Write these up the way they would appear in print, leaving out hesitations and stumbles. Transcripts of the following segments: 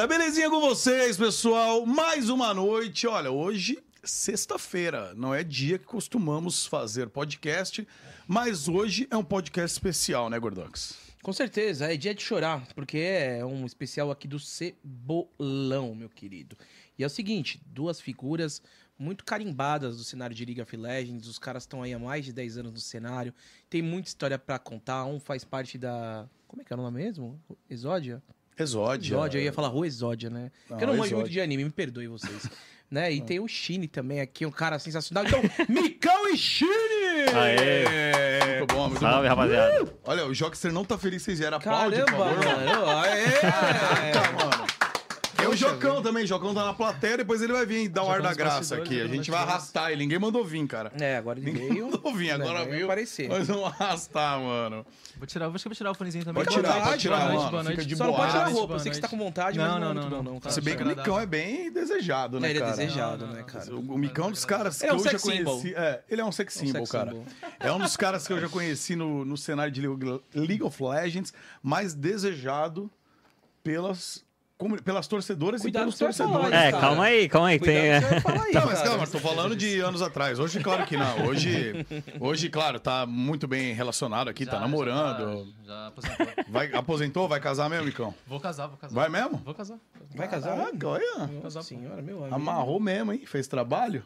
Vambora, belezinha com vocês, pessoal? Mais uma noite. Olha, hoje, sexta-feira, não é dia que costumamos fazer podcast, mas hoje é um podcast especial, né, Gordox? Com certeza, é dia de chorar, porque é um especial aqui do Cebolão, meu querido. E é o seguinte, duas figuras muito carimbadas do cenário de League of Legends, os caras estão aí há mais de 10 anos no cenário, tem muita história pra contar, um faz parte da... Como é que é o nome mesmo? Exódia? Exódia. Exódia, eu ia falar Rua Exódia, né? Porque eu não manjo muito de anime, me perdoe vocês. Né? E tem o Shine também aqui, um cara sensacional. Então, Micão e Shine! Aê! Muito bom, muito Salve, bom. rapaziada. Olha, o Jockster não tá feliz, vocês vieram aplaudir, Caramba, por favor. mano! Aê! Caraca, mano. Tem o Jocão também, o Jocão tá na plateia, depois ele vai vir dar o ar da graça aqui. A gente vai arrastar ele, ninguém mandou vir, cara. É, agora ele Ninguém veio. mandou vir, agora veio. Aparecer. Nós vamos arrastar, mano. Acho que eu vou tirar o fonezinho também. Pode Fica à tirar, vontade, mano. boa noite. Fica de Só não pode tirar a boa. roupa, eu sei que você tá com vontade, mas não é muito bom, não. Tá? Se bem que o Micão é bem desejado, né, Ele é cara? desejado, né, cara? O Micão é um dos caras que Ele é um eu já sex symbol. conheci. É, ele é um sex symbol, sex cara. symbol. É um dos caras que eu já conheci no cenário de League of Legends, mais desejado pelas torcedoras Cuidado e pelos com o que você vai falar, torcedores. cara. Calma aí. Cuidado Tem... que você vai falar aí, Não, mas cara. calma, tô falando de anos atrás. Hoje, claro que não. Hoje, claro, tá muito bem relacionado aqui, tá namorando. Já aposentou. Aposentou? Vai casar mesmo, Micão? Vou casar. Vai mesmo? Vou casar. Vai casar? Caraca, olha. Nossa senhora, meu amigo. Amarrou mesmo, hein? Fez trabalho?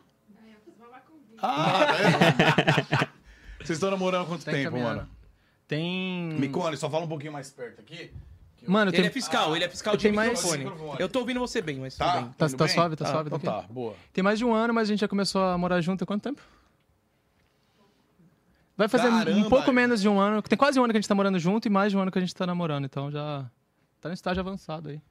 Vocês estão namorando há quanto Tem que tempo, caminhar. mano? Tem... Micone, só fala um pouquinho mais perto aqui. Mano, Ele tem... é fiscal de tem mais- microfone. Eu tô ouvindo você bem, mas tudo bem. Tá, Tudo tá bem? suave, tá suave. Então Tá, tá, boa. Tem mais de um ano, mas a gente já começou a morar junto há quanto tempo? Vai fazer Caramba, um pouco velho. menos de um ano. Tem quase um ano que a gente tá morando junto e mais de um ano que a gente tá namorando. Então já tá no estágio avançado aí.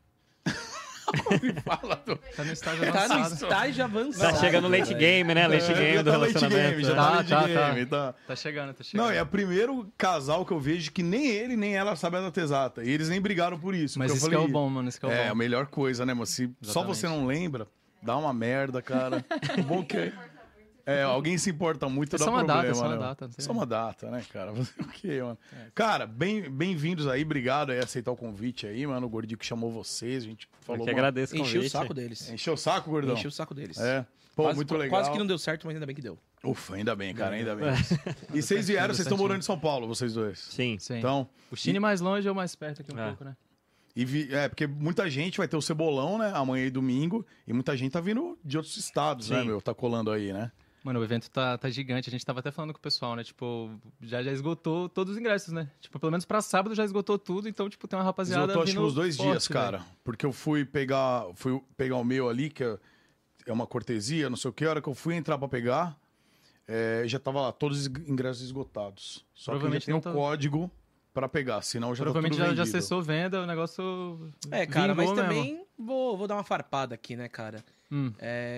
Fala, Tá no estágio Tá no avançado. estágio avançado. Tá chegando no late game, né? Late game do relacionamento. Já tá late Tá, game, tá. Tá chegando, tá chegando. Não, é o primeiro casal que eu vejo que nem ele nem ela sabem a data exata. E eles nem brigaram por isso. Mas porque isso eu que é falei, o bom, mano. Isso que é o É, a bom. melhor coisa, né, mano? Se só Exatamente. você não lembra, dá uma merda, cara. O bom que alguém se importa muito, É dá só uma problema, data, só uma né? data, não sei. Só uma data, né, cara? Fazer o quê, mano? Cara, bem-vindos aí. Obrigado aí aceitar o convite aí, mano. O Gordinho que chamou vocês, a gente Eu falou... que mano, agradeço o Encheu o convite. saco deles. Encheu o saco, Gordão? Encheu o saco deles. É. Pô, Quase- muito legal. Quase que não deu certo, mas ainda bem que deu. Ufa, ainda bem, cara, ainda bem. E vocês vieram, vocês estão morando em São Paulo, vocês dois. Sim. Sim. Então, O Chine mais longe ou mais perto aqui um É. pouco, né? porque muita gente vai ter o Cebolão, né, amanhã e domingo, e muita gente tá vindo de outros estados, né, Sim. meu, tá colando aí, né? Mano, o evento tá gigante. A gente tava até falando com o pessoal, né? Tipo, já esgotou todos os ingressos, né? Tipo, pelo menos pra sábado já esgotou tudo. Então, tipo, tem uma rapaziada Eu tô acho que vindo uns 2 forte, dias, cara, porque eu fui pegar o meu ali, que é uma cortesia, não sei o que, a hora que eu fui entrar pra pegar, já tava lá, todos os ingressos esgotados. Só que já Provavelmente tem um não tá- código pra pegar, senão já Provavelmente tá tudo já vendido. acessou venda, o negócio. É, cara, mas vingou também mesmo. vou dar uma farpada aqui, né, cara? Hum.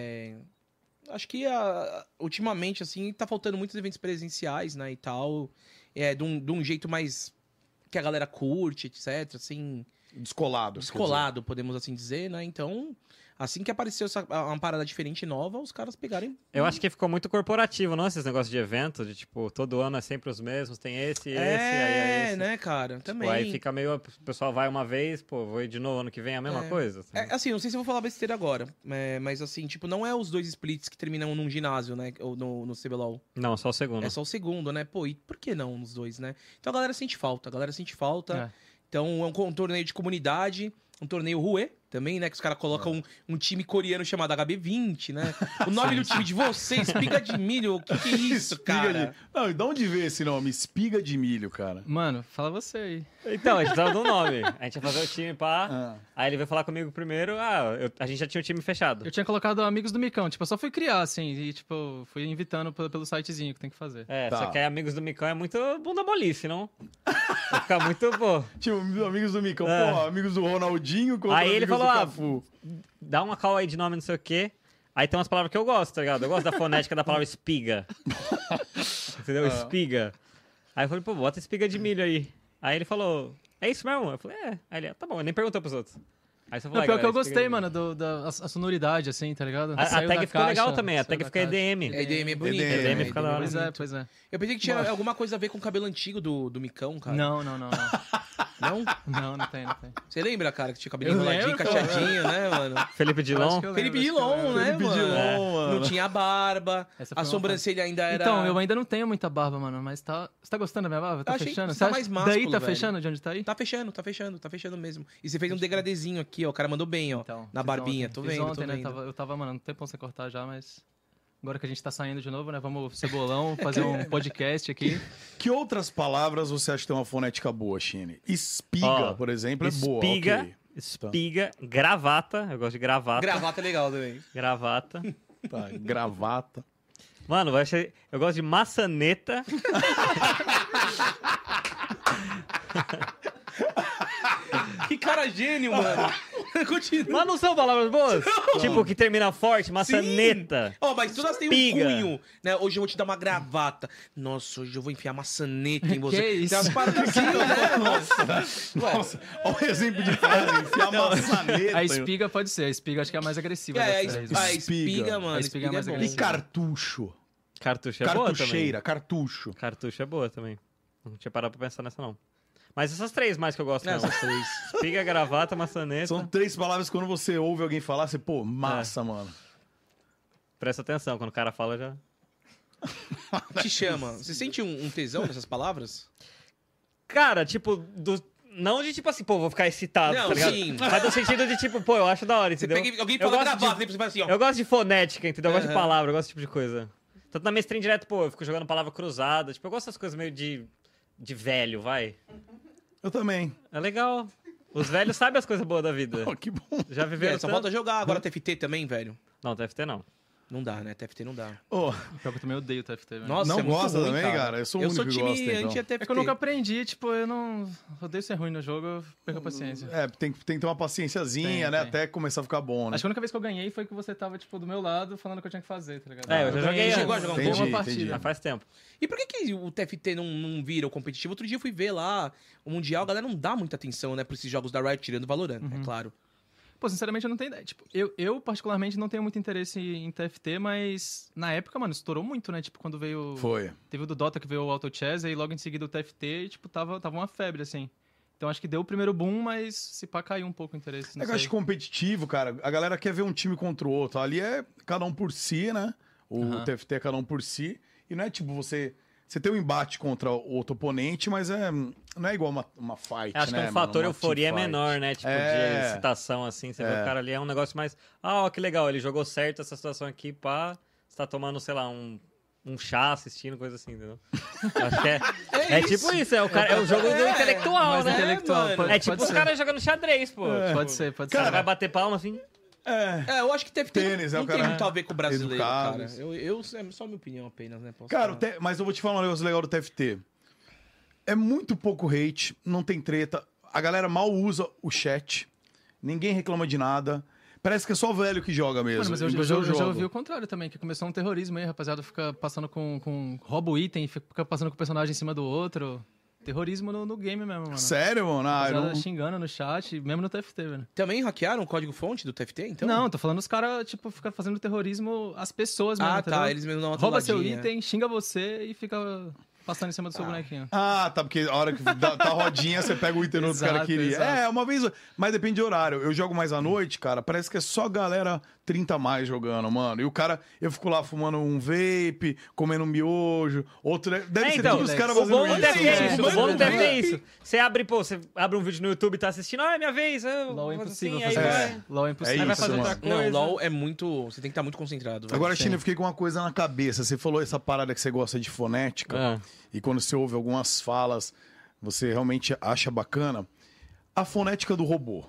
Acho que ultimamente, assim, tá faltando muitos eventos presenciais, né, e tal. De um jeito mais que a galera curte, etc, assim, Descolado. descolado, podemos assim dizer, né? Então, assim que apareceu uma parada diferente e nova, os caras pegarem... Eu acho que ficou muito corporativo, não? Esses negócios de evento, de tipo, todo ano é sempre os mesmos, tem esse, aí é esse. né, cara? Tipo, Também. aí fica meio. O pessoal vai uma vez, pô, vou ir de novo ano que vem, a mesma coisa. Assim. Assim, não sei se eu vou falar besteira agora, mas assim, tipo, não é os dois splits que terminam num ginásio, né? Ou no CBLOL. Não, só o segundo. É só o segundo, né? Pô, e por que não nos dois, né? Então a galera sente falta, É. Então é um torneio de comunidade, um torneio Rue também, né? Que os caras colocam um time coreano chamado HB20, né? O nome do time de vocês, espiga de milho, o que é isso, Espiga cara? de... Não, e de onde veio esse nome? Espiga de milho, cara. Mano, fala você aí. Então, a gente precisava de um nome. A gente ia fazer o time, pá. Ah. Aí ele veio falar comigo primeiro. A gente já tinha o time fechado. Eu tinha colocado Amigos do Micão. Tipo, eu só fui criar, assim. E, tipo, fui invitando pelo sitezinho que tem que fazer. É, Tá. só que aí Amigos do Micão é muito bunda molice, não? Vai ficar muito, pô. Tipo, amigos do Micão, É. pô, amigos do Ronaldinho contra Aí ele amigos falou, do ah, Cafu. Dá uma call aí de nome, não sei o quê. Aí tem umas palavras que eu gosto, tá ligado? Eu gosto da fonética da palavra espiga. Entendeu? Espiga. Aí eu falei, pô, bota espiga de milho aí. Aí ele falou, é isso mesmo? Eu falei, é. Aí ele, tá bom, eu nem perguntou pros outros. Aí você falou, Não, pior que eu galera, espiga gostei, de milho. mano, a sonoridade, assim, tá ligado? A Saiu tag da ficou legal caixa, também, a saiu tag da fica caixa. EDM. EDM é bonito. EDM fica da hora. Pois é, pois é. Eu pensei que tinha alguma coisa a ver com o cabelo antigo do Micão, cara. Não. Não? Não tem. Você lembra, cara, que tinha cabelo enroladinho, lembro, cacheadinho, né, mano? Felipe Eu Dilon. acho que eu Felipe lembro, acho que eu Dilon, lembro. né, Felipe mano? Dilon, mano. Não tinha barba, Essa foi a uma sobrancelha ainda era... Então, eu ainda não tenho muita barba, mano, mas tá... Você tá gostando da minha barba? Tá Achei que fechando? você tá acha- mais másculo, Daí tá velho. fechando de onde tá aí? Tá fechando mesmo. E você fez um degradezinho aqui, ó, o cara mandou bem, ó, Então, na fiz barbinha, ontem. tô Fiz vendo, ontem, tô né? vendo. Eu tava, mano, não tem pra você cortar já, mas... Agora que a gente tá saindo de novo, né? Vamos ser bolão, fazer um podcast aqui. Que outras palavras você acha que tem uma fonética boa, Chine? Espiga, Ó, por exemplo, é boa. Espiga, ok. espiga, gravata. Eu gosto de gravata. Gravata é legal também. Gravata. Tá, gravata. Mano, eu gosto de maçaneta. Que cara gênio, mano. Continua. Mas não são palavras boas? Tipo, que termina forte, maçaneta. Ó, mas todas têm um Espiga. cunho, né? Hoje eu vou te dar uma gravata. Nossa, hoje eu vou enfiar maçaneta em você. Que isso? Tem umas paradas assim, né? Nossa, olha o exemplo de frase, enfiar maçaneta. A espiga pode ser, a espiga acho que é a mais agressiva. É, das três, a né? espiga, mano. A espiga é mais bom. E cartucho. Cartucho é boa também. Cartucheira, cartucho. Cartucho é boa também. Não tinha parado pra pensar nessa, não. Mas essas três mais que eu gosto, É, mesmo. essas três. Espiga, gravata, maçaneta. São 3 palavras que quando você ouve alguém falar, você, pô, massa, mano. Presta atenção, quando o cara fala já... Te chama. Você sente um tesão nessas palavras? Cara, tipo, não de tipo assim, pô, vou ficar excitado, Não, tá ligado? sim. Mas no sentido de tipo, pô, eu acho da hora, Você entendeu? pega, alguém Eu fala gosto de- gravata, depois você faz assim, ó. Eu gosto de fonética, entendeu? Eu gosto de Aham. palavra, eu gosto desse tipo de coisa. Tanto na mestrinha direto, pô, eu fico jogando palavra cruzada. Tipo, eu gosto dessas coisas meio de velho, vai. Eu também. É legal. Os velhos sabem as coisas boas da vida. Oh, que bom. Já viveram Só tanto. falta jogar agora TFT também, velho. Não, TFT não. Não dá, né? TFT não dá. Ô, Pior que eu também odeio o TFT, velho. Nossa, não é muito gosta ruim, também, cara? Eu sou o único que time gosta, então. anti-TFT. É que eu nunca aprendi, tipo, eu não... Odeio ser ruim no jogo, eu perco a paciência. É, tem que ter uma paciênciazinha, Tem, né? tem. Até começar a ficar bom, né? Acho que a única vez que eu ganhei foi que você tava, tipo, do meu lado, falando o que eu tinha que fazer, tá ligado? É, eu já joguei ganhei, chegou a jogar um ganhei pouco? uma Entendi, partida. Já faz tempo. E por que o TFT não vira o competitivo? Outro dia eu fui ver lá o Mundial, a galera não dá muita atenção, né, pra esses jogos da Riot, tirando o Valorant, é claro. Pô, sinceramente, eu não tenho ideia. Tipo, eu particularmente não tenho muito interesse em TFT, mas na época, mano, estourou muito, né? Tipo, quando veio... Foi. Teve o do Dota que veio o Auto Chess, e logo em seguida o TFT, e, tipo, tava uma febre, assim. Então acho que deu o primeiro boom, mas se pá, caiu um pouco o interesse. É que eu acho competitivo, cara. A galera quer ver um time contra o outro. Ali é cada um por si, né? O Aham. TFT é cada um por si. E não é tipo você tem um embate contra o outro oponente, mas não é igual uma fight, Acho né? que um fator Uma euforia é teamfight. menor, né? Tipo, É. de excitação, assim. Você vê É. o cara ali, é um negócio mais... Ah, ó, que legal, ele jogou certo essa situação aqui, pá. Você tá tomando, sei lá, um chá, assistindo, coisa assim, entendeu? Acho que é tipo isso, é o jogo do intelectual, mais né? intelectual, mano. pode- É tipo pode os ser. caras jogando xadrez, pô. Pode ser, pode O cara ser. vai bater palma, assim... É. Eu acho que TFT Tênis, não o tem cara muito a ver com o brasileiro, cara. educados. É só minha opinião apenas, né? Posso Cara, falar. mas eu vou te falar um negócio legal do TFT. É muito pouco hate, não tem treta. A galera mal usa o chat. Ninguém reclama de nada. Parece que é só velho que joga mesmo. Mano, mas eu Inclusive, já jogo. ouvi o contrário também, que começou um terrorismo aí, rapaziada fica passando rouba o item, fica passando com o personagem em cima do outro. Terrorismo no game mesmo, mano. Sério, mano? Ah, eu Rapaziada não... xingando no chat, mesmo no TFT, velho. Também hackearam o código-fonte do TFT, então? Não, tô falando os caras, tipo, ficam fazendo terrorismo às pessoas mesmo, Ah, entendeu? tá. Eles mesmo dão uma Rouba seu trolladinha. item, xinga você e fica passando em cima do seu bonequinho. Ah, tá, porque a hora que tá rodinha, você pega o item no outro cara Exato, queria. exato. É, uma vez. Mas depende de horário. Eu jogo mais à noite, cara. Parece que é só galera 30 a mais jogando, mano. E o cara, eu fico lá fumando um vape, comendo um miojo. Outro. Deve ser então, todos os caras o fazendo bom do isso. TFT é isso, o bom do né? TFT é isso. Você abre um vídeo no YouTube e tá assistindo, ah, é minha vez. LOL é impossível assim, aí fazer vai. isso. LOL é impossível. É Aí vai isso, fazer mano. outra coisa. Não, LOL é muito... Você tem que estar muito concentrado. velho. Agora, Sim. China, eu fiquei com uma coisa na cabeça. Você falou essa parada que você gosta de fonética. Ah. E quando você ouve algumas falas, você realmente acha bacana. A fonética do robô.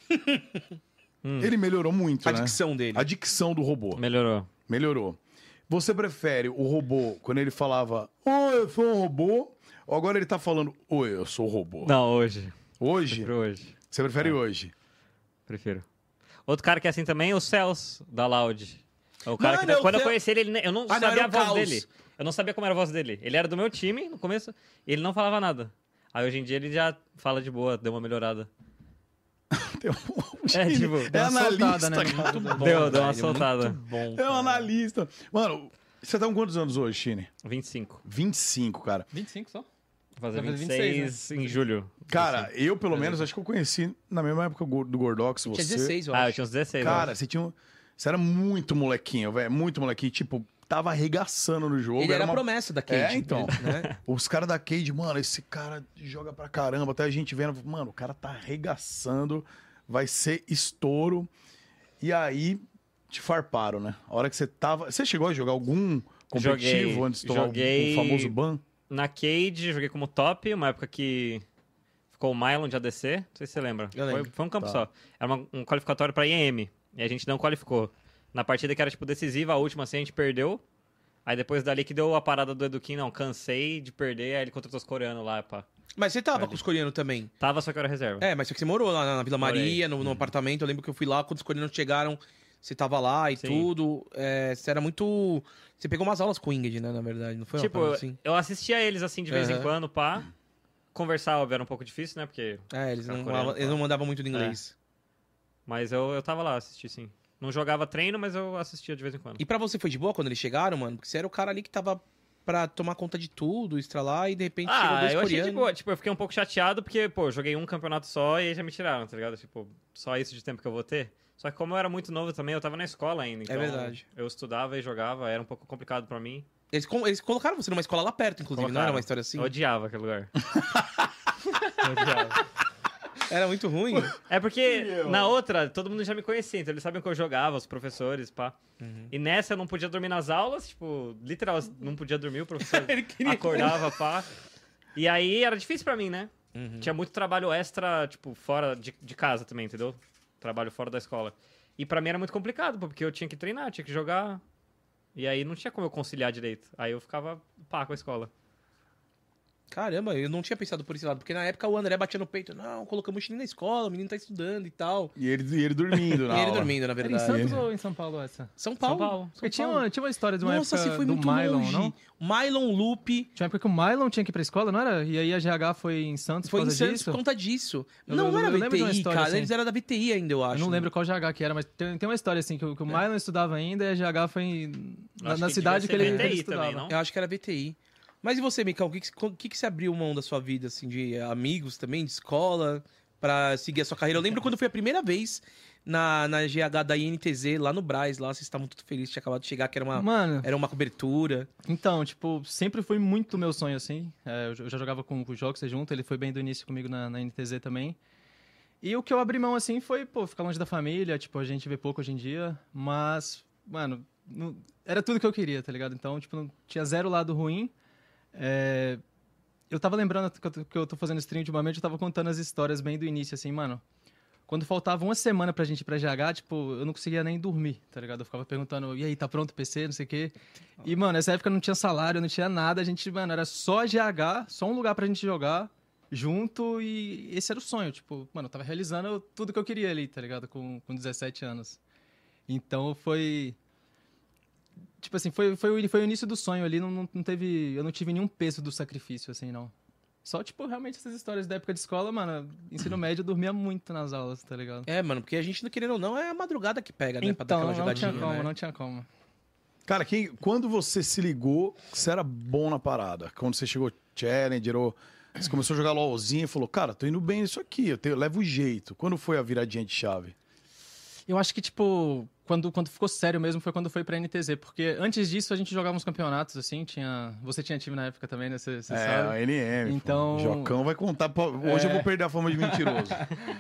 Ele melhorou muito, A né? dicção dele. A dicção do robô. Melhorou. Melhorou. Você prefere o robô quando ele falava, oi, eu sou um robô, ou agora ele tá falando, oi, eu sou um robô? Não, hoje. Hoje? Prefiro hoje. Você prefere hoje? Prefiro. Outro cara que é assim também é o Cells, da Loud. É o cara Mano, que... é o Quando eu Cel- conheci ele, eu não Ah, não, sabia era a o voz Caos. dele. Eu não sabia como era a voz dele. Ele era do meu time no começo, e ele não falava nada. Aí hoje em dia ele já fala de boa, deu uma melhorada. É, tipo, é Deu uma analista, soltada, né? cara. Muito bom. deu uma velho, soltada. Muito bom. É um analista. Mano, você tá com quantos anos hoje, Chine? 25. 25, cara. 25 só? Vou fazer Vai fazer 26 em julho. Cara, eu pelo menos acho que eu conheci na mesma época do Gordox você. Tinha 16, eu Ah, eu acho. tinha uns 16. Cara, né? você era muito molequinho, velho. Muito molequinho. Tipo, tava arregaçando no jogo. Ele era a uma... promessa da Cade. então. Né? Os caras da Cade, mano, esse cara joga pra caramba. Até a gente vendo, mano, o cara tá arregaçando. Vai ser estouro. E aí, te farparam, né? A hora que você tava... Você chegou a jogar algum competitivo Joguei. antes de tomar Joguei. o famoso ban? Na Cade, joguei como top, uma época que ficou o Mylon de ADC. Não sei se você lembra. Eu lembro. Foi um campo Tá. só. Era um qualificatório pra IEM. E a gente não qualificou. Na partida que era, tipo, decisiva, a última, assim, a gente perdeu. Aí depois dali que deu a parada do Eduquim, não, cansei de perder, aí ele contratou os coreanos lá, pá. Mas você tava com os coreanos também. Tava, só que eu era reserva. É, mas só que você morou lá na Vila Morei. Maria, no apartamento. Eu lembro que eu fui lá, quando os coreanos chegaram, você tava lá e Sim. tudo. Você era muito... Você pegou umas aulas com o Ingrid, né, na verdade, não foi? Uma Tipo, parada assim? eu assistia eles, assim, de vez em Aham. quando, pá. Conversar, óbvio, era um pouco difícil, né, porque... Eles Era não, coreano, eles não mandavam muito no inglês. Mas eu tava lá, assisti, sim. Não jogava treino, mas eu assistia de vez em quando. E pra você foi de boa quando eles chegaram, mano? Porque você era o cara ali que tava pra tomar conta de tudo, estralar, e de repente chegou dois Eu achei de coreanos. boa. Tipo, eu fiquei um pouco chateado porque, pô, eu joguei um campeonato só e aí já me tiraram, tá ligado? Tipo, só isso de tempo que eu vou ter. Só que como eu era muito novo também, eu tava na escola ainda. Então verdade. Eu estudava e jogava, era um pouco complicado pra mim. Eles colocaram você numa escola lá perto, inclusive, não era Colocaram. uma história assim? Eu odiava aquele lugar. Era muito ruim. É porque na outra, todo mundo já me conhecia, então eles sabiam que eu jogava, os professores, pá. E nessa eu não podia dormir nas aulas, tipo, literal, não podia dormir, o professor Ele queria- acordava, pá. E aí era difícil pra mim, né? Uhum. Tinha muito trabalho extra, tipo, fora de casa também, entendeu? Trabalho fora da escola. E pra mim era muito complicado, pô, porque eu tinha que treinar, tinha que jogar. E aí não tinha como eu conciliar direito. Aí eu ficava pá com a escola. Caramba, eu não tinha pensado por esse lado, porque na época o André batia no peito, não, colocamos o menino na escola, o menino tá estudando e tal. E ele dormindo, E na ele aula. dormindo, na Era em verdade. Santos ou em São Paulo essa? São Paulo. São Paulo. Porque tinha uma história de uma Nossa, época você foi do muito Mylon, longe. não? Mylon Loop Tinha uma época que o Mylon tinha que ir pra escola, não era? E aí a GH foi em Santos foi por em causa Santos disso? por conta disso. Eu não lembro era de uma VTI, história cara, assim. eles eram da VTI ainda, eu acho. Eu não lembro qual GH que era, mas tem uma história assim, que o Mylon estudava ainda e a GH foi Acho na que cidade que devia ele ser VTI estudava. também, não? Eu acho que era VTI. Mas e você, Micão, o que você abriu mão da sua vida, assim, de amigos também, de escola, pra seguir a sua carreira? Eu lembro quando foi a primeira vez na GH da INTZ, lá no Brás, lá vocês estavam muito felizes, tinha acabado de chegar, que Mano, era uma cobertura. então, tipo, sempre foi muito meu sonho, assim. Eu já jogava com o Joxer junto, ele foi bem do início comigo na NTZ também. E o que eu abri mão, assim, foi, pô, ficar longe da família, tipo, a gente vê pouco hoje em dia, mas, mano, era tudo que eu queria, tá ligado? Então, tipo, não tinha zero lado ruim. Eu tava lembrando que eu tô fazendo stream ultimamente, eu tava contando as histórias bem do início, assim, mano. Quando faltava uma semana pra gente ir pra GH, tipo, eu não conseguia nem dormir, tá ligado? Eu ficava perguntando, e aí, tá pronto o PC, não sei o quê. E, mano, nessa época não tinha salário, não tinha nada, a gente, mano, era só GH, só um lugar pra gente jogar junto e esse era o sonho, tipo, mano, eu tava realizando tudo que eu queria ali, tá ligado? Com 17 anos. Então foi... Tipo assim, foi o início do sonho ali, não teve... Eu não tive nenhum peso do sacrifício, assim, não. Só, tipo, realmente essas histórias da época de escola, mano, ensino médio eu dormia muito nas aulas, tá ligado? É, mano, porque a gente, não querendo ou não, é a madrugada que pega, né? Pra dar Então, aquela não tinha jogadinha, como, né? não tinha como. Cara, quando você se ligou que você era bom na parada? Quando você chegou Challenger ou você começou a jogar LOLzinho e falou, cara, tô indo bem nisso aqui, eu levo jeito. Quando foi a viradinha de chave? Eu acho que, tipo, quando ficou sério mesmo foi quando foi pra NTZ, porque antes disso a gente jogava uns campeonatos, assim, você tinha time na época também, né? Você sabe? a NM. Então- Pô. Jocão vai contar. Hoje eu vou perder a fama de mentiroso.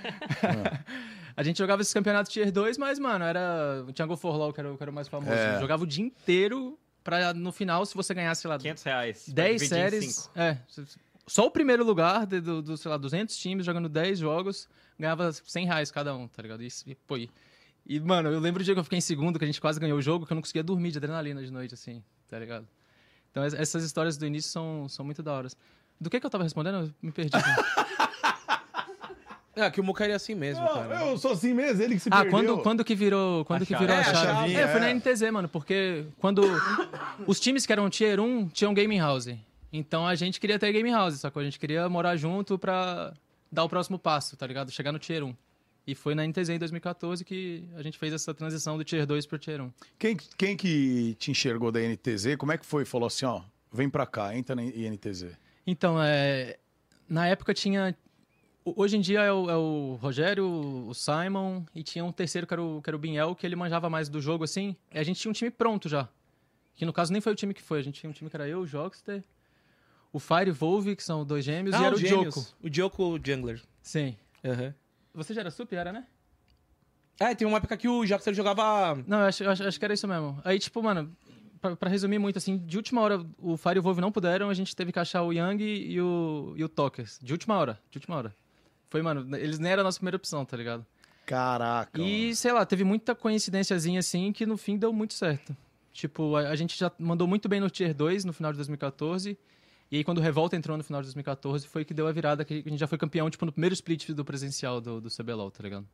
A gente jogava esses campeonatos Tier 2, mas, mano, tinha Go for LOL, que era o mais famoso. É. Jogava o dia inteiro pra, no final, se você ganhasse, sei lá, R$500. 10 dividir em séries... cinco. Só o primeiro lugar sei lá, 200 times jogando 10 jogos, ganhava R$100 cada um, tá ligado? E, mano, eu lembro o dia que eu fiquei em segundo, que a gente quase ganhou o jogo, que eu não conseguia dormir de adrenalina de noite, assim, tá ligado? Então, essas histórias do início são muito da hora. Do que eu tava respondendo? Eu me perdi. Que o Mucaí é assim mesmo, cara. Eu sou assim mesmo, ele que se Ah, perdeu. quando que virou A a chave. chave? a chavinha, Foi na é. NTZ, mano, porque quando os times que eram Tier 1 tinham Gaming House. Então a gente queria ter Gaming House, só que a gente queria morar junto pra dar o próximo passo, tá ligado? Chegar no Tier 1. E foi na NTZ em 2014 que a gente fez essa transição do Tier 2 pro Tier 1. Quem que te enxergou da NTZ? Como é que foi? Falou assim, ó, vem pra cá, entra na INTZ. Então, na época tinha... Hoje em dia é o Rogério, o Simon, e tinha um terceiro que era o Binhel, que ele manjava mais do jogo, assim. E a gente tinha um time pronto já. Que no caso nem foi o time que foi. A gente tinha um time que era eu, o Jockster, o Fire e Volve, que são 2 gêmeos, e era o Joko. O Joko Jungler. Sim. Aham. Você já era sup, era, né? Tem uma época que o Jockster jogava... Não, eu acho que era isso mesmo. Aí, tipo, mano, pra resumir muito, assim, de última hora o Fire e o Volve não puderam, a gente teve que achar o Young e o Tokers. De última hora. Foi, mano, eles nem eram a nossa primeira opção, tá ligado? Caraca. E, sei lá, teve muita coincidênciazinha, assim, que no fim deu muito certo. Tipo, a gente já mandou muito bem no Tier 2 no final de 2014. E aí, quando o Revolta entrou no final de 2014, foi que deu a virada, que a gente já foi campeão, tipo, no primeiro split do presencial do CBLOL, tá ligado?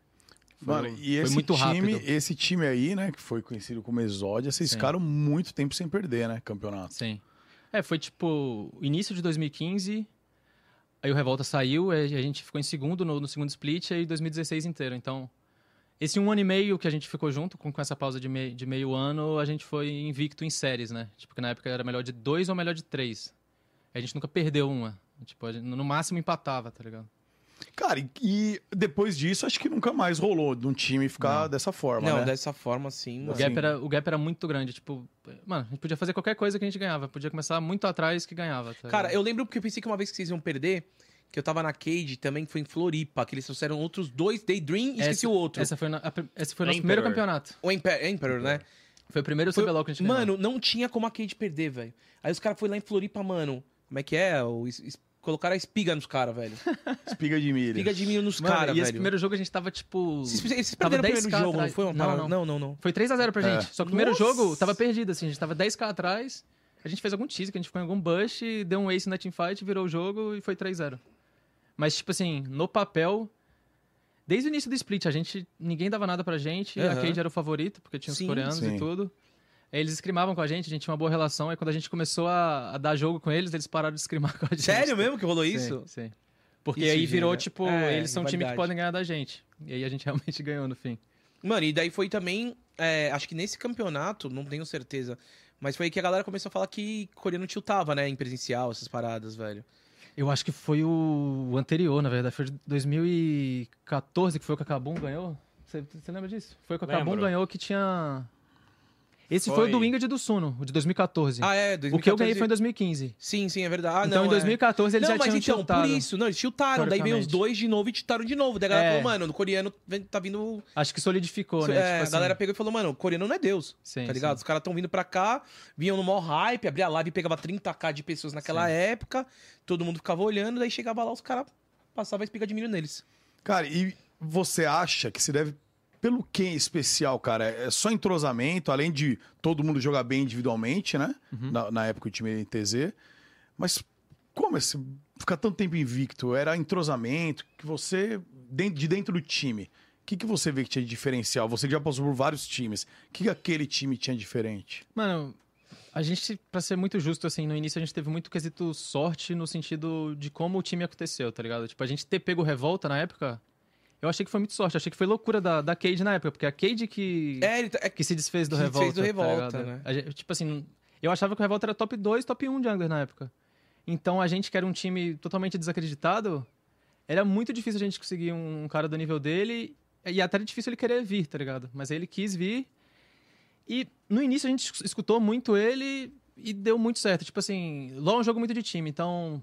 Mano, e foi esse muito time, rápido. esse time aí, né, que foi conhecido como Exódia, vocês Sim. ficaram muito tempo sem perder, né, campeonato. Sim. Foi, tipo, início de 2015, aí o Revolta saiu, a gente ficou em segundo no segundo split, aí 2016 inteiro. Então, esse 1 ano e meio que a gente ficou junto, com essa pausa de meio ano, a gente foi invicto em séries, né? Tipo, que na época era melhor de 2 ou melhor de 3. A gente nunca perdeu uma. Tipo, no máximo empatava, tá ligado? Cara, e depois disso, acho que nunca mais rolou de um time ficar dessa forma, Não, né? dessa forma, sim. O gap era muito grande. Tipo, mano, a gente podia fazer qualquer coisa que a gente ganhava. Podia começar muito atrás que ganhava. Tá Cara, ligado? eu lembro porque eu pensei que uma vez que vocês iam perder, que eu tava na Cade, também foi em Floripa, que eles trouxeram outros 2, Daydream e esqueci o outro. Esse foi o nosso Emperor. primeiro campeonato. O Emperor, né? Foi o primeiro CBLOL que a gente ganhou. Mano, não tinha como a Cade perder, velho. Aí os caras foram lá em Floripa, mano. Como é que é? Colocaram a espiga nos caras, velho. Espiga de milho. Espiga de milho nos Mano, caras, e velho. esse primeiro jogo a gente tava, tipo... Vocês tava perderam o 10K primeiro jogo, não atrás. foi? Não. Foi 3-0 pra gente. Só que o primeiro Nossa! jogo tava perdido, assim. A gente tava 10k atrás. A gente fez algum teaser, que a gente ficou em algum bush, deu um ace na teamfight, virou o jogo e foi 3-0. Mas, tipo assim, no papel... Desde o início do split, ninguém dava nada pra gente. A Cade era o favorito, porque tinha os Sim, coreanos sim. e tudo. Aí eles scrimavam com a gente tinha uma boa relação. Aí quando a gente começou a dar jogo com eles pararam de scrimar com a gente. Sério mesmo que rolou Sim, isso? sim. Porque Isso, aí virou, gente, tipo, eles são um time que rivalidade. podem ganhar da gente. E aí a gente realmente ganhou no fim. Mano, e daí foi também... acho que nesse campeonato, não tenho certeza, mas foi aí que a galera começou a falar que coreano tiltava, né? Em presencial, essas paradas, velho. Eu acho que foi o anterior, na verdade. Foi de 2014 que foi o que a Kabum ganhou. Você lembra disso? Foi o que a Kabum Lembro. ganhou que tinha... Esse foi o do Winged e do Suno, o de 2014. Ah, é? 2014... O que eu ganhei foi em 2015. Sim, é verdade. Ah, Então não, em 2014 eles não, já mas tinham então, tiltado. por isso. Não, eles tiltaram. Daí veio os Teoricamente. dois de novo e tiltaram de novo. Daí a galera É. falou, mano, no coreano tá vindo... Acho que solidificou, né? É, Tipo a assim. galera pegou e falou, mano, o coreano não é Deus. Sim, tá ligado? sim. Os caras tão vindo pra cá, vinham no maior hype, abria a live e pegava 30k de pessoas naquela época, todo mundo ficava olhando, daí chegava lá, os caras passavam a espiga de milho neles. Cara, e você acha que se deve... Pelo que em especial, cara? É só entrosamento, além de todo mundo jogar bem individualmente, né? Na época o time era em TZ. Mas como esse ficar tanto tempo invicto? Era entrosamento, que você, de dentro do time, o que você vê que tinha de diferencial? Você já passou por vários times. O que aquele time tinha diferente? Mano, a gente, pra ser muito justo, assim, no início a gente teve muito quesito sorte no sentido de como o time aconteceu, tá ligado? Tipo, a gente ter pego Revolta na época, eu achei que foi muito sorte. Achei que foi loucura da Cade na época, porque a Cade que se desfez do que se Revolta. desfez do Revolta, tá ligado? né? A gente, tipo assim, eu achava que o Revolta era top 2, top 1 jungler na época. Então a gente, que era um time totalmente desacreditado, era muito difícil a gente conseguir um cara do nível dele, e até era difícil ele querer vir, tá ligado? Mas aí ele quis vir, e no início a gente escutou muito ele e deu muito certo. Tipo assim, LoL é um jogo muito de time, então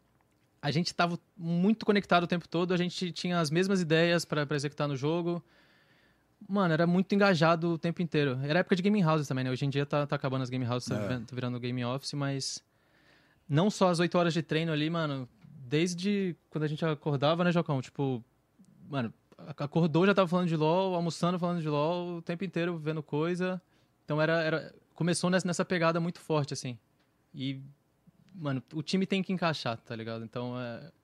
a gente tava muito conectado o tempo todo, a gente tinha as mesmas ideias pra executar no jogo. Mano, era muito engajado o tempo inteiro. Era época de gaming houses também, né? Hoje em dia tá acabando as gaming houses, tá virando game office, mas não só as 8 horas de treino ali, mano, desde quando a gente acordava, né, Jocão? Tipo, mano, acordou, já tava falando de LoL, almoçando, falando de LoL, o tempo inteiro vendo coisa. Então começou nessa pegada muito forte, assim. E, mano, o time tem que encaixar, tá ligado? Então,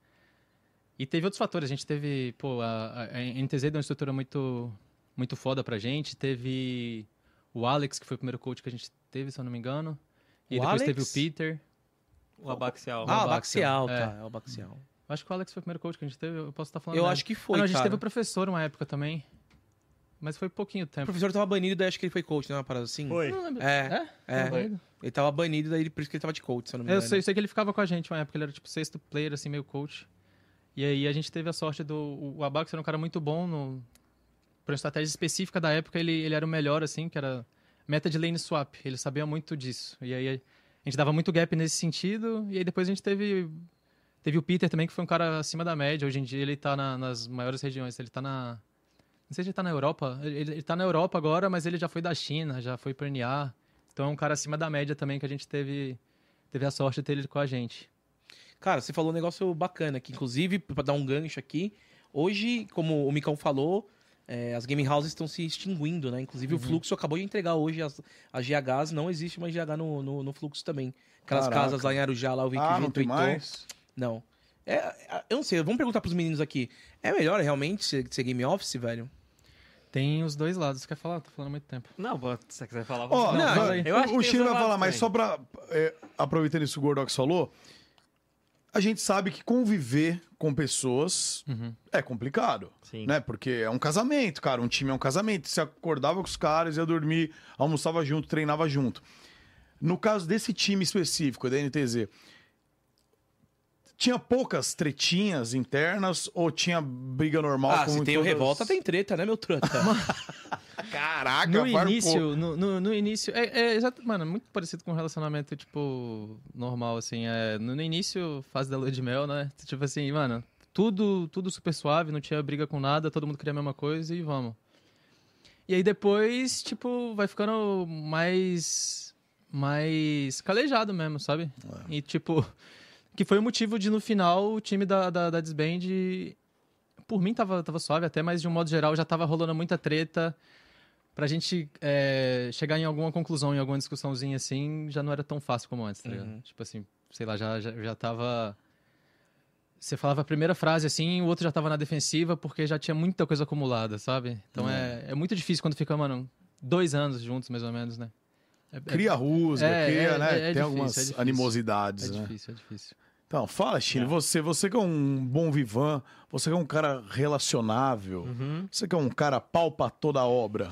E teve outros fatores. A gente teve, pô, a NTZ deu uma estrutura muito, muito foda pra gente. Teve o Alex, que foi o primeiro coach que a gente teve, se eu não me engano. E O depois Alex? teve o Peter. O Abaxial. Ah, o Abaxial, Baxial, tá. É o Baxial. Acho que o Alex foi o primeiro coach que a gente teve. Eu posso estar falando Eu merda. acho que foi, não, a gente cara. teve o professor uma época também. Mas foi pouquinho O tempo. professor tava banido, daí acho que ele foi coach, né? Uma parada assim. Foi. Não lembro. É. Foi. Ele tava banido, daí por isso que ele tava de coach, se eu não me engano. Eu sei que ele ficava com a gente uma época, ele era tipo sexto player, assim, meio coach. E aí a gente teve a sorte o Abax era um cara muito bom por uma estratégia específica da época, ele era o melhor, assim, que era meta de lane swap. Ele sabia muito disso. E aí a gente dava muito gap nesse sentido, e aí depois a gente teve o Peter também, que foi um cara acima da média. Hoje em dia ele tá nas maiores regiões, ele tá na... Não sei se ele tá na Europa, ele tá na Europa agora, mas ele já foi da China, já foi pra NA. Então é um cara acima da média também que a gente teve a sorte de ter ele com a gente. Cara, você falou um negócio bacana aqui, inclusive, pra dar um gancho aqui. Hoje, como o Micão falou, as game houses estão se extinguindo, né? Inclusive o Fluxo acabou de entregar hoje as GHs, não existe mais GH no Fluxo também. Aquelas Caraca. casas lá em Arujá, lá eu vi que Ah, não tem retweetou. mais? Não. Eu não sei, vamos perguntar pros meninos aqui. É melhor realmente ser game office, velho? Tem os dois lados. Você quer falar? Tô falando há muito tempo. Não, pô, se você quiser falar, Ó, você Não, fala. mas Eu acho que o tem Chino os vai dois falar, lados mas também. só pra... aproveitando isso que o Gordox falou, a gente sabe que conviver com pessoas é complicado. Sim. Né? Porque é um casamento, cara. Um time é um casamento. Você acordava com os caras, ia dormir, almoçava junto, treinava junto. No caso desse time específico, da NTZ, tinha poucas tretinhas internas ou tinha briga normal? se tem o Revolta, tem treta, né, meu truta? Caraca, No farpou. início, no início, mano, muito parecido com um relacionamento, tipo, normal, assim, no início, fase da lua de mel, né, tipo assim, mano, tudo super suave, não tinha briga com nada, todo mundo queria a mesma coisa e vamos. E aí depois, tipo, vai ficando mais calejado mesmo, sabe? E, tipo, que foi o motivo de, no final, o time da Disband, por mim, tava suave até, mas de um modo geral já tava rolando muita treta. Pra gente chegar em alguma conclusão, em alguma discussãozinha assim, já não era tão fácil como antes, tá ligado? Tipo assim, sei lá, já tava... Você falava a primeira frase assim, o outro já tava na defensiva porque já tinha muita coisa acumulada, sabe? Então é muito difícil quando fica, mano, 2 anos juntos, mais ou menos, né? Cria rusga, cria, né? Tem difícil, algumas difícil. animosidades, É né? difícil, é difícil. Então, fala, Chino, você que é um bom vivan, você que é um cara relacionável, você que é um cara pau pra toda a obra.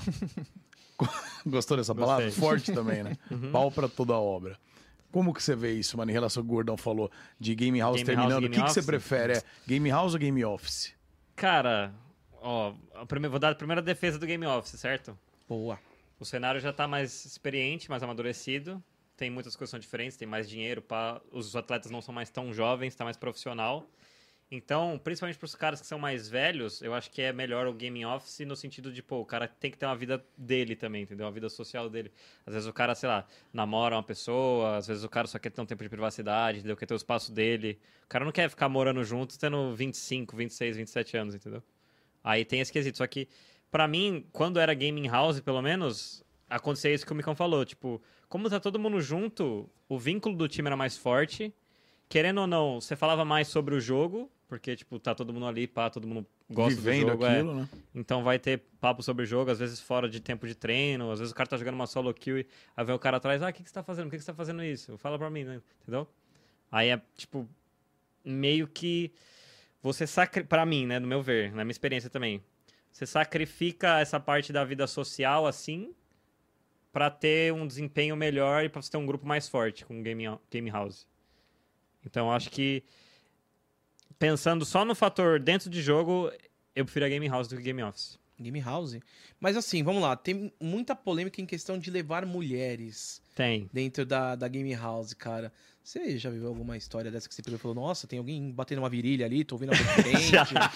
Gostou dessa palavra? Gostei. Forte também, né? Pau pra toda a obra. Como que você vê isso, mano, em relação ao que o Gordão falou de Game House Game terminando? House, O Game que você Office? prefere? É Game House ou Game Office? Cara, ó, vou dar a primeira defesa do Game Office, certo? Boa. O cenário já tá mais experiente, mais amadurecido. Tem muitas coisas que são diferentes, tem mais dinheiro, os atletas não são mais tão jovens, tá mais profissional. Então, principalmente para os caras que são mais velhos, eu acho que é melhor o Game Office no sentido de, pô, o cara tem que ter uma vida dele também, entendeu? Uma vida social dele. Às vezes o cara, sei lá, namora uma pessoa, às vezes o cara só quer ter um tempo de privacidade, entendeu? Quer ter o espaço dele. O cara não quer ficar morando junto tendo 25, 26, 27 anos, entendeu? Aí tem esse quesito. Só que, pra mim, quando era gaming house, pelo menos, acontecia isso que o Micão falou. Tipo, como tá todo mundo junto, o vínculo do time era mais forte. Querendo ou não, você falava mais sobre o jogo, porque, tipo, tá todo mundo ali, todo mundo gosta Vivendo do jogo. aquilo, né? Então vai ter papo sobre o jogo, às vezes fora de tempo de treino, às vezes o cara tá jogando uma solo kill e aí vem o cara atrás, o que você tá fazendo? Por que você tá fazendo isso? Fala pra mim, né? Entendeu? Aí é, tipo, meio que você pra mim, né, no meu ver, na minha experiência também, você sacrifica essa parte da vida social, assim, pra ter um desempenho melhor e pra você ter um grupo mais forte com game house. Então, eu acho que pensando só no fator dentro de jogo, eu prefiro a Game House do que Game Office. Game House. Mas assim, vamos lá. Tem muita polêmica em questão de levar mulheres Tem. dentro da Game House, cara. Você já viveu alguma história dessa que você pegou e falou, nossa, tem alguém batendo uma virilha ali, tô ouvindo algo diferente?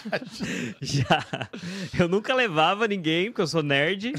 Já. Eu nunca levava ninguém, porque eu sou nerd.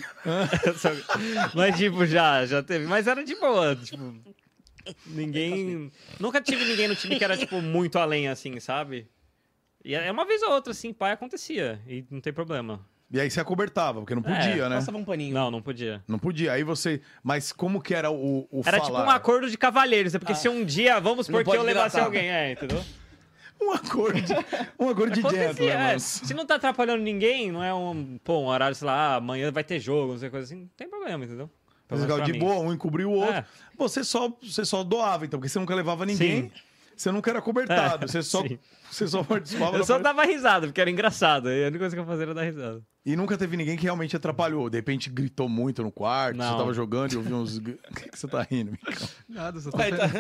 Mas, tipo, já teve. Mas era de boa, tipo... Ninguém... Nunca tive ninguém no time que era, tipo, muito além, assim, sabe? E é uma vez ou outra, assim, pai, acontecia. E não tem problema. E aí você acobertava, porque não podia, né? Passava um paninho. Não podia. Não podia. Aí você... Mas como que era o Era falar? tipo um acordo de cavalheiros, é porque se um dia, vamos supor Não que pode eu levasse dilatar. alguém, entendeu? Um acordo de Acontecia, gentlemen. Se não tá atrapalhando ninguém, não é um horário, sei lá, amanhã vai ter jogo, não sei, coisa assim, não tem problema, entendeu? Pelo menos Ficava pra de mim. boa, um encobriu o outro. É. Você só doava, então, porque você nunca levava ninguém. Sim. Você nunca era cobertado, você só participava. Eu só dava risada, porque era engraçado. E a única coisa que eu fazia era dar risada. E nunca teve ninguém que realmente atrapalhou. De repente gritou muito no quarto, Não. você tava jogando e ouviu uns... O que você tá rindo, Micão? Nada, só tô Vai, tá...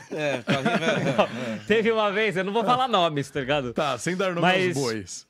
Teve uma vez, eu não vou falar nomes, tá ligado? Tá, sem dar nome Mas- aos bois.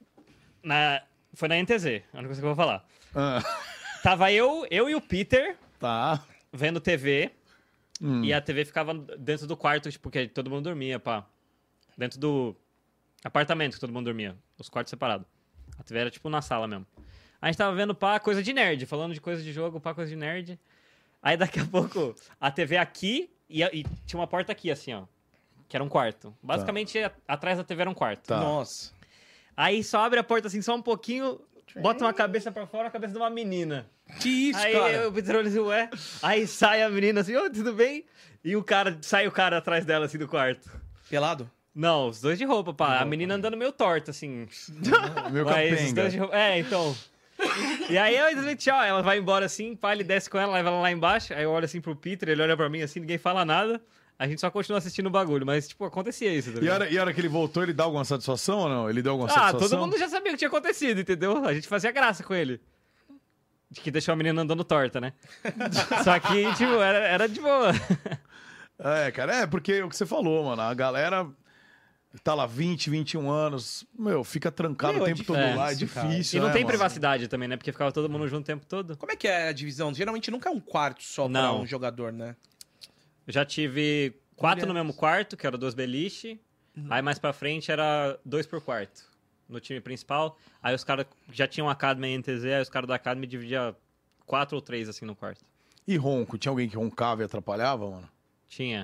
Foi na NTZ, a única coisa que eu vou falar. Ah, Tava eu e o Peter tá. vendo TV. E a TV ficava dentro do quarto, tipo, porque todo mundo dormia, pá. Dentro do apartamento que todo mundo dormia. Os quartos separados. A TV era, tipo, na sala mesmo. A gente tava vendo, pá, coisa de nerd. Falando de coisa de jogo, pá, coisa de nerd. Aí, daqui a pouco, a TV aqui e tinha uma porta aqui, assim, ó. Que era um quarto. Basicamente, atrás da TV era um quarto. Tá. Nossa. Aí, só abre a porta, assim, só um pouquinho... Bota uma cabeça pra fora, a cabeça de uma menina. Que isso, Aí cara? o Peter olha assim, ué. Aí sai a menina assim, ô, tudo bem? E sai o cara atrás dela, assim, do quarto. Pelado? Não, os dois de roupa, pá. A menina andando meio torta, assim. Meu Mas os capenga. dois de roupa. É, então. E aí eu simplesmente, tchau, ela vai embora assim, pá, ele desce com ela, leva ela lá embaixo. Aí eu olho assim pro Peter, ele olha pra mim assim, ninguém fala nada. A gente só continua assistindo o bagulho, mas, tipo, acontecia isso. Tá E ligado? a hora que ele voltou, ele dá alguma satisfação ou não? Ele deu alguma Ah, satisfação? todo mundo já sabia o que tinha acontecido, entendeu? A gente fazia graça com ele. De que deixou a menina andando torta, né? Só que, tipo, era de boa. É, cara, porque o que você falou, mano, a galera tá lá 20, 21 anos, meu, fica trancado Meu, o é tempo todo difícil, lá, é cara. difícil, E não né, tem mano? privacidade também, né? Porque ficava todo mundo junto o tempo todo. Como é que é a divisão? Geralmente nunca é um quarto só pra Não. um jogador, né? Eu já tive 4 no mesmo quarto, que era 2 beliche. Aí mais pra frente era 2 por quarto. No time principal. Aí os caras já tinham Academy e NTZ, aí os caras da Academy dividiam 4 ou 3 assim no quarto. E ronco? Tinha alguém que roncava e atrapalhava, mano? Tinha.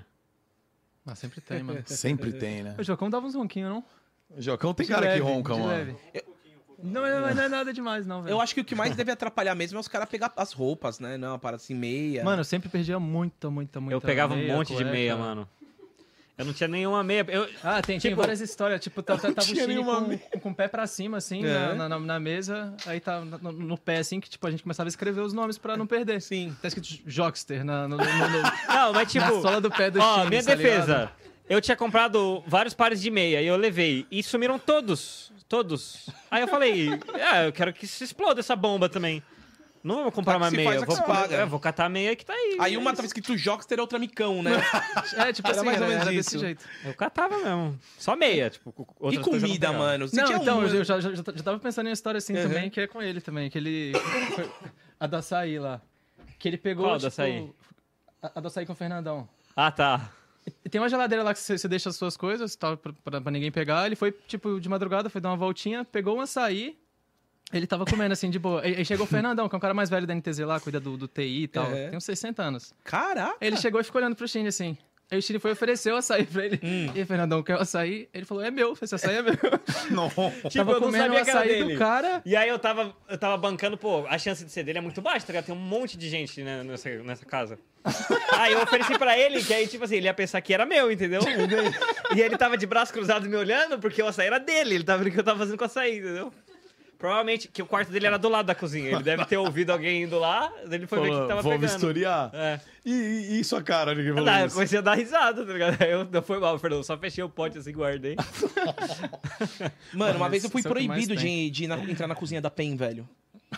Ah, sempre tem, mano. Sempre tem, né? O Jocão dava uns ronquinhos, não? O Jocão tem De cara que leve, ronca, de mano. leve. Não é nada demais, não, velho. Eu acho que o que mais deve atrapalhar mesmo é os caras pegar as roupas, né? Não, uma parada assim, meia. Mano, eu sempre perdia muita Eu pegava meia, um monte de cueca. meia, mano. Eu não tinha nenhuma meia. Ah, tem Tipo, várias histórias. Tipo, tava o tinha Chile nenhuma com o pé pra cima, assim, É. na mesa. Aí tá no pé, assim, que tipo, a gente começava a escrever os nomes pra não perder. Sim. Tá escrito Jockster na Não, mas tipo. sola do pé do Ó, Chile, minha tá ligado? defesa. Eu tinha comprado vários pares de meia e eu levei. E sumiram todos. Todos. Aí eu falei, eu quero que se exploda essa bomba também. Não vou comprar Tá que uma se meia. faz, Eu tá que se paga. eu vou catar a meia que tá aí. Aí é uma isso. tava escrito Jockster e outra Micão, né? É, tipo Era assim, mais ou menos era isso. desse jeito. Eu catava mesmo. Só meia, tipo. E outras coisas eu não comida, pegava. mano? Você Não, tinha então, um... eu já tava pensando em uma história assim Uhum. também, que é com ele também, que ele... A do açaí lá. Que ele pegou, Qual do tipo... açaí? A do açaí com o Fernandão. Ah, tá. E tem uma geladeira lá que você deixa as suas coisas, tal, pra ninguém pegar. Ele foi, tipo, de madrugada, foi dar uma voltinha, pegou um açaí. Ele tava comendo, assim, de boa. Aí chegou o Fernandão, que é um cara mais velho da NTZ lá, cuida do TI e tal. É. Tem uns 60 anos. Caraca! Ele chegou e ficou olhando pro Chine, assim. Aí o Chine foi oferecer o açaí pra ele. E aí, Fernandão, quer o açaí? Ele falou, é meu, esse açaí é meu. Não. Tipo, Tava eu não comendo o sabia que era açaí dele. do cara. E aí eu tava bancando, pô, a chance de ser dele é muito baixa, tá ligado? Tem um monte de gente né, nessa casa. Aí eu ofereci pra ele, que aí, tipo assim, ele ia pensar que era meu, entendeu? E ele tava de braço cruzado me olhando, porque o açaí era dele, ele tava vendo o que eu tava fazendo com o açaí, entendeu? Provavelmente, que o quarto dele era do lado da cozinha. Ele deve ter ouvido alguém indo lá, ele foi ver o que tava Vou pegando. vistoriar. É. E sua cara, ninguém falou Eu isso? comecei a dar risada, tá ligado? Aí eu não foi mal, Fernando. Só fechei o pote assim, guardei. Mano, uma Mas vez eu fui isso é o que mais proibido tem. de entrar na cozinha da PEN, velho.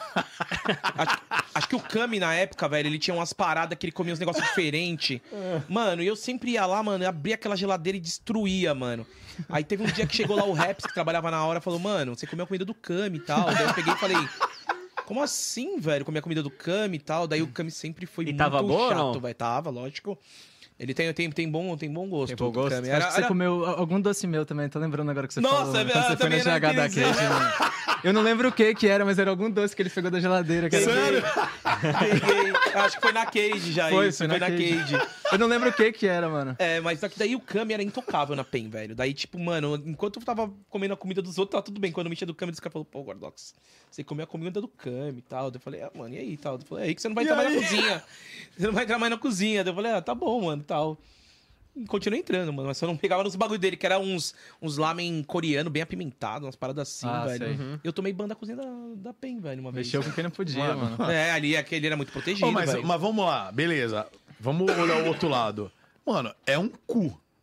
Acho que o Kami, na época, velho, ele tinha umas paradas que ele comia uns negócios diferentes. Mano, e eu sempre ia lá, mano, abria aquela geladeira e destruía, mano. Aí teve um dia que chegou lá o Raps, que trabalhava na hora, falou, mano, você comeu a comida do Kami e tal. Daí eu peguei e falei, como assim, velho? Comer a comida do Kami e tal. Daí o Kami sempre foi muito tava boa ou chato, não? velho. Tava, lógico. Ele tem bom gosto. Tem bom o gosto? Kami. Acho que você comeu algum doce meu também, tô lembrando agora que você Nossa, falou. Mano, eu quando você foi na também era GH da aqueles- Cage, mano. Eu não lembro o que era, mas era algum doce que ele pegou da geladeira. Que era... Sério? Peguei. Acho que foi na Cage já Foi, isso. foi Foi na na Cage. Cage. Eu não lembro o que era, mano. É, mas só que daí o Kami era intocável na PEN, velho. Daí, tipo, mano, enquanto eu tava comendo a comida dos outros, tava tudo bem. Quando eu mexia do Kami, os caras falaram, pô, Gordox, você comeu a comida do Kami e tal. Daí eu falei, mano, e aí, tal? Eu falei, é aí que você não vai entrar mais na cozinha. Você não vai entrar mais na cozinha. Daí eu falei, tá bom, mano, tal. E continuei entrando, mano, mas só não pegava nos bagulho dele, que era uns lamen coreano bem apimentados, umas paradas assim, Ah, velho. sei. Eu tomei ban da cozinha da PEN, velho, uma vez. Mexeu com quem não podia, mano. É, ali, aquele era muito protegido, Ô, mas velho. vamos lá, beleza. Vamos olhar o outro lado. Mano, é um cu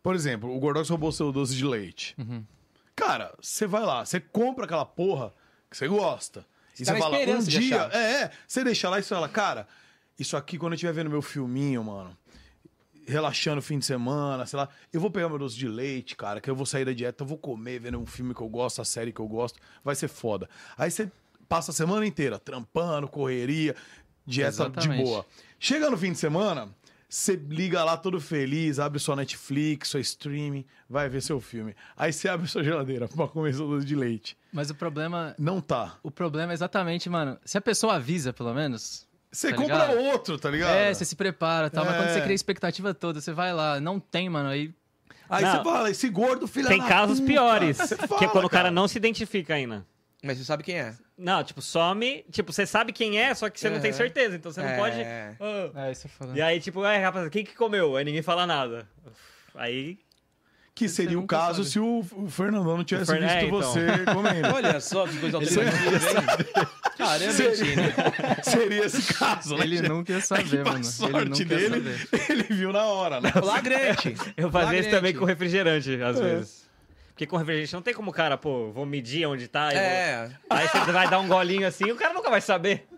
Por exemplo, o Gordox roubou seu doce de leite. Cara, você vai lá, você compra aquela porra que você gosta. E tá você na fala, um esperança de dia... achar. Você deixa lá e você fala, cara, isso aqui quando eu estiver vendo meu filminho, mano, relaxando o fim de semana, sei lá, eu vou pegar meu doce de leite, cara, que eu vou sair da dieta, eu vou comer, vendo um filme que eu gosto, a série que eu gosto, vai ser foda. Aí você passa a semana inteira trampando, correria, dieta Exatamente. de boa. Chega no fim de semana, você liga lá todo feliz, abre sua Netflix, sua streaming, vai ver seu filme. Aí você abre sua geladeira pra comer seu doce de leite. Mas o problema Não tá. é exatamente, mano, se a pessoa avisa, pelo menos... Você tá compra ligado? outro, tá ligado? É, você se prepara e tal, mas quando É. você cria a expectativa toda, você vai lá, não tem, mano, aí... Aí Não. você fala, esse gordo filho Tem da casos puta. piores, Você que é fala, quando o cara não se identifica ainda. Mas você sabe quem é. Não, tipo, some. Tipo, você sabe quem é, só que você não tem certeza. Então você não pode. Ah. É, isso eu falo. E aí, tipo, rapaz, quem que comeu? Aí ninguém fala nada. Aí. Que seria o nunca caso sabe. se o Fernandão não tivesse O Fern- visto é, então. você comendo. Olha só que coisa alternativa, hein? Caramba, Tine. Seria esse caso, né? Ele nunca ia É que saber, pra mano. Ele sorte nunca ia dele, saber. ele viu na hora, né? Flagrante. Eu fazia isso Flagrante. também com refrigerante, às vezes. Porque com refrigerante não tem como o cara, pô, vou medir onde tá. eu É. vou- Aí você vai dar um golinho assim, o cara nunca vai saber.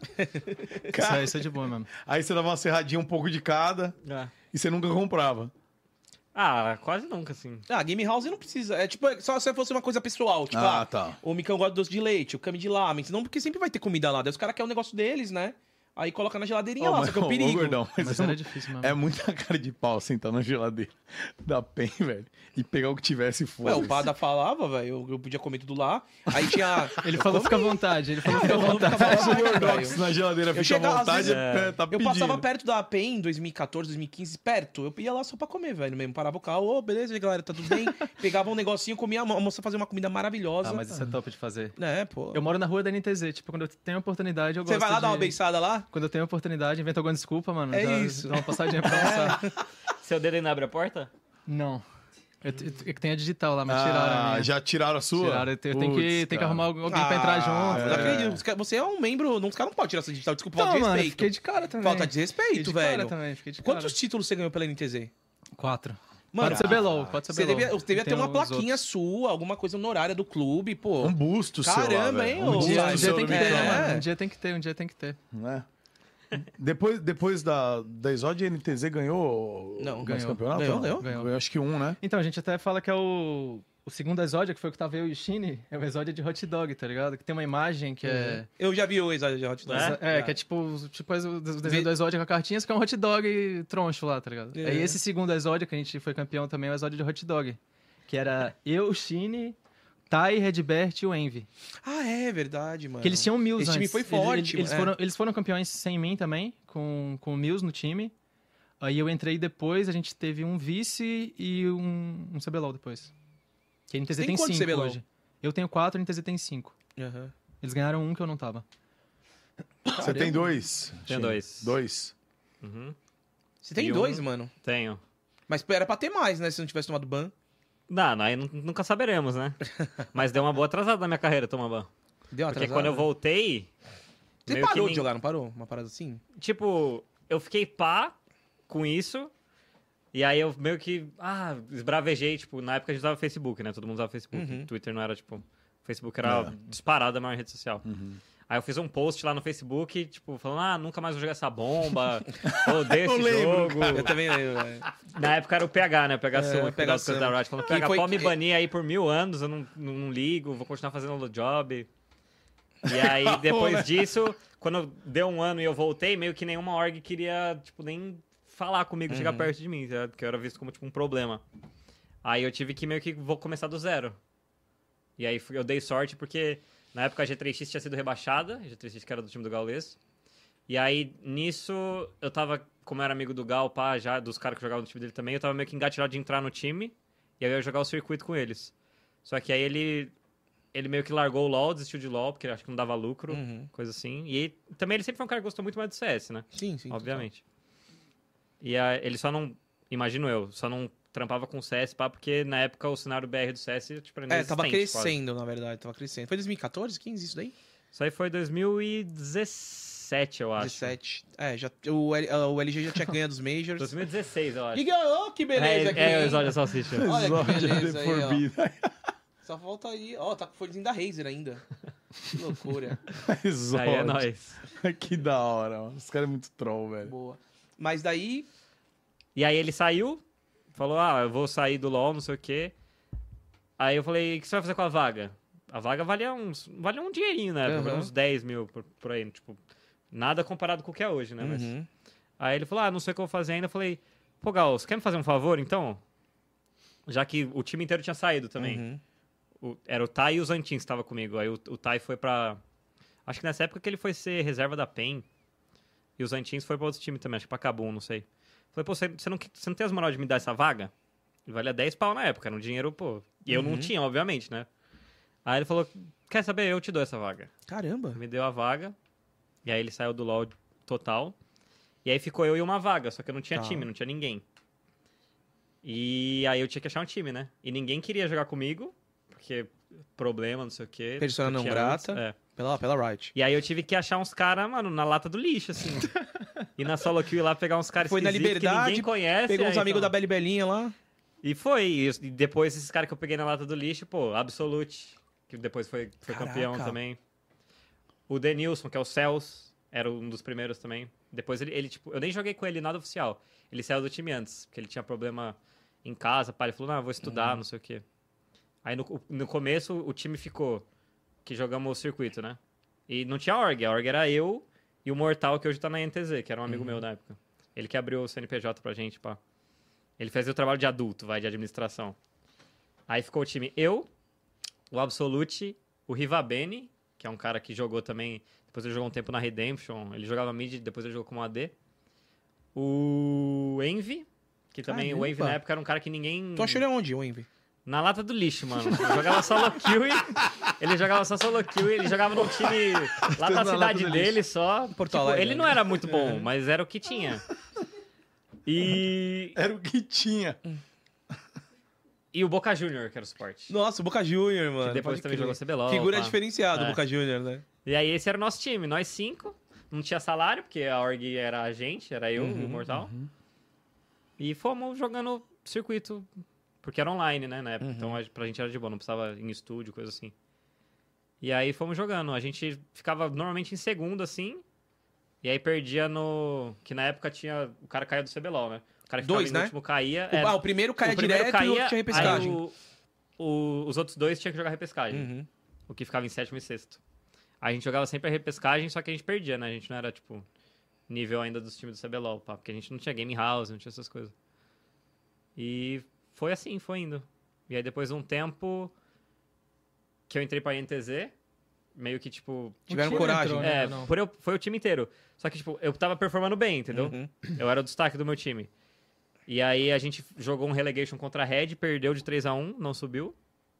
Isso é de boa, mano. Aí você dava uma serradinha um pouco de cada e você nunca comprava. Ah, quase nunca, assim. Ah, Game House não precisa. É tipo, só se fosse uma coisa pessoal. Tipo, Tá. o Micão gosta de doce de leite, o Cami de lamen. Não, porque sempre vai ter comida lá. Daí os caras querem o negócio deles, né? Aí coloca na geladeirinha lá, só que é um perigo. Gordão, Mas era difícil mesmo. é muita cara de pau sentar na geladeira da PEN, velho, e pegar o que tivesse Ué, fora. o Pada falava, velho, eu podia comer tudo lá. Aí tinha... Ele falou, fica à vontade. Ele falou, fica à vontade. Se o Gordox na geladeira fica à chegava, às vontade, vezes, tá Eu pedindo. passava perto da PEN em 2014, 2015, perto. Eu ia lá só pra comer, velho, mesmo. Parava o carro, ô, beleza, galera, tá tudo bem? Pegava um negocinho, comia, a moça fazia uma comida maravilhosa. Ah, mas isso é top de fazer. É, pô. Eu moro na rua da NTZ, tipo, quando eu tenho oportunidade, eu gosto Você vai lá de... dar uma beiçada lá? Quando eu tenho oportunidade, invento alguma desculpa, mano. É já isso. Dá uma passadinha pra almoçar. Seu dedo ainda abre a porta? Não. Eu tenho a digital lá, mas tiraram a minha. Já tiraram a sua? Tiraram, eu tenho que Putz, arrumar cara. alguém pra entrar junto. Não acredito. Você é um membro. Os caras não podem tirar essa digital. Desculpa, falta de Não, mano, respeito. fiquei de cara também. Falta de Fiquei respeito, de velho. cara também, fiquei de Quantos cara. títulos você ganhou pela NTZ? 4. Mano, Pode ser Belol, pode ser você Belol. devia ter Tem uma os plaquinha outros. sua, alguma coisa honorária do clube, pô. Um busto seu lá, Caramba, velho. hein, Um ô, busto Um Sai, dia seu tem no que ter, microfone. mano. Um dia tem que ter. Né? Depois da Exod, a NTZ ganhou Não, mais ganhou. campeonato? Ganhou. Ganhou acho que um, né? Então, a gente até fala que é o segundo Exódia, que foi o que tava eu e o Shine, é o Exódia de hot dog, tá ligado? Que tem uma imagem que é... Eu já vi o episódio de Hot Dog. que é tipo o desenho do Exódia com a cartinha, só que é um hot dog troncho lá, tá ligado? É. Aí esse segundo Exódia, que a gente foi campeão também, é o Exódia de hot dog. Que era eu, o Shine, Tai, Redbert e o Envy. Ah, é verdade, mano. Que eles tinham o Mills Esse time antes. foi forte, Eles, mano. eles foram campeões sem mim também, com o Mills no time. Aí eu entrei depois, a gente teve um vice e um CBLOL depois. Que a NTZ Tem tem quantos 5 CBLOL? hoje. Eu tenho 4, a NTZ tem 5. Aham. Eles ganharam um que eu não tava. Você tem dois? Tenho dois. Dois. Uhum. Você tem E um- dois, mano. Tenho. Mas era pra ter mais, né? Se não tivesse tomado ban. Não, aí nunca saberemos, né? Mas deu uma boa atrasada na minha carreira tomar ban. Deu uma Porque atrasada. quando eu voltei, Você meio que parou nem- de jogar, não parou? Uma parada assim? tipo, eu fiquei pá com isso. E aí eu meio que, esbravejei, tipo, na época a gente usava Facebook, né? Todo mundo usava Facebook. Uhum. Twitter não era, tipo, Facebook era disparado a maior rede social. Aí eu fiz um post lá no Facebook, tipo, falando, nunca mais vou jogar essa bomba, eu odeio esse lembro, jogo. Eu também lembro, velho. Na época era o PH, né? O PH Suma, que PH cuidava das coisas Suma. da Riot. Falando, Que PH, foi- pode me banir aí por 1000 anos, eu não ligo, vou continuar fazendo o job. E aí, depois disso, quando deu um ano e eu voltei, meio que nenhuma org queria, tipo, nem falar comigo, chegar perto de mim, tá? Porque eu era visto como, tipo, um problema. Aí eu tive que meio que vou começar do zero. E aí eu dei sorte porque na época a G3X tinha sido rebaixada, a G3X que era do time do Gaules. E aí, nisso, eu tava, como eu era amigo do Gal, pá, já, dos caras que jogavam no time dele também, eu tava meio que engatilhado de entrar no time, e aí eu ia jogar o circuito com eles. Só que aí ele meio que largou o LoL, desistiu de LoL, porque ele acho que não dava lucro, coisa assim. E aí, também ele sempre foi um cara que gostou muito mais do CS, né? Sim, sim. Obviamente. E aí, ele só não, imagino eu, só não trampava com CS, pá, porque na época o cenário BR do CS, tipo, era Tava inexistente, quase. crescendo, na verdade. Tava crescendo. Foi 2014, 15 isso daí? Isso aí foi 2016. 2017, eu acho. 17. O LG já tinha ganho dos Majors. 2016, eu acho. E ganhou, que beleza aqui. É, o hein? Exódio Salsicha. Olha que Exódia beleza aí, ó. deforbida. Só falta aí. Ó, tá com o fonezinho da Razer ainda. Que loucura. Exódia. Aí é nóis. Que da hora, mano. Os caras é muito troll, velho. Boa. Mas daí... E aí ele saiu, falou, eu vou sair do LoL, não sei o quê. Aí eu falei, o que você vai fazer com a vaga? A vaga valia um dinheirinho, né? Uhum. Uns 10 mil por aí, tipo, nada comparado com o que é hoje, né? Mas... Uhum. Aí ele falou, não sei o que eu vou fazer ainda. Eu falei, pô, Gal, você quer me fazer um favor, então? Já que o time inteiro tinha saído também. Uhum. Era o Tai e o Zantin que estavam comigo. Aí o Tai foi pra... Acho que nessa época que ele foi ser reserva da PEN. E o Zantins foi pra outro time também, acho que pra Kabum, não sei. Falei, pô, você não tem as moral de me dar essa vaga? E valia 10 pau na época, era um dinheiro, pô... E eu não tinha, obviamente, né? Aí ele falou, quer saber, eu te dou essa vaga. Caramba. Me deu a vaga. E aí ele saiu do LoL total. E aí ficou eu e uma vaga, só que eu não tinha Tá. time, não tinha ninguém. E aí eu tinha que achar um time, né? E ninguém queria jogar comigo, porque problema, não sei o quê. Persona que não tinha grata. antes, Pela Riot. E aí eu tive que achar uns caras, mano, na lata do lixo, assim. E na solo queue lá pegar uns caras Foi na esquisitos que Liberdade, ninguém conhece. Pegou uns aí, amigos da então. Beli Belinha lá. E foi. E depois esses caras que eu peguei na lata do lixo, pô, Absolute, que depois foi Caraca. campeão também. O Denilson, que é o Cels, era um dos primeiros também. Depois ele, tipo, eu nem joguei com ele nada oficial. Ele saiu do time antes, porque ele tinha problema em casa, pai. Ele falou, não, eu vou estudar, não sei o quê. Aí no começo o time ficou, que jogamos o circuito, né? E não tinha org. A org era eu e o Mortal, que hoje tá na NTZ, que era um amigo meu na época. Ele que abriu o CNPJ pra gente, pá. Ele fazia o trabalho de adulto, de administração. Aí ficou o time eu, o Absolute, o Rivabene, que é um cara que jogou também... Depois ele jogou um tempo na Redemption. Ele jogava mid, depois ele jogou como AD. O Envy, que também... O Envy Caramba. na época era um cara que ninguém... Tu achou ele onde, o Envy? Na lata do lixo, mano. Ele jogava solo kill e... Ele jogava só solo kill e ele jogava num time lá Na da lata cidade do dele só. Porto Tipo, Alegre, ele né? não era muito bom, mas era o que tinha. E... Era o que tinha. E o Boca Junior, que era o suporte. Nossa, o Boca Junior, mano. Que depois pode também crer. jogou CBLOL. Figura pá. diferenciada, o É. Boca Junior, né? E aí esse era o nosso time, nós 5. Não tinha salário, porque a org era a gente, era eu, o Mortal. E fomos jogando circuito, porque era online, né, na época. Então pra gente era de boa, não precisava ir em estúdio, coisa assim. E aí fomos jogando. A gente ficava normalmente em segundo, assim. E aí perdia no... Que na época tinha... O cara caía do CBLOL, né? O cara que Dois, ficava né? em último caía... O primeiro caia o primeiro direto e o outro tinha repescagem. Aí os outros dois tinham que jogar repescagem. Uhum. O que ficava em sétimo e sexto. A gente jogava sempre a repescagem, só que a gente perdia, né? A gente não era, tipo, nível ainda dos times do CBLOL, pá. Porque a gente não tinha game house, não tinha essas coisas. E foi assim, foi indo. E aí depois de um tempo que eu entrei pra INTZ, meio que, tipo... Tiveram time coragem. entrou, né? né? Não. Foi o time inteiro. Só que, tipo, eu tava performando bem, entendeu? Uhum. Eu era o destaque do meu time. E aí a gente jogou um relegation contra a Red, perdeu de 3-1, não subiu.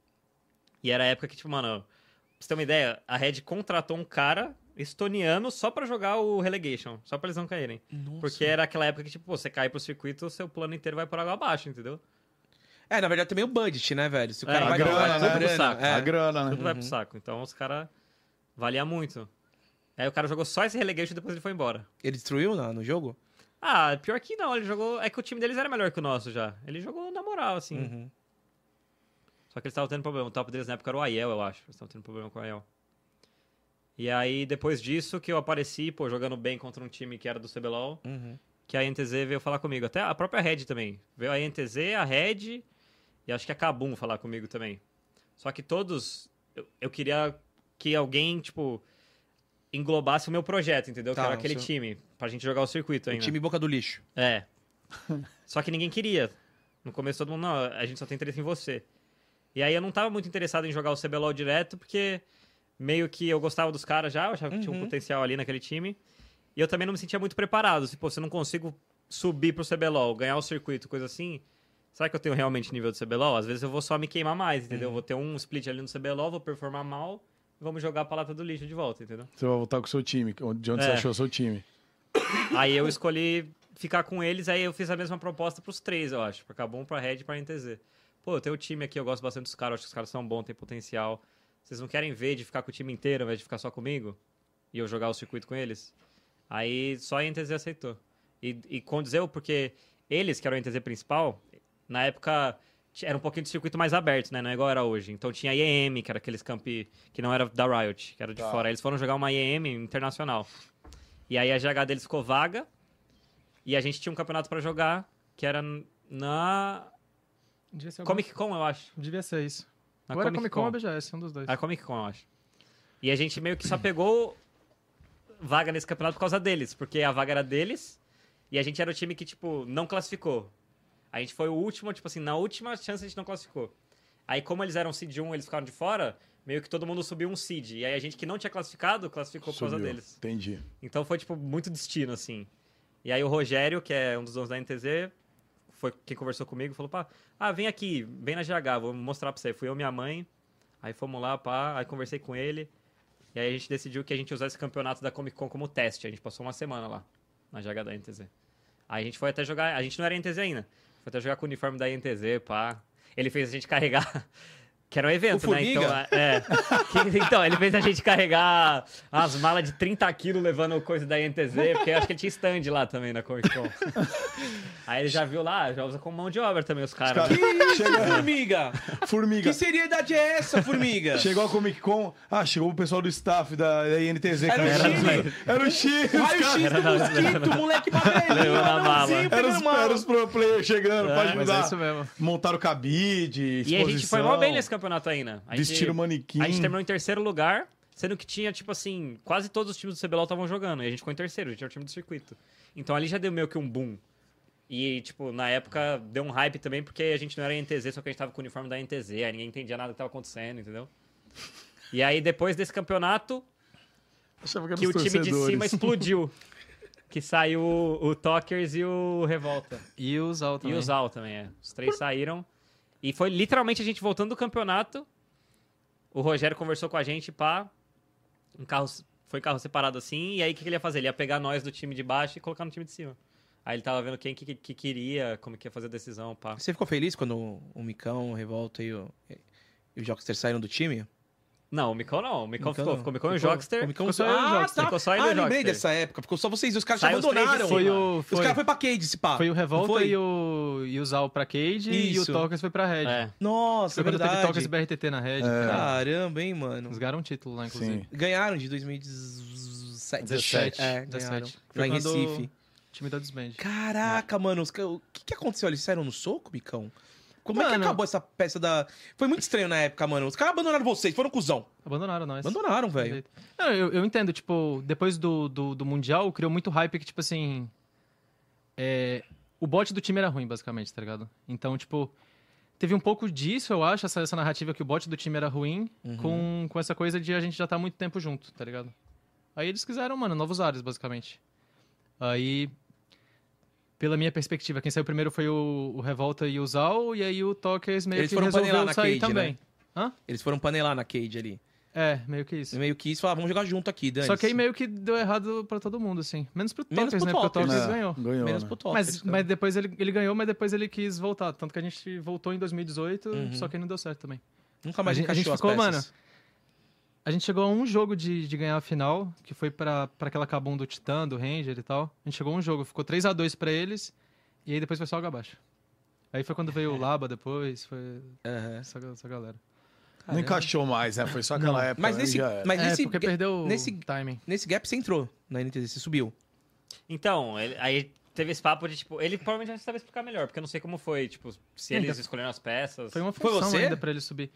E era a época que, tipo, mano, pra você ter uma ideia, a Red contratou um cara estoniano só pra jogar o relegation, só pra eles não caírem. Nossa. Porque era aquela época que, tipo, pô, você cai pro circuito, o seu plano inteiro vai por água abaixo, entendeu? É, na verdade também o budget, né, velho? Se o É, cara a vai grana, ganhar né? Tudo pro saco. é. A grana, né? Tudo vai pro saco. Então os caras valia muito. Aí o cara jogou só esse relegation e depois ele foi embora. Ele destruiu no jogo? Ah, pior que não, ele jogou... É que o time deles era melhor que o nosso já. Ele jogou na moral, assim. Uhum. Só que eles estavam tendo problema. O top deles na época era o Aiel, eu acho. Eles estavam tendo problema com o Aiel. E aí, depois disso, que eu apareci, pô, jogando bem contra um time que era do CBLOL, Uhum. que a INTZ veio falar comigo. Até a própria Red também. Veio a INTZ, a Red e acho que a Kabum falar comigo também. Só que todos... Eu queria que alguém, tipo, englobasse o meu projeto, entendeu? Tá, que era aquele o seu- time, pra gente jogar o circuito O ainda. time boca do lixo. É. Só que ninguém queria. No começo todo mundo, não, a gente só tem interesse em você. E aí eu não tava muito interessado em jogar o CBLOL direto, porque meio que eu gostava dos caras já, eu achava que tinha um potencial ali naquele time. E eu também não me sentia muito preparado. Se, pô, se eu não consigo subir pro CBLOL, ganhar o circuito, coisa assim, será que eu tenho realmente nível de CBLOL? Às vezes eu vou só me queimar mais, entendeu? Vou ter um split ali no CBLOL, vou performar mal, e vamos jogar pra lata do lixo de volta, entendeu? Você vai voltar com o seu time. De onde você É. achou o seu time? Aí eu escolhi ficar com eles, aí eu fiz a mesma proposta pros três, eu acho. Pra Kabum, pra Red e pra NTZ. Pô, eu tenho o time aqui, eu gosto bastante dos caras, acho que os caras são bons, tem potencial. Vocês não querem ver de ficar com o time inteiro ao invés de ficar só comigo? E eu jogar o circuito com eles? Aí só a INTZ aceitou. E condizeu porque eles, que eram a INTZ principal, na época era um pouquinho de circuito mais aberto, né? Não é igual era hoje. Então tinha a IEM, que era aqueles campi que não era da Riot, que era de fora. Aí eles foram jogar uma IEM internacional. E aí a GH deles ficou vaga. E a gente tinha um campeonato pra jogar, que era na Devia ser Comic Con, eu acho. Devia ser isso. Na Agora Comic Con ou BGS, um dos dois. A Comic Con, eu acho. E a gente meio que só pegou vaga nesse campeonato por causa deles, porque a vaga era deles e a gente era o time que, tipo, não classificou. A gente foi o último, tipo assim, na última chance a gente não classificou. Aí, como eles eram seed 1, eles ficaram de fora, meio que todo mundo subiu um seed. E aí a gente que não tinha classificado, classificou por causa deles. Entendi. Então foi, tipo, muito destino, assim. E aí o Rogério, que é um dos donos da NTZ, foi quem conversou comigo, falou, pá, vem aqui, vem na GH, vou mostrar pra você. Fui eu e minha mãe, aí fomos lá, pá, aí conversei com ele. E aí a gente decidiu que a gente ia usar esse campeonato da Comic Con como teste. A gente passou uma semana lá, na GH da NTZ. Aí a gente foi até jogar, a gente não era NTZ ainda, foi até jogar com o uniforme da NTZ, pá. Ele fez a gente carregar... Que era um evento, O né? Então, Formiga? então, ele fez a gente carregar as malas de 30 quilos levando coisa da INTZ, porque eu acho que ele tinha stand lá também na Comic Con. Aí ele já viu lá, já usa como mão de obra também os caras. Que isso, Formiga? Formiga. Que seriedade é essa, Formiga? Chegou a Comic Con, chegou o pessoal do staff da INTZ. Era o Chile. Era o Chile. O raio-x do mosquito, moleque bagulho. Levou na mala. Era os pro players chegando pra Mas ajudar. é isso mesmo. Montaram o cabide, E a gente foi mal bem nesse campeonato ainda. Vestiram manequim. A gente terminou em terceiro lugar, sendo que tinha, tipo assim, quase todos os times do CBLOL estavam jogando. E a gente ficou em terceiro, a gente era o time do circuito. Então ali já deu meio que um boom. E, tipo, na época deu um hype também, porque a gente não era NTZ, só que a gente tava com o uniforme da NTZ, aí ninguém entendia nada do que tava acontecendo, entendeu? E aí, depois desse campeonato, que o time de cima explodiu. Que saiu o Talkers e o Revolta. E o Zal também. E o Zal também, é. Os três saíram. E foi literalmente a gente voltando do campeonato. O Rogério conversou com a gente, pá. Foi carro separado assim. E aí, o que ele ia fazer? Ele ia pegar nós do time de baixo e colocar no time de cima. Aí ele tava vendo quem que queria, como que ia fazer a decisão, pá. Você ficou feliz quando o Micão, o Revolta e o Jockster saíram do time? Não, o Micão não. O Micão ficou. não. Ficou o Micão e o Jockster. O Micão Ficou só eu e o Jockster. Ficou só ele e o lembrei Jockster. dessa época. Ficou só vocês. Os caras já Saiu os três de abandonaram. cima. Os caras foram pra Cade, esse pá. Foi o Revolta Não foi? e o Zal pra Cade e o Isso. Talkers foi pra Red. É. Nossa, Foi é quando teve verdade. Talkers e BRTT na Red. cara. Caramba, hein, mano. Eles ganharam um título lá, inclusive. Sim. Ganharam de 2017. 17. É, 17. ganharam. Foi Lá em quando Recife. O time da Disband. Caraca, mano. O que aconteceu? Eles saíram no soco, Micão? Como é que Mano. acabou essa peça da... Foi muito estranho na época, mano. Os caras abandonaram vocês, foram cuzão. Abandonaram nós. Abandonaram, velho. Não, eu entendo, tipo, depois do Mundial, criou muito hype que, tipo assim... o bot do time era ruim, basicamente, tá ligado? Então, tipo, teve um pouco disso, eu acho, essa narrativa que o bot do time era ruim, com essa coisa de a gente já tá há muito tempo junto, tá ligado? Aí eles quiseram, mano, novos ares, basicamente. Aí, pela minha perspectiva, quem saiu primeiro foi o Revolta e o Zal, e aí o Talkers meio Eles que foram resolveu panelar na sair Cade, também. né? Hã? Eles foram panelar na Cade ali. É, meio que isso. Meio que isso, falaram, vamos jogar junto aqui, Dani. Só que aí meio que deu errado pra todo mundo, assim. Menos pro Menos Talkers, pro né? Porque o Talkers. Talkers ganhou. Ganhou, Menos né? pro Talkers. Mas depois ele ganhou, mas depois ele quis voltar. Tanto que a gente voltou em 2018, só que aí não deu certo também. Nunca mais a gente encaixou as ficou, peças. A gente chegou a um jogo de ganhar a final, que foi pra aquela Kabum do Titã, do Ranger e tal. A gente chegou a um jogo, ficou 3-2 pra eles, e aí depois foi só água abaixo. Aí foi quando veio o Laba depois, foi essa galera. Não encaixou mais, né? Foi só aquela época. Mas né? nesse, Já era. mas nesse, porque perdeu nesse, o timing. nesse gap você entrou na NTZ, você subiu. Então, aí teve esse papo de, tipo... Ele provavelmente já sabe explicar melhor, porque eu não sei como foi, tipo, se eles escolheram as peças. Foi uma Foi função você? ainda pra ele subir.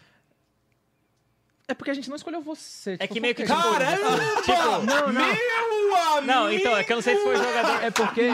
É porque a gente não escolheu você. É tipo, que meio que, por quê? tipo... Caramba! tipo, Não, não. Meu amigo! não, então, é que eu não sei se foi jogador... É porque...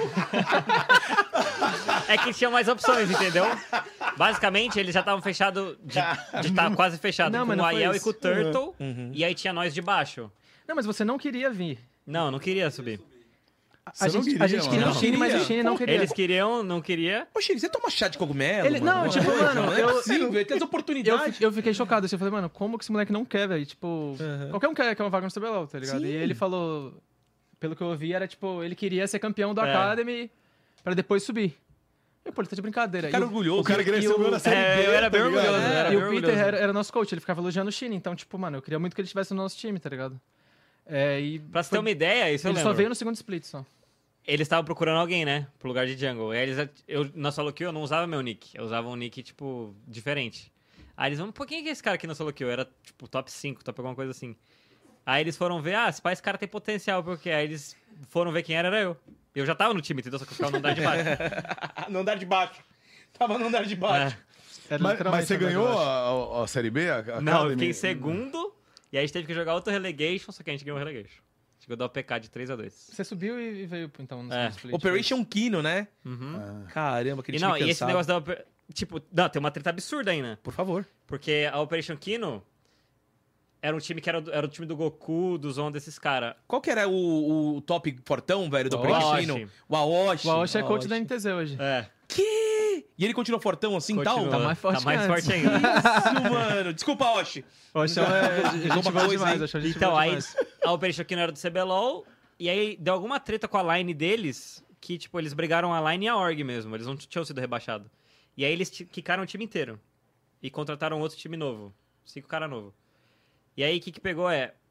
É que tinha mais opções, entendeu? Basicamente, eles já estavam fechados, de estar quase fechado Não, com mas o não foi Aiel e isso. com o Turtle, e aí tinha nós de baixo. Não, mas você não queria vir. Não, não queria subir. Você não queria, a gente queria mano. o Shine, mas o Shine não queria. Eles queriam, não queria. Ô, Chico, você toma chá de cogumelo? Ele- mano? não, tipo, mano, não é eu- possível, ele tem as oportunidades. Eu fiquei chocado, assim, eu falei, mano, como que esse moleque não quer, velho? Tipo, qualquer um quer uma vaga no CBLOL, tá ligado? Sim. E ele falou, pelo que eu ouvi, era tipo, ele queria ser campeão do É. Academy pra depois subir. Eu, pô, ele tá de brincadeira. Cara E o- orgulhoso. O cara queria E ser o o- meu na série É, B, eu era tá bem ligado? orgulhoso, É, era e bem o Peter orgulhoso. era nosso coach, ele ficava elogiando o Shine, então, tipo, mano, eu queria muito que ele estivesse no nosso time, tá ligado? E Pra você ter uma ideia, isso eu ele lembro. só veio no segundo split, só. Eles estavam procurando alguém, né? Pro lugar de jungle. Aí na solo kill eu não usava meu nick. Eu usava um nick, tipo, diferente. Aí eles vão, quem é esse cara aqui na solo kill? Era, tipo, top 5, top alguma coisa assim. Aí eles foram ver, esse cara tem potencial, porque aí eles foram ver quem era eu. Eu já tava no time, entendeu? Só que eu ficava no andar de baixo. No andar de baixo. Tava no andar de baixo. Era Mas literalmente você andar de ganhou baixo. a Série B? A Não, eu Academy? fiquei em segundo. E aí a gente teve que jogar outro relegation, só que a gente ganhou o relegation. A gente ganhou da OPK de 3-2. Você subiu e veio, então, no É. segundo split. Operation Kino, né? Uhum. Caramba, aquele E time não, e esse cansado. negócio tipo, não, tem uma treta absurda aí, né? Por favor. Porque a Operation Kino era um time que era o time do Goku, do Zon, desses caras. Qual que era o top fortão, velho, do O Operation Aoshi. Kino? O Aoshi. O Aoshi é coach da NTZ hoje. É. Que? E ele continua fortão assim e tal? Continua. Tá mais forte Tá mais que forte antes. ainda. Isso, mano. Desculpa, Aoshi. O Aoshi é gente Alguma boa coisa, demais. hein? Acho a gente Então, boa aí demais. a Operation Kino era do CBLOL, e aí deu alguma treta com a line deles, que, tipo, eles brigaram a line e a org mesmo, eles não tinham sido rebaixados. E aí eles quicaram o time inteiro. E contrataram outro time novo. 5 caras novos. E aí, o que pegou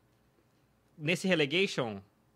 nesse relegation,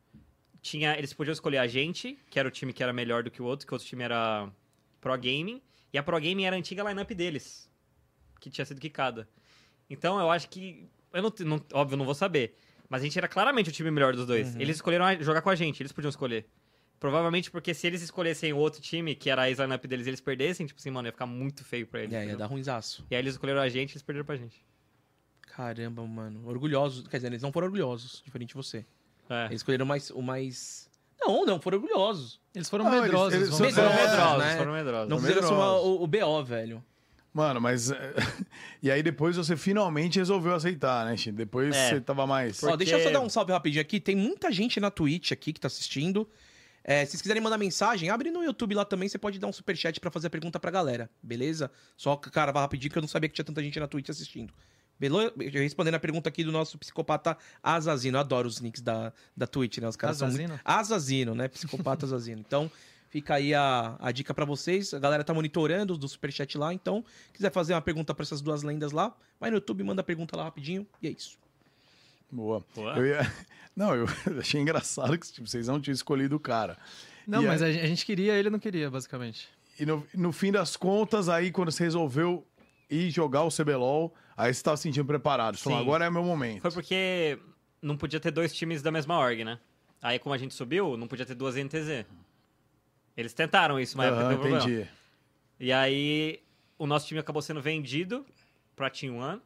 eles podiam escolher a gente, que era o time que era melhor do que o outro time era Pro Gaming, e a Pro Gaming era a antiga lineup deles, que tinha sido quicada. Então, eu acho que... óbvio, não vou saber. Mas a gente era claramente o time melhor dos dois. Eles escolheram jogar com a gente, eles podiam escolher. Provavelmente porque se eles escolhessem o outro time, que era a ex-lineup deles, e eles perdessem, tipo assim, mano, ia ficar muito feio pra eles. Ia entendeu? dar ruinzaço. E aí eles escolheram a gente e eles perderam pra gente. Caramba, mano. Orgulhosos. Quer dizer, eles não foram orgulhosos, diferente de você. É. Eles escolheram o mais... Não, foram orgulhosos. Eles foram Não, medrosos. eles vamos são dizer. medrosos, Foram né? foram medrosos. Não São fizeram medrosos. o BO, velho. Mano, mas... e aí depois você finalmente resolveu aceitar, né, Chico? Depois É. você tava mais... Porque- Ó, deixa eu só dar um salve rapidinho aqui. Tem muita gente na Twitch aqui que tá assistindo. Se vocês quiserem mandar mensagem, abre no YouTube lá também. Você pode dar um superchat pra fazer a pergunta pra galera, beleza? Só, cara, vai rapidinho que eu não sabia que tinha tanta gente na Twitch assistindo. Beleza? Respondendo a pergunta aqui do nosso psicopata Azazino. Eu adoro os nicks da Twitch, né? Os caras são Azazino? muito... Azazino, né? Psicopata Azazino. Então, fica aí a dica pra vocês. A galera tá monitorando do superchat lá. Então, quiser fazer uma pergunta pra essas duas lendas lá, vai no YouTube, manda a pergunta lá rapidinho. E é isso. Boa. Boa. Não, eu achei engraçado que tipo, vocês não tinham escolhido o cara. Não, E mas aí- a gente queria, ele não queria, basicamente. E no fim das contas, aí quando você resolveu ir jogar o CBLOL, aí você tava se sentindo preparado. Você falou, Sim. agora é meu momento. Foi porque não podia ter 2 times da mesma org, né? Aí, como a gente subiu, não podia ter 2 NTZ. Eles tentaram isso, mas Aham, deu problema. entendi. E aí, o nosso time acabou sendo vendido pra Team One.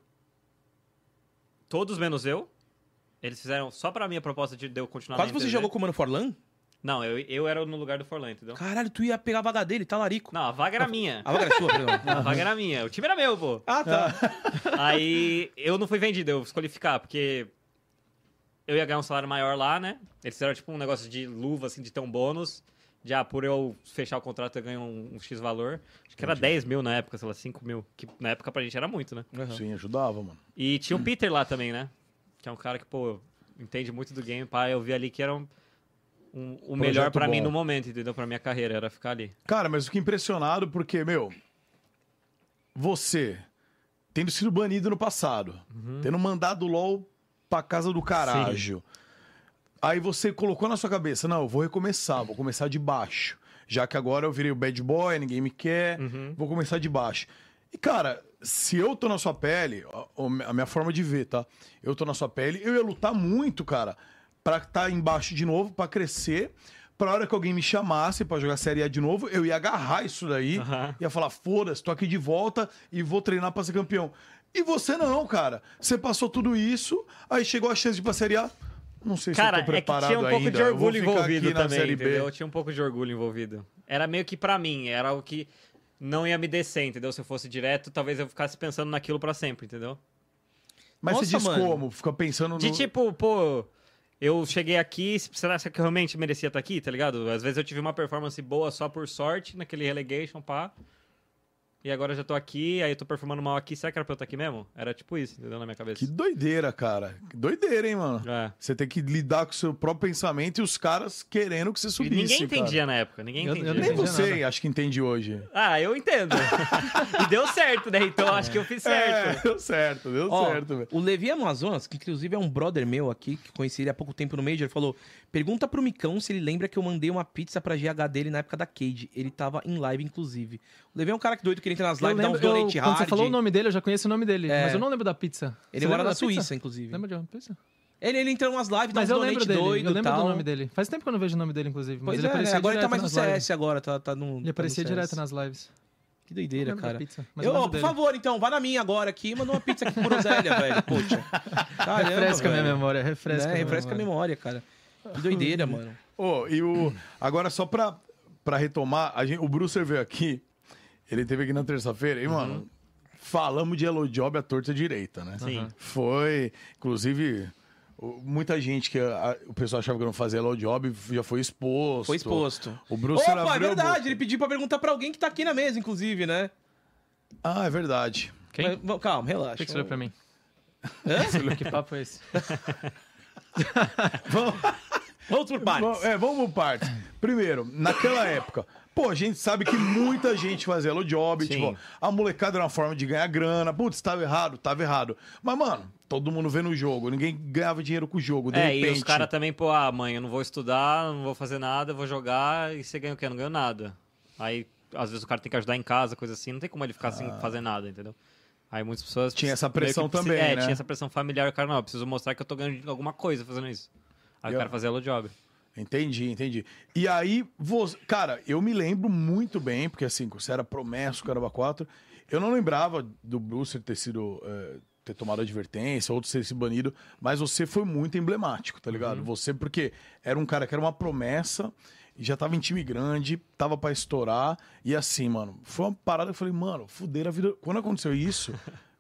Todos menos eu. Eles fizeram só pra minha proposta de eu continuar Quase na você NTZ. jogou com o Mano Forlan? Não, eu era no lugar do Forlan, entendeu? Caralho, tu ia pegar a vaga dele, talarico. Não, a vaga era minha. A vaga era sua, perdão. A vaga era minha. O time era meu, pô. Ah, tá. Aí eu não fui vendido, eu escolhi ficar, porque eu ia ganhar um salário maior lá, né? Eles fizeram tipo um negócio de luva, assim, de ter um bônus. Já por eu fechar o contrato eu ganho um X valor. Acho que era 10 mil na época, sei lá, 5 mil. Que na época pra gente era muito, né? Uhum. Sim, ajudava, mano. E tinha o Peter lá também, né? Que é um cara que, pô, entende muito do game. Pá, eu vi ali que era o melhor pra bom. mim no momento, entendeu? Pra minha carreira, era ficar ali. Cara, mas eu fiquei impressionado porque, meu, você, tendo sido banido no passado, tendo mandado o LOL pra casa do caralho, aí você colocou na sua cabeça, não, eu vou recomeçar, vou começar de baixo. Já que agora eu virei o bad boy, ninguém me quer, vou começar de baixo. E, cara, se eu tô na sua pele, a minha forma de ver, tá? Eu tô na sua pele, eu ia lutar muito, cara, pra estar embaixo de novo, pra crescer, pra hora que alguém me chamasse pra jogar Série A de novo, eu ia agarrar isso daí, ia falar, foda-se, tô aqui de volta e vou treinar pra ser campeão. E você não, cara. Você passou tudo isso, aí chegou a chance de ir pra Série A. Não sei se Cara, eu tô é que preparado tinha um pouco ainda. de Eu vou orgulho ficar envolvido aqui na também, Série B. entendeu? Tinha um pouco de orgulho envolvido. Era meio que pra mim, era algo que não ia me descer, entendeu? Se eu fosse direto, talvez eu ficasse pensando naquilo pra sempre, entendeu? Mas você Nossa, diz mano. como? Fica pensando no... De tipo, pô, eu cheguei aqui, será que eu realmente merecia estar aqui, tá ligado? Às vezes eu tive uma performance boa só por sorte, naquele relegation, pá. e agora eu já tô aqui, aí eu tô performando mal aqui, será que era pra eu estar aqui mesmo? Era tipo isso, entendeu? Na minha cabeça. Que doideira, cara. Que doideira, hein, mano? É. Você tem que lidar com o seu próprio pensamento e os caras querendo que você E subisse, ninguém entendia cara. na época, ninguém Eu- entendia. eu não Nem entendi você, nada. acho que entende hoje. Ah, eu entendo. E deu certo, né? Então acho que eu fiz certo. Deu certo, deu Ó, certo, velho. o Levi Amazonas, que inclusive é um brother meu aqui, que conheci ele há pouco tempo no Major, falou: pergunta pro Micão se ele lembra que eu mandei uma pizza pra GH dele na época da Cade. Ele tava em live, inclusive. O Levi é um cara que doido que ele entra nas Eu lives, dá uns lembro, donate quando você hard. falou o nome dele, eu já conheço o nome dele. É. Mas eu não lembro da pizza. Ele Você mora lembra na da pizza? Suíça, inclusive. Lembra de uma pizza? Ele entra em umas lives, dá uns Mas eu donate lembro dele. doido Eu e lembro tal. do nome dele. Faz tempo que eu não vejo o nome dele, inclusive. Mas Pois ele é, aparecia agora ele tá direto mais no nas lives. CS agora, tá no... Ele aparecia tá no CS. direto nas lives. Que doideira, Eu lembro da cara. pizza, mas eu lembro Por dele. favor, então, vá na minha agora aqui e manda uma pizza aqui pro Groselha, velho. Poxa. Caramba, Refresca a minha velho. memória, refresca. Né? a minha Refresca a memória, cara. Que doideira, mano. Ô, agora, só pra retomar, o Brucer veio aqui, ele teve aqui na terça-feira, e, mano, falamos de Hello Job à torta direita, né? Sim. Foi, inclusive, muita gente que o pessoal achava que não fazia Hello Job já foi exposto. Foi exposto. O Brucer Opa, é abriu a verdade. boca. Ele pediu pra perguntar pra alguém que tá aqui na mesa, inclusive, né? Ah, é verdade. Quem? Mas, calma, relaxa. Por que você olhou pra mim? Hã? Que papo é esse? Vamos por partes. Vamos por partes. Primeiro, naquela época, pô, a gente sabe que muita gente fazia Hello Job, Sim. tipo, a molecada era uma forma de ganhar grana. Putz, tava errado. Mas, mano, todo mundo vendo o jogo, ninguém ganhava dinheiro com o jogo. De repente, E os caras também, pô, mãe, eu não vou estudar, não vou fazer nada, eu vou jogar e você ganha o quê? Eu não ganho nada. Aí, às vezes o cara tem que ajudar em casa, coisa assim, não tem como ele ficar sem fazer nada, entendeu? Aí muitas pessoas... Tinha essa meio pressão que também, né? tinha essa pressão familiar, o cara, não, eu preciso mostrar que eu tô ganhando alguma coisa fazendo isso. Aí o cara fazia Hello Job. Entendi. E aí, cara, eu me lembro muito bem, porque assim, você era promessa, o Caramba 4, eu não lembrava do Brucer ter sido... ter tomado advertência, outro ter sido banido, mas você foi muito emblemático, tá ligado? Você, porque era um cara que era uma promessa, e já tava em time grande, tava pra estourar, e assim, mano, foi uma parada que eu falei, mano, fuderam a vida. Quando aconteceu isso,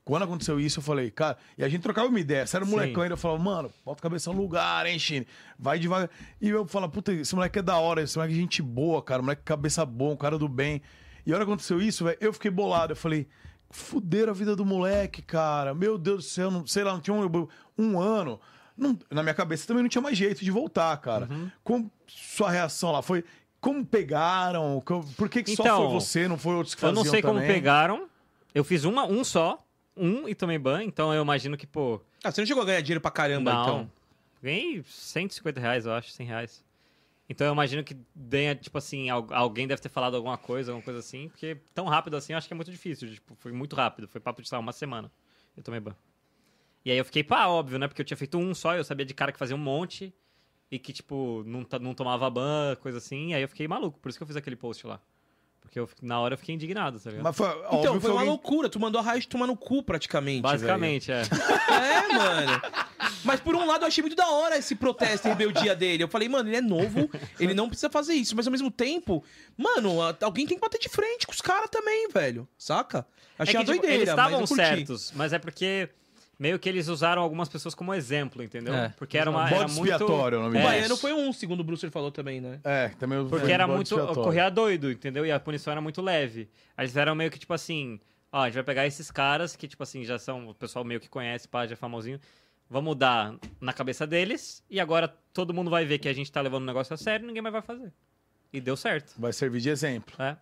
eu falei, cara, e a gente trocava uma ideia, você era um Sim. molecão ainda, eu falava, mano, bota a cabeça no lugar, hein, Chine, vai devagar. E eu falava, puta, esse moleque é da hora, esse moleque é gente boa, cara, moleque cabeça boa, um cara do bem. E a hora que aconteceu isso, velho, eu fiquei bolado, eu falei, fuderam a vida do moleque, cara. Meu Deus do céu, não, sei lá, não tinha um ano. Na minha cabeça também não tinha mais jeito de voltar, cara. Como sua reação lá foi? Como pegaram? Por que só Então, foi você, não foi outros que Eu faziam não sei como também? pegaram. Eu fiz um só, e tomei ban, então eu imagino que, pô... Ah, você não chegou a ganhar dinheiro pra caramba, Não. então? Ganhei R$150, eu acho, R$100. Então eu imagino que ganha, tipo assim, alguém deve ter falado alguma coisa assim, porque tão rápido assim eu acho que é muito difícil. Tipo, foi muito rápido, foi papo de, sei lá, uma semana. Eu tomei ban. E aí eu fiquei, óbvio, né? Porque eu tinha feito um só, eu sabia de cara que fazia um monte e que, tipo, não tomava ban, coisa assim. E aí eu fiquei maluco, por isso que eu fiz aquele post lá. Porque na hora eu fiquei indignado, tá ligado? Mas foi, Então, óbvio, foi uma alguém- loucura. Tu mandou a Riot tomar no cu, praticamente, Basicamente, é. velho. É, mano. Mas por um lado eu achei muito da hora esse protesto e rebeldia dele. Eu falei, mano, ele é novo, ele não precisa fazer isso. Mas ao mesmo tempo, mano, alguém tem que bater de frente com os caras também, velho. Saca? Achei uma tipo, doideira, eles mas estavam eu curti. certos, mas é porque meio que eles usaram algumas pessoas como exemplo, entendeu? É. Porque era uma... Bode Era muito... expiatório, o nome O É. Baiano foi um, segundo o Brucer falou também, né? também Porque foi era bode muito... expiatório. Corria doido, entendeu? E a punição era muito leve. Aí eles eram meio que, tipo assim... Ó, a gente vai pegar esses caras que, tipo assim, já são... O pessoal meio que conhece, pá, já é famosinho. Vamos dar na cabeça deles. E agora todo mundo vai ver que a gente tá levando o negócio a sério e ninguém mais vai fazer. E deu certo. Vai servir de exemplo. É,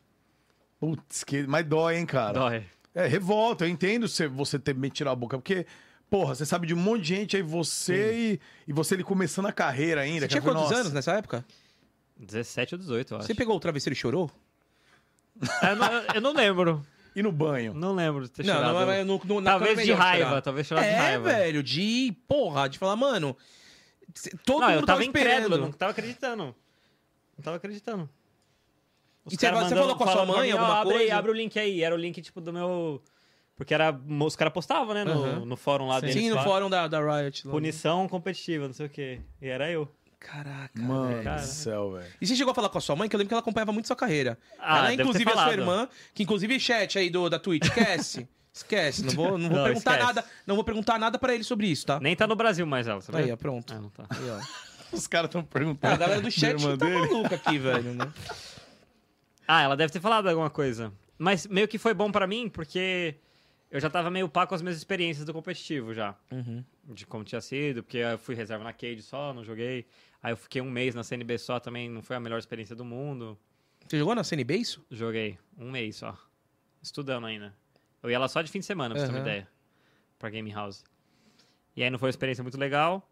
Putz, mas dói, hein, cara? dói. Revolta, eu entendo você ter medo de tirar a boca, porque, porra, você sabe de um monte de gente, aí você e você ele começando a carreira ainda. Você que tinha eu falei, quantos nossa, anos nessa época? 17 ou 18, eu acho. Você pegou o travesseiro e chorou? Eu não lembro. E no banho? Não lembro de ter Não, chorado. não, na cama Talvez é de melhor raiva, chorar. talvez chorar de É, raiva. velho, de falar, mano, todo Não, mundo eu tava esperando. incrédulo, não tava acreditando. Não tava acreditando. Os E você caras falou com a sua falando pra mãe mim, ó, alguma abre aí, coisa? abre o link aí. Era o link, tipo, do meu... Porque os caras postavam, né, Aham. no fórum lá deles. Sim, no lá. fórum da Riot. lá. Punição competitiva, não sei o quê. E era eu. Caraca, Mano velho. cara. do céu, velho. E você chegou a falar com a sua mãe? Que eu lembro que ela acompanhava muito sua carreira. Ah, Ela, deve ter inclusive, a sua falado. irmã, que inclusive chat aí da Twitch, esquece. Esquece, não vou Não, perguntar esquece. nada. Não vou perguntar nada pra ele sobre isso, tá? Nem tá no Brasil mais ela, sabe? Aí, ó, pronto. Ah, não tá. Aí, ó. Os caras estão perguntando. A galera do chat da irmã tá dele. maluca aqui, velho, né? Ah, ela deve ter falado alguma coisa. Mas meio que foi bom pra mim, porque eu já tava meio pá com as minhas experiências do competitivo já. De como tinha sido, porque eu fui reserva na Cade só, não joguei. Aí eu fiquei um mês na CNB só, também não foi a melhor experiência do mundo. Você jogou na CNB isso? Joguei um mês só. Estudando ainda. Eu ia lá só de fim de semana, pra você ter uma ideia. Pra Game House. E aí não foi uma experiência muito legal.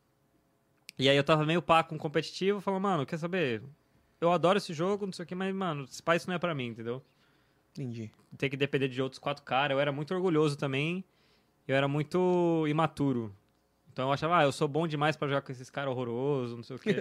E aí eu tava meio pá com o competitivo, falando, mano, quer saber? Eu adoro esse jogo, não sei o que, mas, mano, esse país não é pra mim, entendeu? Entendi. Tem que depender de outros 4 caras. Eu era muito orgulhoso também. Eu era muito imaturo. Então eu achava, eu sou bom demais pra jogar com esses caras horrorosos, não sei o quê.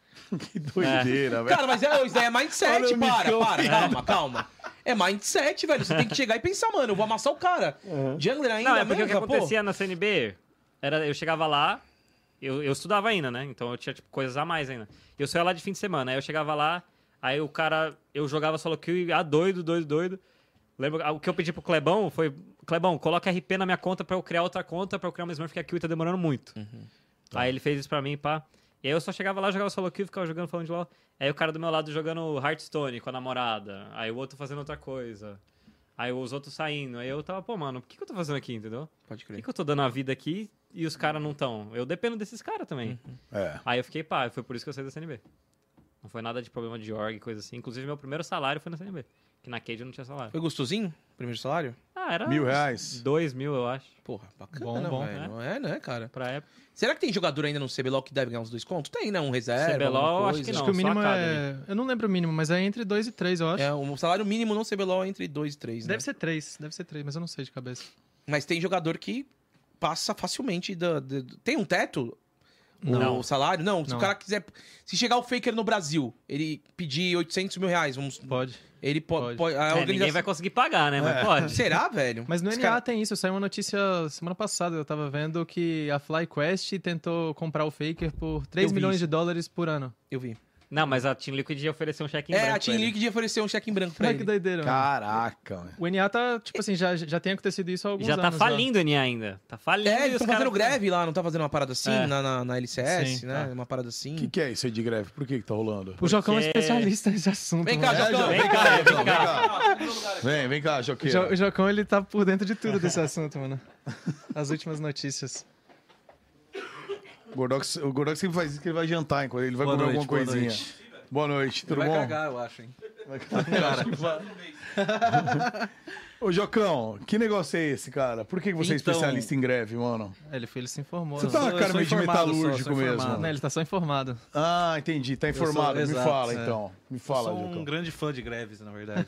Que doideira, velho. Cara, mas isso daí é mindset, Olha o Micão. calma. É mindset, velho. Você tem que chegar e pensar, mano, eu vou amassar o cara. Jungler ainda, Não, é porque o que mesmo, pô. acontecia na CNB, eu chegava lá, eu estudava ainda, né? Então eu tinha tipo, coisas a mais ainda. Eu só ia lá de fim de semana, aí eu chegava lá, aí o cara, eu jogava solo kill e doido. Lembra, o que eu pedi pro Clebão foi, Clebão, coloca RP na minha conta pra eu criar outra conta, pra eu criar uma Smurf, que a kill tá demorando muito. Aí ele fez isso pra mim, pá. E aí eu só chegava lá, jogava solo kill, ficava jogando, falando de LoL. Aí o cara do meu lado jogando Hearthstone com a namorada. Aí o outro fazendo outra coisa. Aí os outros saindo. Aí eu tava, pô, mano, o que eu tô fazendo aqui, entendeu? Pode Por crer. que eu tô dando a vida aqui e os caras não tão? Eu dependo desses caras também. É. Aí eu fiquei, pá, foi por isso que eu saí da CNB. Não foi nada de problema de org, coisa assim. Inclusive, meu primeiro salário foi na CNB. Que na Cade eu não tinha salário. Foi gostosinho? Primeiro salário? Ah, era R$1.000. 2.000, eu acho. Porra, bacana, Bom, velho. É, né, cara? Pra época. Será que tem jogador ainda no CBLOL que deve ganhar uns 2 contos? Tem, né? Um reserva, CBLOL, alguma acho coisa. que Acho não. que o só mínimo Academy. Eu não lembro o mínimo, mas é entre 2 e 3, eu acho. É, o salário mínimo no CBLOL é entre 2 e 3, né? Deve ser 3, mas eu não sei de cabeça. Mas tem jogador que passa facilmente Tem um teto? Não. O salário? Não, se Não. o cara quiser... Se chegar o Faker no Brasil, ele pedir 800 mil reais, vamos... Pode. Ele Pode. pode... A Ninguém organização... vai conseguir pagar, né? Mas pode. Será, velho? Mas no Os NA cara- tem isso. Saiu uma notícia semana passada. Eu tava vendo que a FlyQuest tentou comprar o Faker por 3 Eu vi milhões isso. de dólares por ano. Eu vi. Não, mas a Team Liquid ia oferecer um cheque em branco A pra Team ele. Liquid ofereceu um cheque em branco pra Olha que ele. doideira, mano. Caraca, mano. O NA tá, tipo assim, já tem acontecido isso há alguns Já anos. tá falindo o NA ainda. Tá falindo. Eles e os estão fazendo caras- greve lá, não tá fazendo uma parada assim É. na LCS, Sim, né? tá. Uma parada assim. O que é isso aí de greve? Por que tá rolando? O Jocão é Porque- especialista nesse assunto. Vem cá, mano. Jocão. Vem cá, Jocão, vem cá. Vem cá, Joqueira. O Jocão, ele tá por dentro de tudo desse assunto, mano. As últimas notícias. O Gordox sempre faz isso que ele vai jantar, enquanto ele vai Boa comer noite, alguma boa coisinha. noite. Boa noite, tudo Vai bom? cagar, eu acho, hein? Ô, Jocão, que negócio é esse, cara? Por que você é Então- especialista em greve, mano? Ele se informou. Você né? tá na eu cara sou meio de informado, metalúrgico sou mesmo. informado. Não, ele tá só informado. Ah, entendi. Tá informado. Me exato, fala, é. então. Me Eu fala, sou um Jocão. grande fã de greves, na verdade.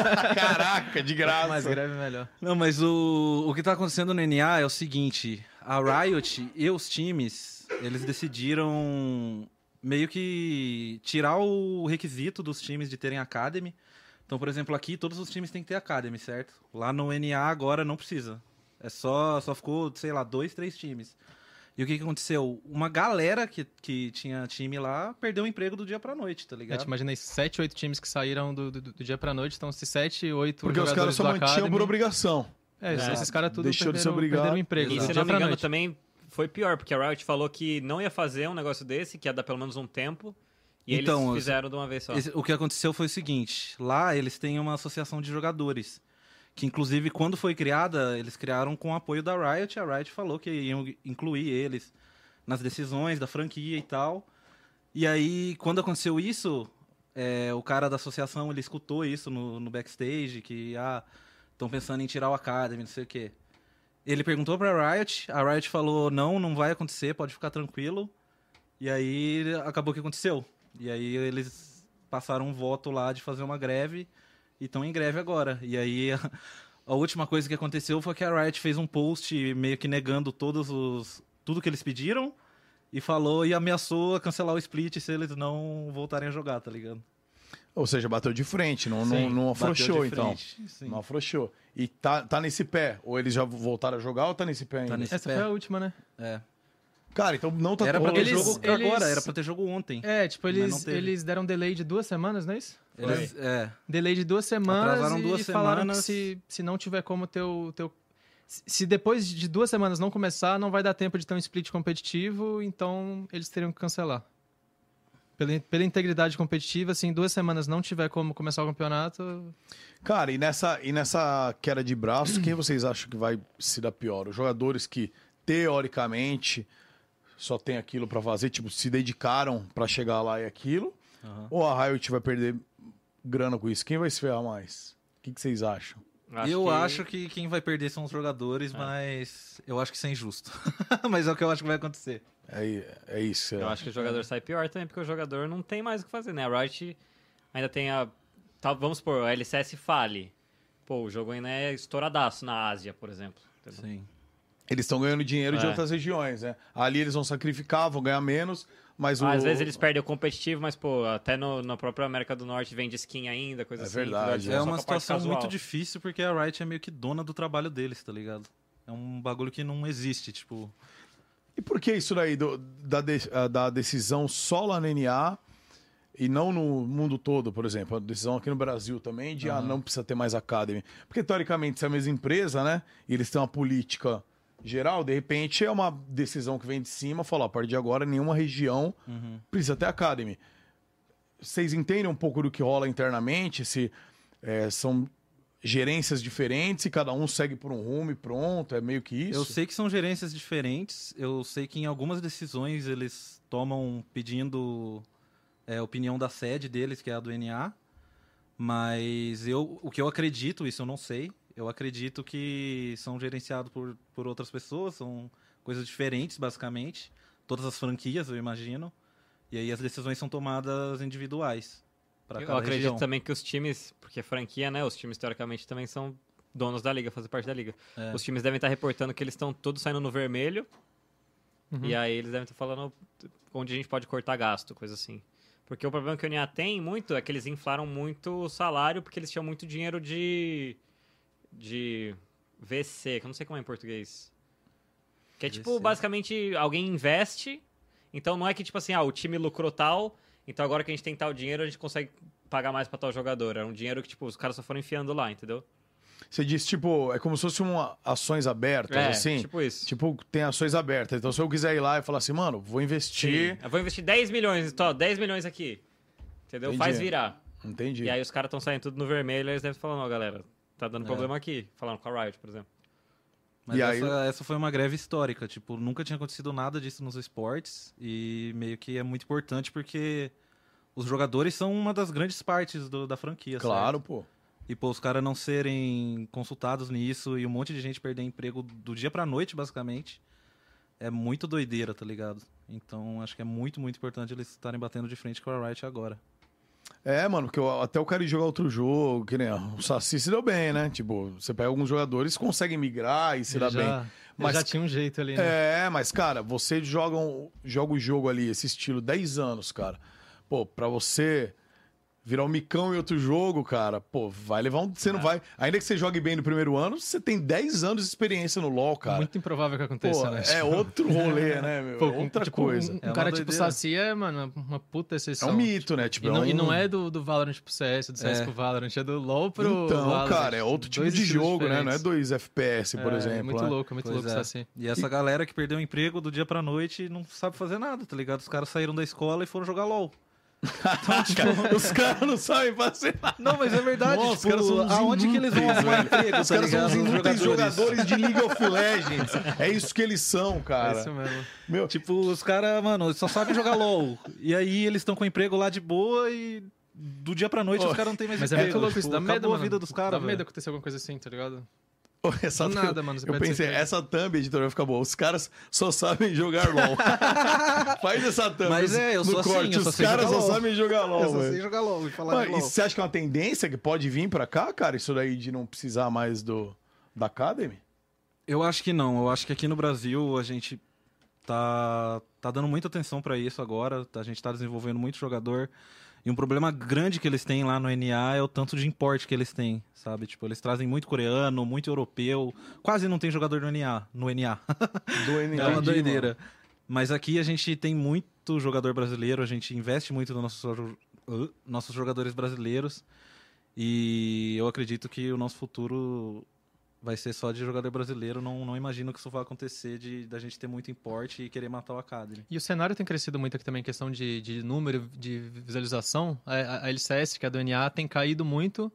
Caraca, de graça. Mas greve é melhor. Não, mas o que tá acontecendo no NA é o seguinte: a Riot e os times, eles decidiram meio que tirar o requisito dos times de terem Academy. Então, por exemplo, aqui todos os times têm que ter Academy, certo? Lá no NA agora não precisa. É só ficou, sei lá, 2, 3 times. E o que aconteceu? Uma galera que tinha time lá perdeu o emprego do dia pra noite, tá É, ligado? te imaginei 7, 8 times que saíram do dia pra noite, então se 7, 8 Porque os caras jogadores só do mantinham Academy- por obrigação. Esses caras tudo Deixou de ser perderam, obrigado. perderam o emprego. E do se dia não me pra engano noite. também foi pior, porque a Riot falou que não ia fazer um negócio desse, que ia dar pelo menos um tempo. E Então, eles fizeram de uma vez só. O que aconteceu foi o seguinte: lá eles têm uma associação de jogadores. Que inclusive, quando foi criada, eles criaram com o apoio da Riot. A Riot falou que iam incluir eles nas decisões da franquia e tal. E aí, quando aconteceu isso, o cara da associação ele escutou isso no backstage, que estão pensando em tirar o Academy, não sei o quê. Ele perguntou pra Riot, a Riot falou: não vai acontecer, pode ficar tranquilo. E aí acabou que aconteceu. E aí eles passaram um voto lá de fazer uma greve e estão em greve agora. E aí a última coisa que aconteceu foi que a Riot fez um post meio que negando tudo que eles pediram e falou e ameaçou cancelar o split se eles não voltarem a jogar, tá ligado? Ou seja, bateu de frente, não Bateu afrouxou, de então. frente, sim. Não afrouxou. E tá nesse pé? Ou eles já voltaram a jogar ou tá nesse pé ainda? Tá nesse Essa pé. foi a última, né? É. Cara, então não tá... Era pra ter Eles- jogo eles- agora, era pra ter jogo ontem. É, tipo, Mas não teve. eles deram delay de 2 semanas, não é isso? Eles, Delay de 2 semanas Atrasaram e 2 falaram semanas. que se não tiver como ter o teu... Se depois de 2 semanas não começar, não vai dar tempo de ter um split competitivo, então eles teriam que cancelar. Pela integridade competitiva, assim, 2 semanas não tiver como começar o campeonato... Cara, e nessa queda de braço, quem vocês acham que vai se dar pior? Os jogadores que, teoricamente, só tem aquilo pra fazer, tipo, se dedicaram pra chegar lá e aquilo? Ou a Riot vai perder grana com isso? Quem vai se ferrar mais? O que vocês acham? Acho que quem vai perder são os jogadores, mas eu acho que isso é injusto. Mas é o que eu acho que vai acontecer. É isso. Eu acho que o jogador sai pior também, porque o jogador não tem mais o que fazer, né? A Riot ainda tem vamos supor, a LCS fale. Pô, o jogo ainda é estouradaço na Ásia, por exemplo. Entendeu? Sim. Eles estão ganhando dinheiro de outras regiões, né? Ali eles vão sacrificar, vão ganhar menos, mas Às vezes eles perdem o competitivo, mas, pô, até na própria América do Norte vende skin ainda, coisa assim. Verdade. É uma situação muito difícil, porque a Riot é meio que dona do trabalho deles, tá ligado? É um bagulho que não existe, tipo... E por que isso daí da decisão só lá na NA e não no mundo todo, por exemplo? A decisão aqui no Brasil também de não precisa ter mais Academy. Porque, teoricamente, se é a mesma empresa, né? E eles têm uma política geral, de repente é uma decisão que vem de cima, falar, a partir de agora, nenhuma região precisa ter Academy. Vocês entendem um pouco do que rola internamente? Se são gerências diferentes e cada um segue por um rumo e pronto, é meio que isso? Eu sei que são gerências diferentes, eu sei que em algumas decisões eles tomam pedindo opinião da sede deles, que é a do NA, mas o que eu acredito, isso eu não sei, eu acredito que são gerenciados por outras pessoas, são coisas diferentes, basicamente, todas as franquias, eu imagino, e aí as decisões são tomadas individuais. Eu acredito também que os times, porque franquia, né? Os times teoricamente também são donos da liga, fazem parte da liga. Os times devem estar reportando que eles estão todos saindo no vermelho. E aí eles devem estar falando onde a gente pode cortar gasto, coisa assim. Porque o problema que o NA tem muito é que eles inflaram muito o salário porque eles tinham muito dinheiro de VC, que eu não sei como é em português. Que é tipo, basicamente, alguém investe. Então não é que tipo assim, o time lucrou tal. Então agora que a gente tem tal dinheiro, a gente consegue pagar mais pra tal jogador. É um dinheiro que, tipo, os caras só foram enfiando lá, entendeu? Você disse, tipo, é como se fossem ações abertas, assim? Tipo isso. Tipo, tem ações abertas. Então se eu quiser ir lá e falar assim, mano, vou investir... Sim. Eu vou investir 10 milhões, 10 milhões aqui. Entendeu? Entendi. Faz virar. Entendi. E aí os caras estão saindo tudo no vermelho e eles devem estar falando, galera, tá dando problema aqui. Falando com a Riot, por exemplo. Mas essa foi uma greve histórica, tipo, nunca tinha acontecido nada disso nos esportes e meio que é muito importante porque os jogadores são uma das grandes partes da franquia, Claro, certo? pô. E, pô, os caras não serem consultados nisso e um monte de gente perder emprego do dia pra noite, basicamente, é muito doideira, tá ligado? Então, acho que é muito, muito importante eles estarem batendo de frente com a Riot agora. Mano, porque até eu quero ir jogar outro jogo, que nem o Saci se deu bem, né? Tipo, você pega alguns jogadores que conseguem migrar e se dá bem. Mas já tinha um jeito ali, né? Mas, cara, você joga o jogo ali, esse estilo, 10 anos, cara. Pô, pra você virar um micão em outro jogo, cara, pô, vai levar um... Você não vai... Ainda que você jogue bem no primeiro ano, você tem 10 anos de experiência no LoL, cara. Muito improvável que aconteça, pô, né? É outro rolê, né, meu? Pô, outra tipo, coisa. Um cara tipo Saci é, mano, uma puta exceção. É um mito, né? Tipo, e não é do Valorant pro CS, do CS pro Valorant, é do LoL pro Então, Valorant. cara, é outro tipo de jogo, né? Não é 2 FPS, por exemplo. É muito né? louco o Saci. E essa galera que perdeu o emprego do dia pra noite não sabe fazer nada, tá ligado? Os caras saíram da escola e foram jogar LoL. Então, tipo, os caras não sabem fazer nada. Não, mas é verdade. Nossa, tipo, os caras são uns aonde que eles vão arrumar emprego, Os tá caras são ligado? os Os inúteis jogadores de League of Legends. É isso que eles são, cara. É isso mesmo. Meu, Tipo, os caras, mano, só sabem jogar LoL. E aí eles estão com emprego lá de boa e do dia pra noite os caras não têm mais Mas é emprego. muito louco Tipo, isso, dá medo, acabou mano. a vida dos caras, Dá medo velho. acontecer alguma coisa assim, tá ligado? essa Do nada, mano, você Eu perde pensei, certeza. essa thumb, editor, vai ficar boa. Os caras só sabem jogar LOL. Faz essa thumb. Mas eu no sou assim, corte. eu só Os sei caras jogar só LOL. sabem jogar LOL, Eu só velho. sei jogar LoL e falar Mas, de e LoL. você acha que é uma tendência que pode vir pra cá, cara? Isso daí de não precisar mais da Academy? Eu acho que não. Eu acho que aqui no Brasil a gente tá dando muita atenção pra isso agora. A gente tá desenvolvendo muito jogador. E um problema grande que eles têm lá no NA é o tanto de importe que eles têm, sabe? Tipo, eles trazem muito coreano, muito europeu. Quase não tem jogador no NA. Do NA. É uma doideira. Mas aqui a gente tem muito jogador brasileiro, a gente investe muito nos nossos jogadores brasileiros. E eu acredito que o nosso futuro vai ser só de jogador brasileiro. Não imagino que isso vai acontecer da gente ter muito importe e querer matar o Academy. E o cenário tem crescido muito aqui também, em questão de número, de visualização. A LCS, que é do NA, tem caído muito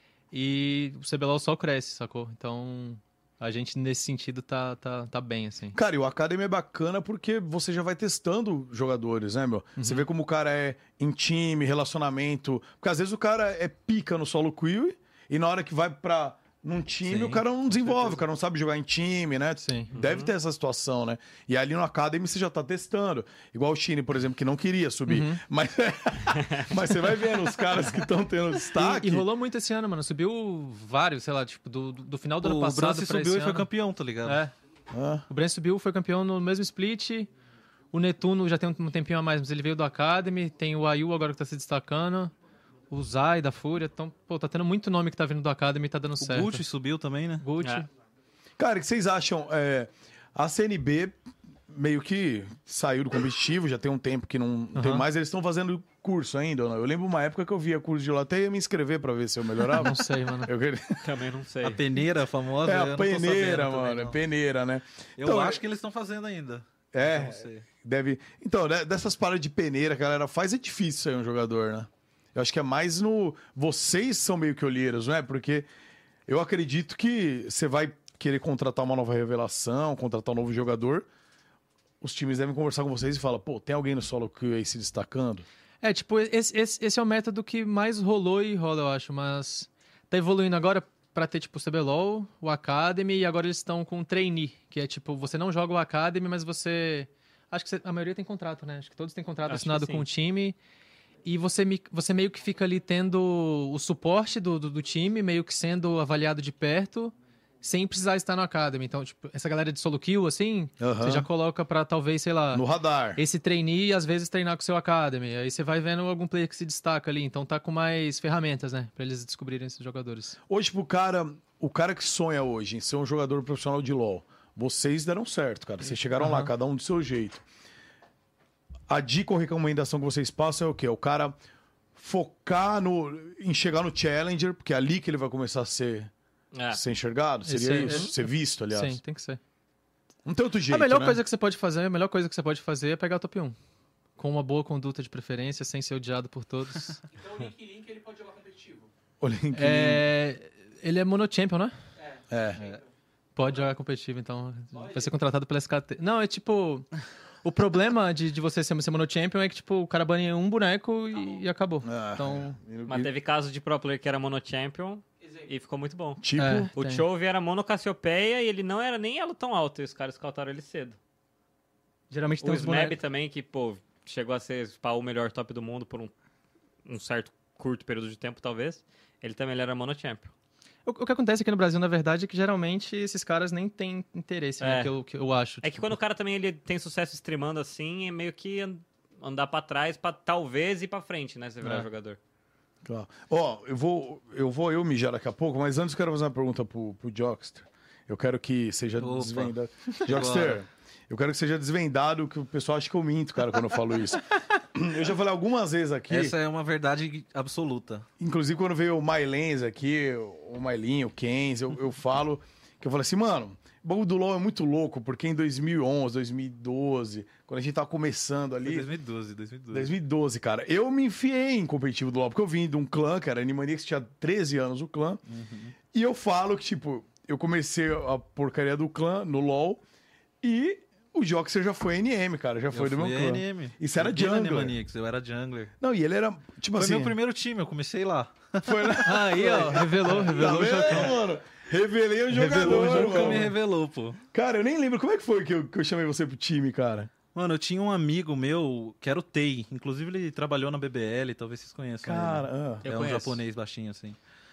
e o CBLOL só cresce, sacou? Então, a gente, nesse sentido, tá bem, assim. Cara, e o Academy é bacana porque você já vai testando jogadores, né, meu? Você vê como o cara é em time, relacionamento. Porque às vezes o cara é pica no solo queue e na hora que vai num time, Sim, o cara não com desenvolve, certeza. o cara não sabe jogar em time, né? Sim. Deve ter essa situação, né? E ali no Academy você já tá testando. Igual o Chine, por exemplo, que não queria subir. Mas você vai vendo os caras que estão tendo destaque. E rolou muito esse ano, mano. Subiu vários, sei lá, tipo, do final do ano O passado Brance pra subiu esse e foi ano. campeão, tá ligado? É. Ah, O Brent subiu, foi campeão no mesmo split. O Netuno já tem um tempinho a mais, mas ele veio do Academy. Tem o Ayu agora que tá se destacando. O Zai da Fúria. Então, pô, tá tendo muito nome que tá vindo do Academy e tá dando O certo. Gucci subiu também, né? Gucci. É. cara, o que vocês acham? A CNB meio que saiu do competitivo, já tem um tempo que não tem mais. Eles estão fazendo curso ainda, ou não? Eu lembro uma época que eu via curso de lá, até ia me inscrever pra ver se eu melhorava. Não sei, mano. Eu queria... Também não sei. A peneira famosa. eu É não a tô sabendo peneira, também, mano. É não. peneira, né? Eu Então, acho que eles estão fazendo ainda. Não É, sei. deve. Então, dessas paradas de peneira que a galera faz, é difícil sair um jogador, né? Eu acho que é mais no. Vocês são meio que olheiros, não é? Porque eu acredito que você vai querer contratar uma nova revelação, contratar um novo jogador. Os times devem conversar com vocês e falar, pô, tem alguém no solo que aí se destacando? É, tipo, esse é o método que mais rolou e rola, eu acho, mas tá evoluindo agora pra ter, tipo, o CBLOL, o Academy, e agora eles estão com o Trainee, que é, tipo, você não joga o Academy, mas você... Acho que a maioria tem contrato, né? Acho que todos têm contrato Acho assinado que com sim. o time, e você meio que fica ali tendo o suporte do time, meio que sendo avaliado de perto, sem precisar estar no Academy. Então, tipo, essa galera de solo kill, assim, Aham. você já coloca pra, talvez, sei lá... No radar. Esse trainee, às vezes, treinar com o seu Academy. Aí você vai vendo algum player que se destaca ali. Então tá com mais ferramentas, né? Pra eles descobrirem esses jogadores. Hoje, pro cara, o cara que sonha hoje em ser um jogador profissional de LoL, vocês deram certo, cara. Vocês chegaram lá, cada um do seu jeito. A dica ou recomendação que vocês passam é o quê? O cara focar em chegar no Challenger, porque é ali que ele vai começar a ser enxergado? Seria Esse é- isso? Ser visto, aliás? Sim, tem que ser. Não tem outro jeito, A melhor né? coisa que você pode fazer, a melhor coisa que você pode fazer é pegar o top 1. Com uma boa conduta de preferência, sem ser odiado por todos. Então o Link ele pode jogar competitivo. O LinkedIn. Ele é monochampion, né? É. Pode jogar competitivo, então. Vai ser contratado pela SKT. Não, é tipo... O problema de você ser monochampion é que, tipo, o cara banha um boneco e acabou. Ah, Então... Mas teve caso de pro player que era mono champion e ficou muito bom. Tipo, É. O Tem. Chove era mono Cassiopeia e ele não era nem elo tão alto e os caras scoutaram ele cedo. Geralmente tem O uns Smeb bonecos... também, que, pô, chegou a ser o melhor top do mundo por um certo curto período de tempo, talvez. Ele era mono champion. O que acontece aqui no Brasil, na verdade, é que geralmente esses caras nem têm interesse, né? Que eu acho. É que quando o cara também ele tem sucesso streamando assim, é meio que andar pra trás pra talvez ir pra frente, né? Você virar jogador. tá. Ó, eu vou mijar daqui a pouco, mas antes eu quero fazer uma pergunta pro Jockster. Eu quero que seja Opa. desvendado. Jockster, eu quero que seja desvendado, que o pessoal acha que eu minto, cara, quando eu falo isso. Eu já falei algumas vezes aqui, Essa é uma verdade absoluta. inclusive quando veio o Mylens aqui, o Mylinho, o Kenz, eu falo que eu falei assim, mano, o bagulho do LoL é muito louco, porque em 2011, 2012, quando a gente tava começando ali... 2012. 2012, cara. Eu me enfiei em competitivo do LoL, porque eu vim de um clã, que era Animaniacs, tinha 13 anos o clã. E eu falo que, tipo, eu comecei a porcaria do clã no LoL e o Jockster já foi NM, cara. Já foi do meu clã. NM. Isso era Eu vim na jungler. Animaniacs, eu era jungler. Não, e ele era, tipo Foi assim... meu primeiro time, eu comecei lá. Foi lá. Aí, ó, revelou Tá o vendo, Jocão. mano? Revelei o Revelou jogador, o Jocão. Nunca mano. me revelou, pô. Cara, eu nem lembro como é que foi que eu chamei você pro time, cara. Mano, eu tinha um amigo meu que era o Tei. Inclusive, ele trabalhou na BBL, talvez vocês conheçam ele. Cara, Eu É um conheço. japonês baixinho, assim.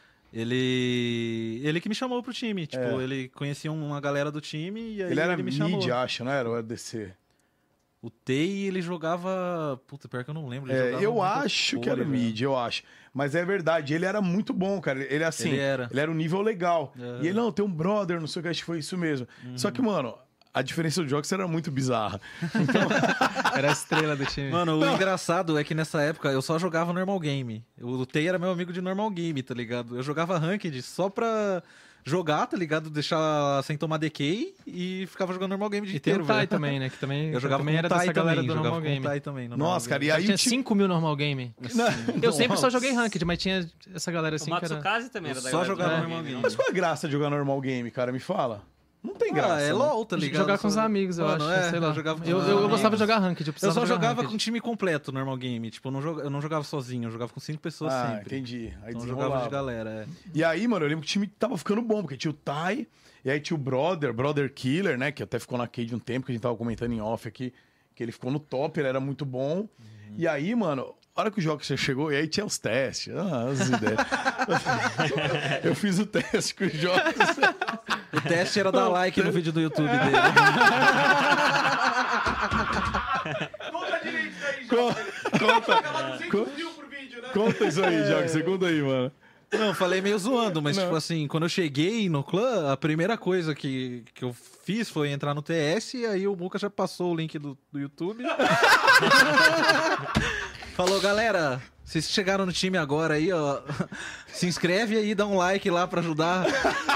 Ele que me chamou pro time. Tipo, ele conhecia uma galera do time e aí ele era me chamou. mid, acho, não era? Ou era DC? O Tei, ele jogava... Puta, pior que eu não lembro. Ele jogava Eu muito acho que era vôlei, mid, eu acho. Mas é verdade, ele era muito bom, cara. Ele assim, Ele era. um nível legal. Aham. E ele, não, tem um brother, não sei o que, acho que foi isso mesmo. Só que, mano, a diferença do jogos era muito bizarra. Era a estrela do time. Mano, o engraçado é que nessa época eu só jogava normal game. O Tei era meu amigo de normal game, tá ligado? Eu jogava ranked só pra jogar, tá ligado? Deixar sem tomar decay e ficava jogando normal game o dia E tem inteiro, o Tai velho. também, né? Que também, Eu jogava também com era o Tai dessa galera também, do jogava normal com o game. Tai também. no normal Nossa, cara, game. e aí... Tinha 5 mil normal game. Eu sempre só joguei ranked, mas tinha essa galera O assim que era... Matsukaze também era da Só galera do jogava normal normal game, game. né? Mas qual é a graça de jogar normal game, cara? Me fala. Não tem graça. Ah, é né? LOL, tá ligado? Jogar com os Só- amigos, eu Mano, acho, sei lá. Eu, jogava com Eu, os eu amigos. gostava de jogar ranked, eu Eu precisava só jogar jogava ranked. com time completo normal game. Tipo, eu não jogava sozinho, eu jogava com 5 pessoas Ah, sempre. entendi. Aí Então eu desenrolava. jogava de galera, é. E aí, mano, eu lembro que o time tava ficando bom, porque tinha o Tai, e aí tinha o Brother Killer, né? Que até ficou na Cade um tempo, que a gente tava comentando em off aqui, que ele ficou no top, ele era muito bom. E aí, mano, a hora que o Joxer chegou, e aí tinha os testes. As ideias. Eu fiz o teste com o Joxer. O teste era dar like no vídeo do YouTube dele. Conta direito isso aí, Conta, conta isso aí, Joxer, conta aí, mano. Não, falei meio zoando, mas Não. tipo assim, quando eu cheguei no clã, a primeira coisa que eu fiz foi entrar no TS e aí o Muca já passou o link do YouTube. Falou, galera, vocês chegaram no time agora aí, ó. Se inscreve aí, dá um like lá pra ajudar.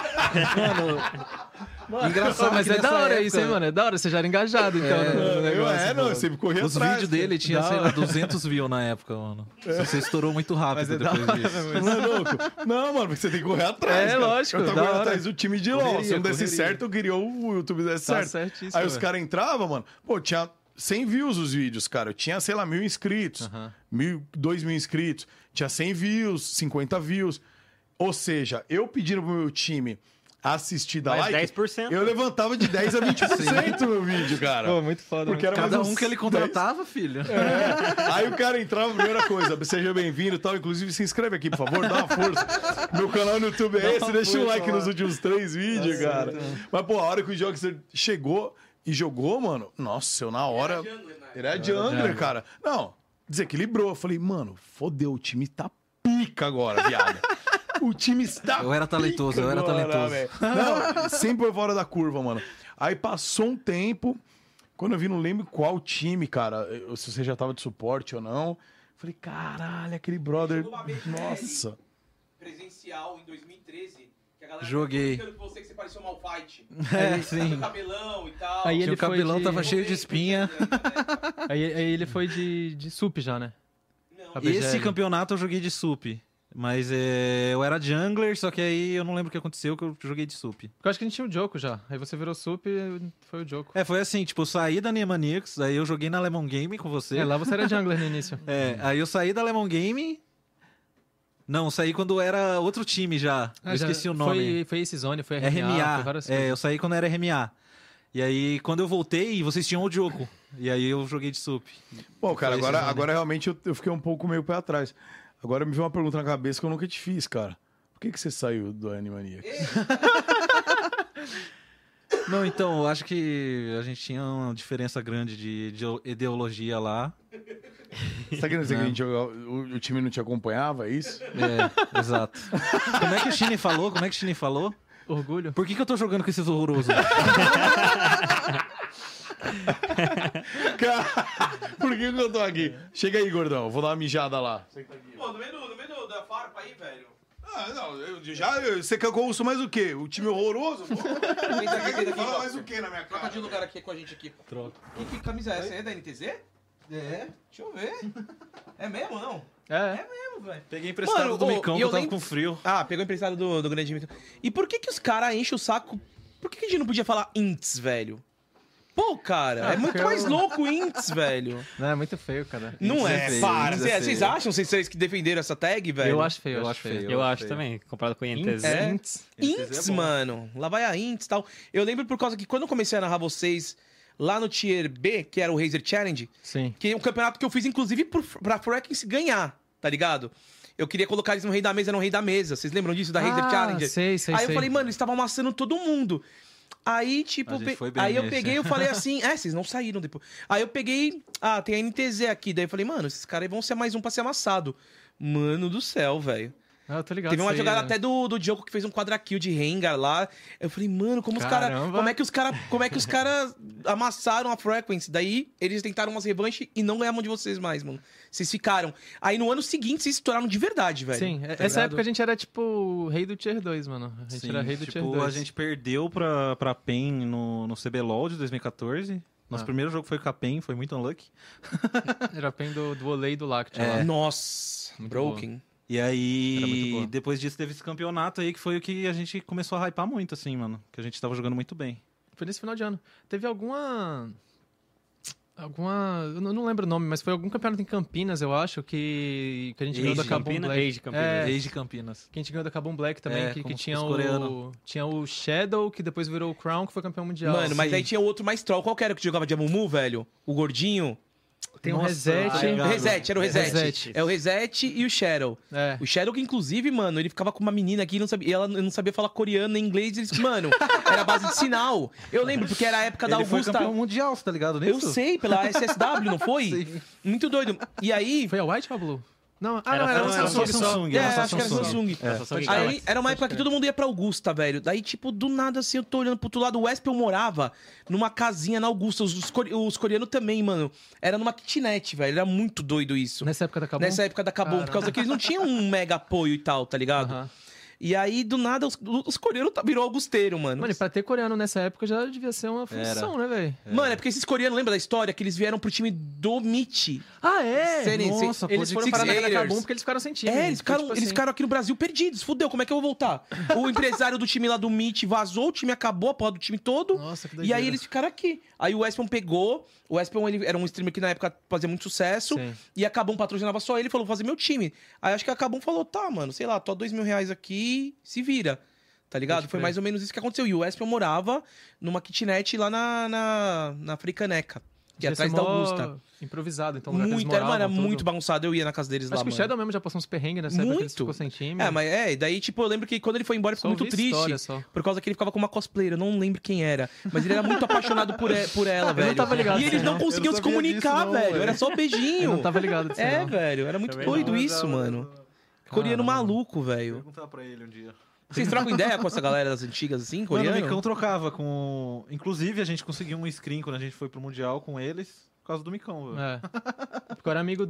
Mano, engraçado, Mas que é da nessa hora época, isso, hein, mano? É da hora, você já era engajado, então, no negócio. Eu sempre corri Os atrás. vídeos dele tinha, Da sei lá, hora. 200 views na época, mano. Você estourou muito rápido Mas é da depois hora disso. mesmo. Não é louco? Não, mano, você tem que correr atrás. É, cara. lógico, Eu tava da correndo hora. atrás do time de LOL. Se Correria, não desse correria. certo, eu queria o YouTube desse Tá certo. certíssimo, Aí os velho. caras entravam, mano. Pô, tinha 100 views os vídeos, cara. Eu tinha, sei lá, 1.000 inscritos. Aham. 2.000 inscritos. Tinha 100 views, 50 views. Ou seja, eu pedindo pro meu time assistir da Mais like, 10%. eu levantava de 10 a 20% meu vídeo, cara. Pô, muito foda. Porque era mais Cada uns um que ele 10. contratava, filho. Aí o cara entrava, primeira coisa, seja bem-vindo e tal. Inclusive, se inscreve aqui, por favor, dá uma força. Meu canal no YouTube é esse, deixa um like nos últimos 3 vídeos, cara. Mas, pô, a hora que o Joxer chegou e jogou, mano, nossa, eu na hora. Ele é jungler, cara. Não, desequilibrou. Eu falei, mano, fodeu, o time tá pica agora, viado. O time está Eu era talentoso, pica eu era agora, talentoso. velho. Não, sempre foi fora da curva, mano. Aí passou um tempo, quando eu vi, não lembro qual time, cara, se você já tava de suporte ou não. Falei, caralho, aquele brother. Nossa. Presencial em 2013. Que a galera Joguei. ficou com você que você parecia um Malphite. É, sim. Cabelão e tal. Aí Tinha ele o cabelão, foi de- tava cheio de espinha. Aí ele foi de sup já, né? Não, A BGL. Esse campeonato eu joguei de sup. Mas eu era jungler, só que aí eu não lembro o que aconteceu, que eu joguei de sup. Porque eu acho que a gente tinha o Joko já. Aí você virou sup e foi o Joko. É, foi assim, tipo, eu saí da Niemaníacos, aí eu joguei na Lemon Game com você. É, lá você era jungler no início. Aí eu saí da Lemon Game. Não, saí quando era outro time já. Eu esqueci o nome. Foi esse Zone, foi RMA, foi RMA. várias É, coisas. eu saí quando era RMA. E aí, quando eu voltei, vocês tinham o Joko. E aí eu joguei de sup. Pô, cara, Foi esse agora, Zone. agora realmente eu fiquei um pouco meio pé atrás. Agora me veio uma pergunta na cabeça que eu nunca te fiz, cara. Por que você saiu do Animaniacs? Não, então, eu acho que a gente tinha uma diferença grande de ideologia lá. Você tá querendo dizer que a gente jogava, o time não te acompanhava, é isso? É, exato. Como é que o Shine falou? Como é que o Shine falou? Orgulho. Por que eu tô jogando com esses horrorosos? Cara, por que eu tô aqui? Chega aí, gordão. eu Vou dar uma mijada lá. Pô, no meio da farpa aí, velho. Ah, não, você quer que eu ouço mais o quê? O time horroroso? Pô? Entra aqui, Fala mais o quê na minha Troca cara? de lugar aqui com a gente aqui. Troca. Que camisa é essa? É da NTZ? É. Deixa eu ver. É mesmo, não? É. Mesmo, velho. Peguei emprestado Mano, do ô, Micão, e que eu eu tava lembro- com frio. Ah, pegou emprestado do grande Dimitra. E por que os caras enchem o saco? Por que a gente não podia falar ints, velho? Pô, cara, é muito porque mais eu- louco ints, velho. Não, é muito feio, cara. Não é é, feio, para. isso é feio. Vocês acham, vocês que defenderam essa tag, velho? Eu acho feio, Eu acho feio. Eu acho também, comparado com o INTZ. É. Ints. Ints, é bom. mano. Lá vai a Ints e tal. Eu lembro por causa que quando eu comecei a narrar vocês lá no Tier B, que era o Razer Challenge, Sim. que é um campeonato que eu fiz, inclusive, pra Freakins ganhar, tá ligado? Eu queria colocar eles no Rei da Mesa, no Rei da Mesa. Vocês lembram disso, da Razer Challenge? Sei. Aí eu falei, mano, eles estavam amassando todo mundo. Aí, tipo, A gente foi bem aí eu nesse. peguei eu falei assim, vocês não saíram depois. Aí eu peguei, tem a NTZ aqui. Daí eu falei, mano, esses caras aí vão ser mais um pra ser amassado. Mano do céu, velho. Ah, eu tô ligado. Teve uma isso aí, jogada né? até do Diogo que fez um quadra-kill de Rengar lá. Eu falei, mano, como é que os caras amassaram a Frequency? Daí eles tentaram umas revanches e não ganhavam de vocês mais, mano. Vocês ficaram. Aí no ano seguinte vocês estouraram de verdade, velho. Sim, Tá essa ligado? época a gente era tipo rei do Tier 2, mano. A gente era rei do Tier 2. A gente perdeu pra PEN no CBLOL de 2014. Nosso primeiro jogo foi com a PEN, foi muito unlucky. Era PEN do Olay e do Lactia lá. Nossa, Muito broken. E Era muito aí, boa. depois disso, teve esse campeonato aí que foi o que a gente começou a hypar muito, assim, mano. Que a gente tava jogando muito bem. Foi nesse final de ano. Teve alguma... Eu não lembro o nome, mas foi algum campeonato em Campinas, eu acho, que a gente ganhou da Kabum Campinas? Black. Age Campinas. É, Desde Campinas. que a gente ganhou da Kabum Black também, É, que com tinha os o... coreanos. Tinha o Shadow, que depois virou o Crown, que foi campeão mundial. Mano, mas Sim. aí tinha outro mais troll. Qual que era que jogava de Amumu, velho? O gordinho? Tem o Nossa, Reset. obrigado. Reset, era o Reset. Reset. É o Reset e o Shadow. É. O Shadow, que inclusive, mano, ele ficava com uma menina aqui e ela não sabia falar coreano nem inglês. Eles, mano, era base de sinal. Eu lembro, porque era a época da Ele foi Augusta. campeão mundial, você tá ligado nisso? Eu sei, pela SSW, não foi? Sim. Muito doido. E aí. Foi a White ou a Blue? Não, Era era só o Era Samsung. só Samsung. É, era só acho que era Samsung. Essa só Aí Galaxy. era uma época que todo mundo ia pra Augusta, velho. Daí, tipo, do nada, assim, eu tô olhando pro outro lado. O Wespel morava numa casinha na Augusta. Os coreanos também, mano. Era numa kitnet, velho. Era muito doido isso. Nessa época da Kabum? Nessa época da Kabum, por causa que eles não tinham um mega apoio e tal, tá ligado? Aham. E aí, do nada, os coreanos virou augusteiro, mano. Mano, e pra ter coreano nessa época já devia ser uma função, né, velho? Mano, é porque esses coreanos, lembra da história? Que eles vieram pro time do MIT. Ah, é? Nossa, Eles foram Six parar na Raiders. Kabum porque eles ficaram sem time. É, eles Foi, ficaram, tipo eles assim. ficaram aqui no Brasil perdidos. Fudeu, como é que eu vou voltar? O empresário do time lá do MIT vazou, o time acabou, a porra do time todo. Nossa, que E doideira. aí eles ficaram aqui. Aí o Wespon pegou. O Wespon, ele era um streamer que na época fazia muito sucesso. Sim. E a Kabum patrocinava só ele e falou, vou fazer meu time. Aí acho que a Kabum falou, tá, mano, sei lá, tô R$2.000 aqui, se vira. Tá ligado? Pode Foi crer. mais ou menos isso que aconteceu. E o Wespon morava numa kitnet lá na Fricaneca. Que é Devia atrás ser da mó Augusta. improvisado, então. o lugar que eles Muito, era, mano, era moravam, muito tudo. bagunçado. Eu ia na casa deles Acho lá, que o mano. Shadow mesmo já passou uns perrengues nessa época que ele Muito. ficou sem time. É, mas e daí, tipo, eu lembro que quando ele foi embora, ele ficou Só muito ouvi triste. história só. Por causa que ele ficava com uma cosplayer, eu não lembro quem era. Mas ele era muito apaixonado por ela, velho. não tava ligado E eles disso, não não. conseguiam Eu se não sabia comunicar, disso, não, velho. velho. Era só Eu beijinho. não tava ligado disso, É, não. velho. Era muito Também doido não, isso, mano. Coreano maluco, velho. Perguntar pra ele um dia. Vocês trocam ideia com essa galera das antigas, assim, Mano, o coreano? Micão trocava com... Inclusive, a gente conseguiu um screen quando a gente foi pro Mundial com eles, por causa do Micão, velho. É. Porque eu era amigo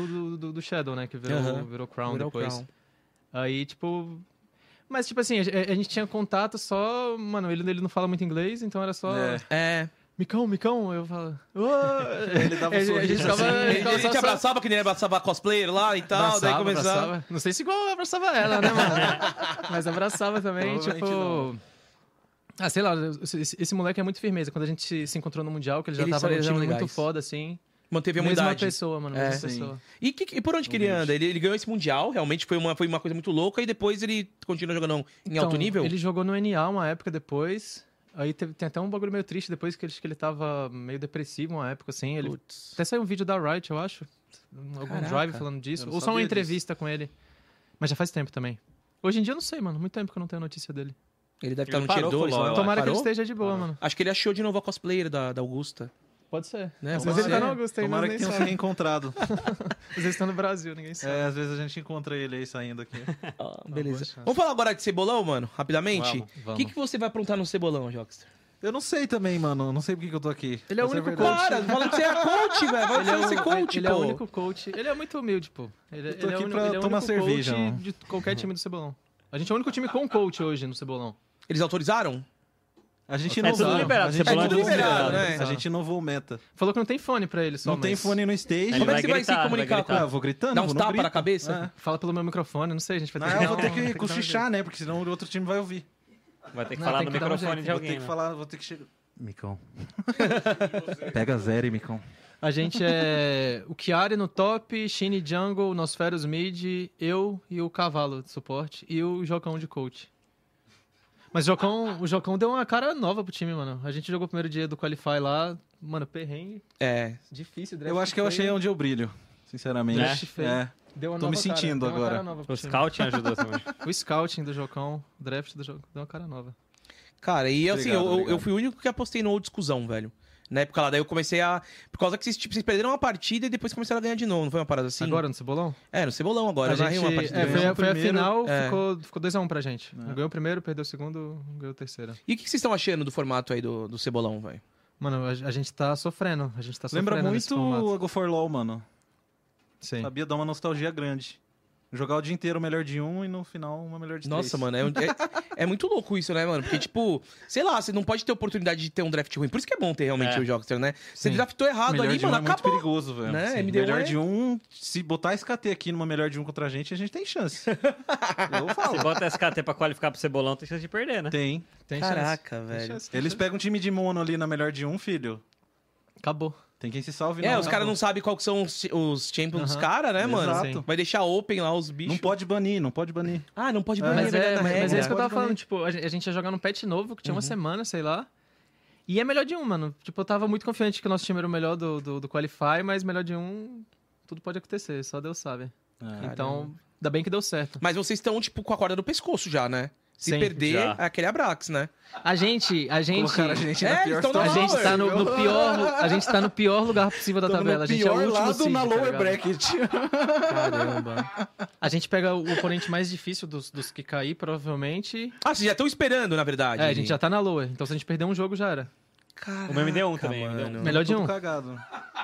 do Shadow, né? Que Aham. virou Crown Virou depois. Crown. Aí, tipo... Mas, tipo assim, a gente tinha contato só... Mano, ele não fala muito inglês, então era só... É. É. Micão, eu falo... Ele dava um A gente sorriso ficava- assim. Ele, ficava ele só- te abraçava, que nem ele abraçava a cosplayer lá e tal, daí começava. abraçava. Não sei se igual eu abraçava ela, né, mano? Mas abraçava também, Provavelmente tipo... não. Ah, sei lá, esse moleque é muito firmeza. Quando a gente se encontrou no Mundial, que ele já Eles tava num eram time muito legais. foda, assim. Manteve a Mesma humildade. pessoa, mano. É, Mesma sim. pessoa. E por onde que ele anda? Ele ganhou esse Mundial, realmente foi uma coisa muito louca, e depois ele continua jogando em alto nível? Ele jogou no NA uma época depois. Aí tem até um bagulho meio triste depois que ele tava meio depressivo uma época, assim. Ele Putz. até saiu um vídeo da Riot, eu acho. Algum Caraca. drive falando disso. Eu não Ou só uma sabia entrevista com ele. Mas já faz tempo também. Hoje em dia eu não sei, mano. Muito tempo que eu não tenho notícia dele. Ele deve Ele estar no Tier parou com o 2 LoL, lá. eu acho. Tomara que ele Parou? esteja de boa, mano. Acho que ele achou de novo a cosplayer da Augusta. Pode ser. Né? Às Pode vezes ele tá ser. no Augusto aí, Tomara nós que nem tenham se sabe. reencontrado. Às vezes tá no Brasil, ninguém sabe. É, às vezes a gente encontra ele aí saindo aqui. Ah, beleza. boa chance. Vamos falar agora de Cebolão, mano? Rapidamente? Vamos, O que você vai aprontar no Cebolão, Jockster? Eu não sei também, mano. Não sei por que eu tô aqui. Ele é o Essa único verdade. Para, fala que você é coach, velho. Vai ser coach, ele pô. é o único coach. Ele é muito humilde, pô. Ele, Eu tô ele é aqui o pra ele é o tomar único cerveja, coach mano. de qualquer time do Cebolão. A gente é o único time com coach hoje no Cebolão. Eles autorizaram? A gente É inovou. tudo liberado, A gente Cebolão é tudo inovou o liberado, meta. né? A gente inovou o meta. Falou que não tem fone pra ele só, Não tem mas fone no stage. Ele Como é vai que você vai gritar, se comunicar vai com Ah, eu vou gritando. Dá uns vou no tapas grito. na cabeça? Fala pelo meu microfone, não sei, a gente vai Na ter real, eu vou ter vai que dar um cochichar, jeito. né? Porque senão o outro time vai ouvir. Vai ter que Não, falar tem no que dar um microfone jeito. de Vou alguém, ter que né? falar, vou ter que chegar. Micão. Pega zero, Micão. A gente é o Chiari no top, Shine Jungle, Nosferos mid, eu e o Cavalo de suporte e o Jocão de coach. Mas o Jocão deu uma cara nova pro time, mano. A gente jogou o primeiro dia do Qualify lá, mano, perrengue, É. difícil. draft Eu acho que eu achei feio. onde eu brilho, sinceramente. Draft feio. É. Deu uma Tô me nova cara, sentindo deu uma agora. cara nova pro O time. scouting ajudou também. O scouting do Jocão, o draft do Jocão, deu uma cara nova. Cara, e assim, Obrigado, eu obrigado. fui o único que apostei no old discussão, velho. Na época lá, daí eu comecei a... Por causa que vocês perderam uma partida e depois começaram a ganhar de novo, não foi uma parada assim? Agora no Cebolão? É, no Cebolão agora. Eu narrei uma partida. Foi a final, É. ficou 2x1 pra gente. Ganhou o primeiro, perdeu o segundo, ganhou o terceiro. E o que vocês estão achando do formato aí do Cebolão, velho? Mano, a gente tá sofrendo. Lembra nesse muito formato. o Go for LOL, mano. Sim. Sabia dar uma nostalgia grande. Jogar o dia inteiro o melhor de um e no final uma melhor de Nossa, três. mano, é muito louco isso, né, mano? Porque, tipo, sei lá, você não pode ter oportunidade de ter um draft ruim. Por isso que é bom ter realmente É. o Jockster, né? Você Sim. draftou errado Melhor ali, de um mano, é muito acabou. perigoso, velho. Né? Sim. MD1 Melhor é- de um, se botar SKT aqui numa melhor de um contra a gente tem chance. Eu falo. Se bota SKT pra qualificar pro Cebolão, tem chance de perder, né? Tem. Tem chance. Caraca, Tem velho. chance. Eles pegam um time de mono ali na melhor de um, filho. Acabou. Tem quem se salve. É, não, os caras não sabem qual que são os champions dos Aham. caras, né, mano? Exato. Vai deixar open lá os bichos. Não pode banir. Ah, não pode banir, Mas é é, verdade, na mas é regra. isso que eu tava Pode falando. banir. Tipo, a gente ia jogar num patch novo, que tinha uma semana, sei lá. E é melhor de um, mano. Tipo, eu tava muito confiante que o nosso time era o melhor do Qualify, mas melhor de um, tudo pode acontecer, só Deus sabe. É. Então, ainda bem que deu certo. Mas vocês estão, tipo, com a corda no pescoço já, né? Se Sim, perder, já. é aquele Abrax, né? A gente... Colocaram a gente É, na pior eles tão na A situação. gente tá no pior, a gente tá no pior lugar possível da Tamo tabela. no A gente é o pior último lado seed, na tá lower ligado? bracket. Caramba. A gente pega o oponente mais difícil dos que cair, provavelmente. Ah, vocês já estão esperando, na verdade. É, a gente já tá na lower. Então se a gente perder um jogo, já era. Caraca, O meu MD1 também, mano. Melhor de Tudo um. cagado.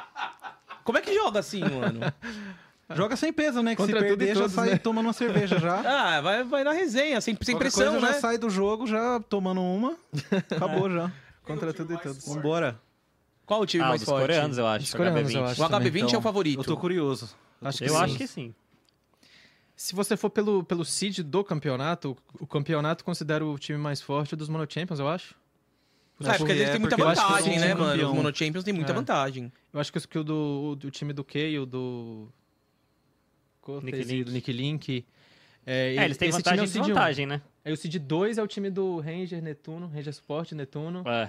Como é que joga assim, mano? Joga sem peso, né? Que Contra se tudo e perder, já todos, sai né? tomando uma cerveja já. Ah, vai na resenha, sem Qualquer pressão, coisa, né? já sai do jogo, já tomando uma. Acabou já. Contra tudo e todos. Vambora. Qual o time Ah, mais dos forte? coreanos, eu acho. Dos coreanos, HB20. eu acho. O HB20 é o Então, favorito. Eu tô curioso. Acho Eu sim. acho que sim. Se você for pelo seed do campeonato, o campeonato considera o time mais forte dos Mono Champions, eu acho. É, porque eles têm muita porque eu acho que vantagem, eu sou né, um mano? Os campeão. Mono Champions têm muita É. vantagem. Eu acho que o do time do Kay e o do Cortez e do Nick Link. Eles têm esse vantagem time é e o seed 1. desvantagem, né? Aí o seed 2 é o time do Ranger, Netuno, Ranger Sport, Netuno, É,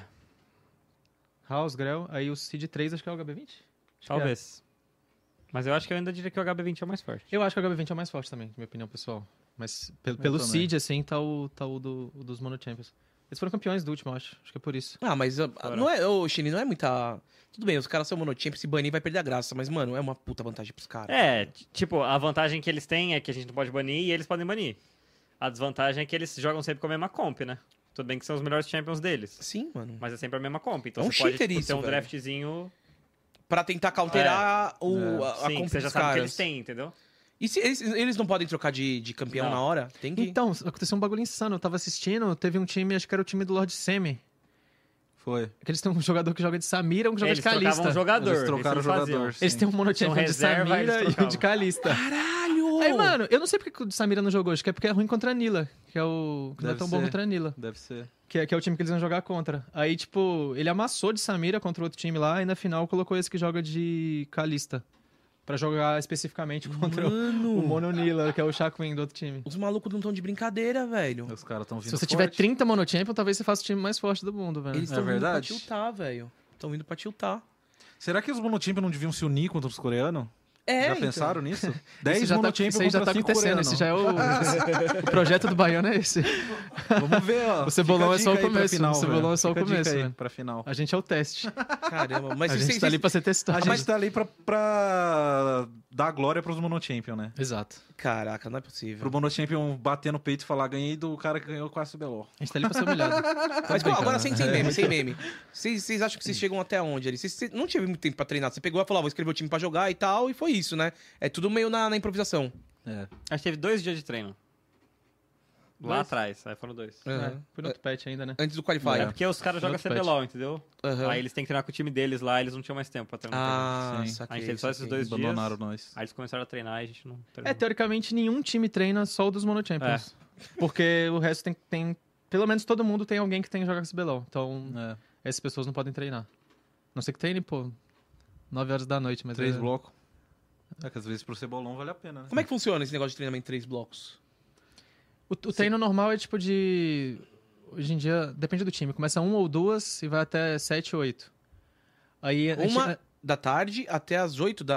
House, Grell. Aí o seed 3 acho que é o HB20? Acho que talvez. Mas eu acho que eu ainda diria que o HB20 é o mais forte. Eu acho que o HB20 é o mais forte também, na minha opinião pessoal. Mas pelo também. seed, assim, tá o dos Mono Champions. Eles foram campeões do último, eu acho. Acho que é por isso. Ah, mas não é, ô, Chine, não é muita... Tudo bem, os caras são Mono Champions, se banir vai perder a graça, mas, mano, é uma puta vantagem pros caras. É, tipo, a vantagem que eles têm é que a gente não pode banir e eles podem banir. A desvantagem é que eles jogam sempre com a mesma comp, né? Tudo bem que são os melhores champions deles. Sim, mano. Mas é sempre a mesma comp. Então É um você pode cheater tipo, isso, ter um velho. draftzinho. Pra tentar counterar a Sim, comp que você já dos sabe caras. que eles têm, entendeu? E se eles não podem trocar de campeão Não. na hora? Tem que... Então, aconteceu um bagulho insano. Eu tava assistindo, teve um time, acho que era o time do Lord Semi. Foi. Que eles têm um jogador que joga de Samira e um que joga Eles de Kalista. trocavam um jogador. Eles trocaram o isso eles faziam. jogador. Eles têm um mono Tinha um champion de reserva, eles Samira e um trocavam. de Kalista. Caralho! Aí, mano, eu não sei porque o de Samira não jogou. Acho que é porque é ruim contra a Nila. Que é o. Que não é Deve tão bom ser. contra a Nila. Deve ser. Que é o time que eles vão jogar contra. Aí, tipo, ele amassou de Samira contra outro time lá e na final colocou esse que joga de Kalista. Pra jogar especificamente contra Mano, o Mono Nila, que é o Shaquin do outro time. os malucos não estão de brincadeira, velho. Os caras estão vindo Se você tiver forte. 30 Mono Champion, talvez você faça o time mais forte do mundo, velho. Eles É estão indo pra verdade? tiltar, velho. Estão indo pra tiltar. Será que os monochampions não deviam se unir contra os coreanos? É, Já então. pensaram nisso? Isso 10 já tá, monochampions isso aí já contra tá 5 acontecendo. coreanos. Esse já é o projeto do Baiano é esse. Vamos ver, ó. O Cebolão Fica é a só o dica aí pra começo, final, o Cebolão velho. é só o Fica a dica começo, aí velho. pra final. A gente é o teste. Caramba, mas A gente vocês- tá ali pra ser testado. A gente tá ali pra dar glória pros monochampions, né? Exato. Caraca, não é possível. Pro monochampion bater no peito e falar, ganhei do cara que ganhou com a CBLOL. A gente tá ali pra ser humilhado. Mas brincando, agora né? sem meme, sem meme. Vocês acham que vocês chegam até onde ali? Vocês não tiveram muito tempo pra treinar. Você pegou e falou, vou escrever o time pra jogar e tal, e foi isso, né? É tudo meio na improvisação. É. Acho que teve 2 dias de treino. Lá 2? atrás, aí foram 2. É, foi no outro patch ainda, né? Antes do Qualify. É porque os caras jogam Outro patch. CBLOL, entendeu? Aham. Aí eles têm que treinar com o time deles lá, eles não tinham mais tempo pra treinar. com a gente. Ah, Sim. saquei, A gente teve só esses saquei. 2 dias. Abandonaram nós. Aí eles começaram a treinar e a gente não treinou. É, teoricamente, nenhum time treina só o dos Mono Champions. Porque o resto tem... Pelo menos todo mundo tem alguém que tem que jogar com esse CBLOL. Então, É. essas pessoas não podem treinar. Não sei que treine, pô, 9 horas da noite, mas... 3 blocos. É que às vezes pro Cebolão vale a pena, né? Como é que funciona esse negócio de treinamento em 3 blocos? O treino normal é tipo de... Hoje em dia, depende do time. Começa 1 ou 2 e vai até 7 ou 8. Aí... a gente- 1 da tarde até as 8 da...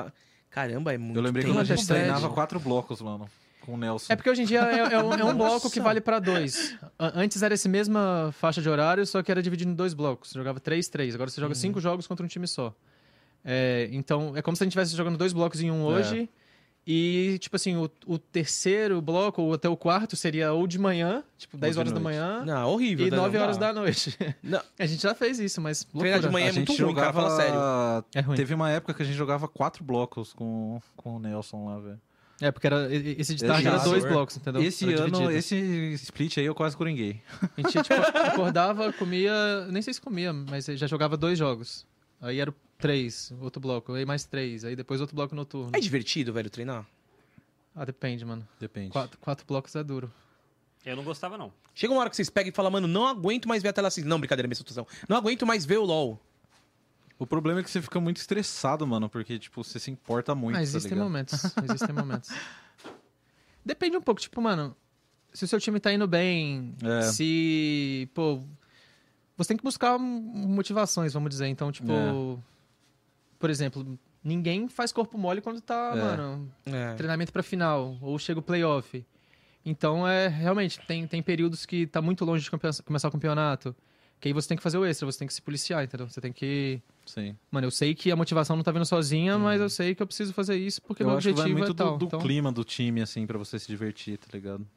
Caramba, é muito Eu lembrei tempo. quando a gente Underside. treinava 4 blocos, mano, com o Nelson. É porque hoje em dia é um bloco que vale pra 2. Antes era essa mesma faixa de horário, só que era dividido em 2 blocos. Você jogava 3-3. Agora você joga 5 jogos contra um time só. Então, é como se a gente estivesse jogando 2 blocos em um hoje. E, tipo assim, o terceiro bloco, ou até o quarto, seria ou de manhã, tipo, 10 de horas da noite. manhã, Não, horrível. e né? 9 Não horas dá. da noite. Não. A gente já fez isso, mas Treinar de loucura. manhã é muito ruim, cara, fala sério. É ruim. Teve uma época que a gente jogava 4 blocos com o Nelson lá, velho. É, porque esse de tarde era Esse 2 ano- blocos, entendeu? Esse Era ano, dividido. esse split aí eu quase coringuei. A gente, tipo, acordava, comia... Nem sei se comia, mas já jogava 2 jogos. Aí era 3, outro bloco. Aí mais 3. Aí depois outro bloco noturno. É divertido, velho, treinar? Depende, mano. Depende. 4 blocos é duro. Eu não gostava, não. Chega uma hora que vocês pegam e falam, mano, não aguento mais ver a tela assim. Não, brincadeira, minha situação. Não aguento mais ver o LoL. O problema é que você fica muito estressado, mano, porque, tipo, você se importa muito, Mas tá existem ligado? momentos. Existem momentos. Depende um pouco, tipo, mano, se o seu time tá indo bem, se, pô, você tem que buscar motivações, vamos dizer. Então, tipo, por exemplo, ninguém faz corpo mole quando tá, mano, treinamento pra final, ou chega o playoff. Então, realmente, tem períodos que tá muito longe de começar o campeonato, que aí você tem que fazer o extra, você tem que se policiar, entendeu? Você tem que... Sim. Mano, eu sei que a motivação não tá vindo sozinha, mas eu sei que eu preciso fazer isso porque Eu meu acho que vai objetivo muito é tal. do Então, clima do time, assim, pra você se divertir, tá ligado?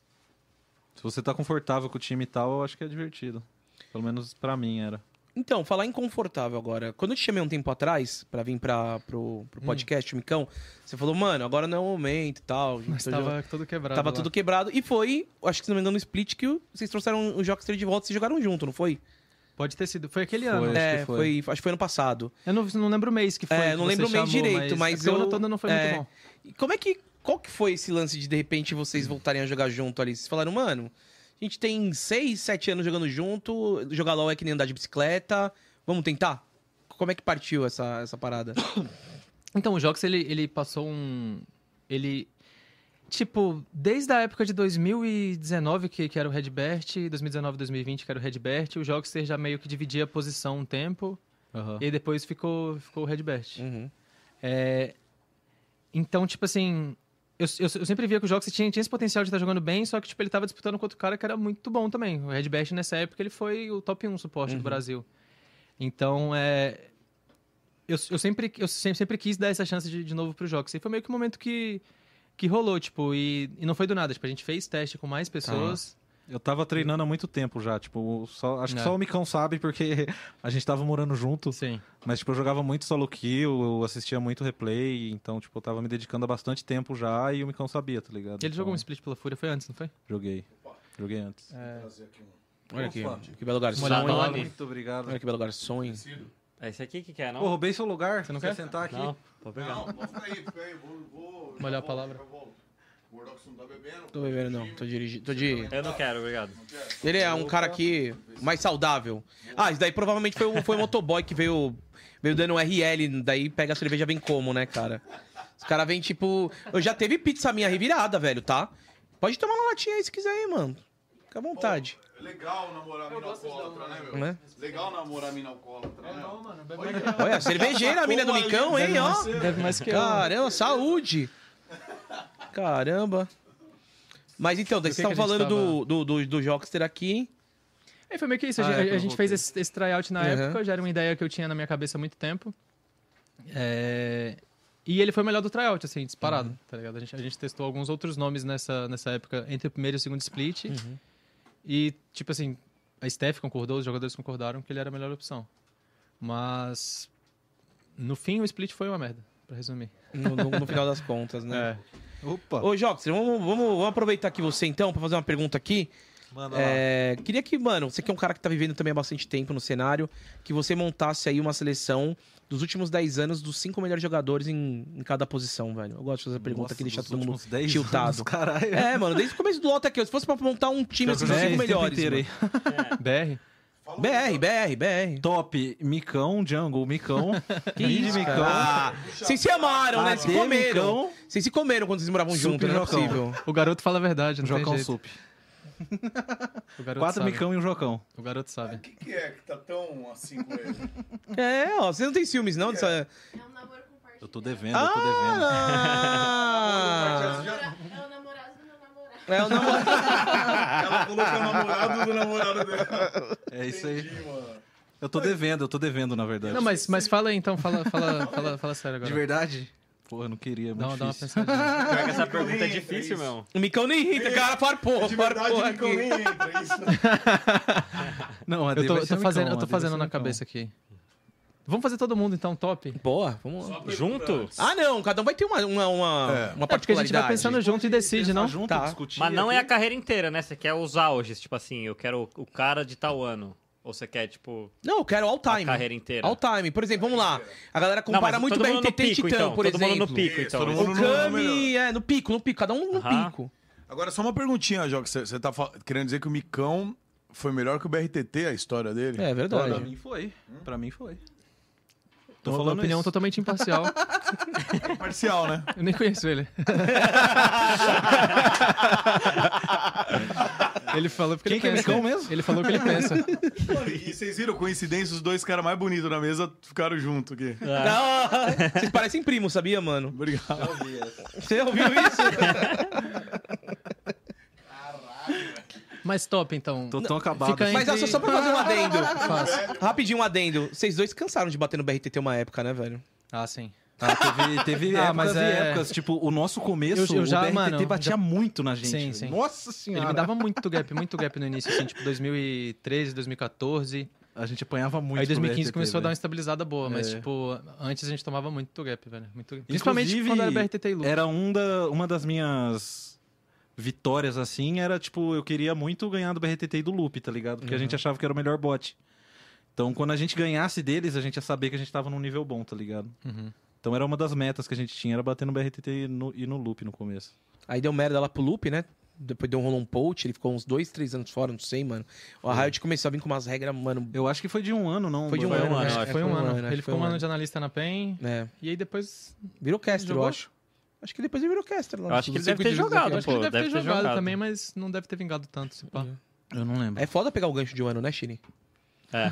Se você tá confortável com o time e tal, eu acho que é divertido. Pelo menos pra mim era. Então, falar em confortável agora. Quando eu te chamei um tempo atrás pra vir pro podcast, o Micão, você falou, mano, agora não é o momento e tal. mas tava todo quebrado Tava lá. tudo quebrado. E foi, acho que se não me engano, no split que vocês trouxeram o Jockster de volta e vocês jogaram junto, não foi? Pode ter sido. Foi aquele Foi. ano. Acho que foi. Acho que foi ano passado. Eu não lembro o mês que foi. É, que não você lembro o mês chamou, direito, mas porque o ano eu- todo não foi é. muito bom. E qual que foi esse lance de repente vocês voltarem a jogar junto ali? Vocês falaram, mano, a gente tem 6, 7 anos jogando junto, jogar LOL é que nem andar de bicicleta, vamos tentar? Como é que partiu essa parada? Então, o Jox, ele passou ele... Tipo, desde a época de 2019, que era o Redbert, 2019, 2020, que era o Redbert, o Joxter já meio que dividia a posição um tempo, Aham. e aí depois ficou o Redbert. Uhum. Então, tipo assim, eu sempre via que o Joxter tinha esse potencial de estar jogando bem, só que tipo, ele tava disputando com outro cara que era muito bom também. O Redbert, nessa época, ele foi o top 1 suporte do Brasil. Então, eu sempre quis dar essa chance de novo pro Joxter. E foi meio que um momento que rolou, tipo, e não foi do nada. Tipo, a gente fez teste com mais pessoas. Eu tava treinando há muito tempo já, tipo, acho que É. só o Micão sabe, porque a gente tava morando junto. Sim. Mas, tipo, eu jogava muito solo kill, eu assistia muito replay, então, tipo, eu tava me dedicando há bastante tempo já e o Micão sabia, tá ligado? Ele jogou um Então, split pela Fúria, foi antes, não foi? Joguei. Joguei antes. Olha aqui, que belo garçom. Molhar a palavra. Muito obrigado. Olha que belo garçom. É esse aqui que quer, não? Pô, roubei seu lugar. Você não Quer quer? sentar aqui? Não, pode pegar. Não, fica aí, vou Molhar a palavra. O Gordox não tá bebendo. Tô bebendo não, tô dirigindo. Eu não quero, obrigado. Ele é um cara aqui mais saudável. Ah, isso daí provavelmente foi o motoboy que veio dando um RL, daí pega a cerveja vem como, né, cara? Os caras vêm tipo... Eu já teve pizza minha revirada, velho, tá? Pode tomar uma latinha aí se quiser aí, mano. Fica à vontade. É legal namorar mina alcoólatra, né, meu? Né? Legal namorar mina alcoólatra, né? mano. Olha, cervejeira, a mina do Micão, hein, ó. Deve mais que eu. Caramba, saúde! Caramba. Mas então, vocês que estavam que a gente falando do Jockster aqui. Foi meio que isso. Ah, A gente fez esse tryout na Uhum. época, já era uma ideia que eu tinha na minha cabeça há muito tempo. E ele foi o melhor do tryout, assim, disparado, tá ligado? A gente testou alguns outros nomes nessa época, entre o primeiro e o segundo split. E, tipo assim, a Steph concordou, os jogadores concordaram que ele era a melhor opção. Mas, no fim, o split foi uma merda, pra resumir. No final das contas, né? Opa. Ô, Jockster, vamos aproveitar aqui você então pra fazer uma pergunta aqui. Manda lá. Queria que, mano, você que é um cara que tá vivendo também há bastante tempo no cenário, que você montasse aí uma seleção dos últimos 10 anos dos 5 melhores jogadores em cada posição, velho. Eu gosto de fazer essa pergunta Nossa, que deixa dos todo mundo últimos 10 tiltado. anos, caralho. Mano, desde o começo do lote aqui, se fosse pra montar um time assim, dos É, 5 esse tempo melhores. inteiro Mano. aí. BR? BR. Top, Micão, Jungle, Micão. Mid, Micão. Ah, vocês se amaram, né? Se AD, comeram. Micão. Vocês se comeram quando vocês moravam Sup juntos, e não é Jocão. possível. O garoto fala a verdade, não tem Jocão jeito. Sup. O garoto 4 sabe. Micão e um Jocão. O garoto sabe. O que é que tá tão assim com ele? Ó, vocês não têm ciúmes, não? Dessa... É um namoro compartilhado. Eu tô devendo, eu tô devendo. Ah! É o namorado do meu namorado. É o namorado. Ela falou que é o namorado do namorado dela. É isso aí. Entendi, mano. Eu tô devendo, na verdade. Não, mas fala aí então, fala sério agora. De verdade? Porra, eu não queria, muito Dá uma difícil. pensadinha. Pior que essa Micão pergunta é nem entra, difícil, isso. meu. O Micão nem irrita, cara, farpou. De verdade, Farpou o Micão nem aqui. entra. Isso. Não, a Eu D tô vai ser o fazendo, Micão, eu tô a D vai fazendo ser o na Micão. cabeça aqui. Vamos fazer todo mundo então, top? Boa, vamos lá. Junto? Ah, não, cada um vai ter uma Porque a particularidade. gente vai pensando junto e decide, não? Junto, Tá. discutir Mas não é a aqui. carreira inteira, né? Você quer os auges, tipo assim, eu quero o cara de tal ano. Ou você quer, tipo, Não, eu quero all a time. carreira inteira? All time. Por exemplo, vamos lá. A galera Não, compara mas muito todo mundo no BRTT e pico, Titã, então. por Todo exemplo. mundo no pico, então. todo O mundo no Kami, no pico, cada um no Aham. pico. Agora, só uma perguntinha, Joga. Você tá querendo dizer que o Micão foi melhor que o BRTT, a história dele? É Pra verdade. mim foi. Pra mim foi. Tô Tô falando falando uma opinião isso. totalmente imparcial. Parcial, né? Eu nem conheço ele. Ele falou porque Quem ele que é pensa. Micão mesmo? Ele falou o que ele pensa. Mano, e vocês viram, coincidência, os dois caras mais bonitos na mesa ficaram juntos aqui. Não, vocês parecem primos, sabia, mano? Obrigado. Você ouviu isso? Mas top, então. Tô tão acabado. Fica assim. Mas entre- só pra fazer um adendo. Fácil. Rapidinho um adendo. Vocês dois cansaram de bater no BRTT uma época, né, velho? Ah, sim. Ah, teve Ah, épocas mas e é- épocas. Tipo, o nosso começo, Eu já, o BRTT mano, batia já- muito na gente. Sim, sim. Nossa senhora. Ele me dava muito gap no início, assim, tipo 2013, 2014. A gente apanhava muito Aí pro 2015 BRTT, começou a dar uma velho. estabilizada boa, mas, É. tipo, antes a gente tomava muito gap, velho. Muito... Principalmente Inclusive, quando era BRTT e Lu. Era uma das minhas vitórias, assim, era, tipo, eu queria muito ganhar do BRTT e do Loop, tá ligado? Porque a gente achava que era o melhor bot. Então, quando a gente ganhasse deles, a gente ia saber que a gente tava num nível bom, tá ligado? Uhum. Então, era uma das metas que a gente tinha, era bater no BRTT e no Loop no começo. Aí deu merda lá pro Loop, né? Depois deu um rolão poach, ele ficou uns 2, 3 anos fora, não sei, mano. A Riot começou a vir com umas regras, mano. Eu acho que foi de um ano, não? Foi de um Foi ano, ano, né? acho É, Foi um ano. acho Ele que ficou foi um ano de analista na PEN. É. E aí depois. Virou caster, eu Jogou? acho. Acho que depois ele virou caster. lá Eu no acho que ele deve circuito ter de jogado, Eu acho que ele pô, deve ter deve ter jogado jogado. também, mas não deve ter vingado tanto. Se pá. Eu não lembro. É foda pegar o gancho de um ano, né, Chini? É.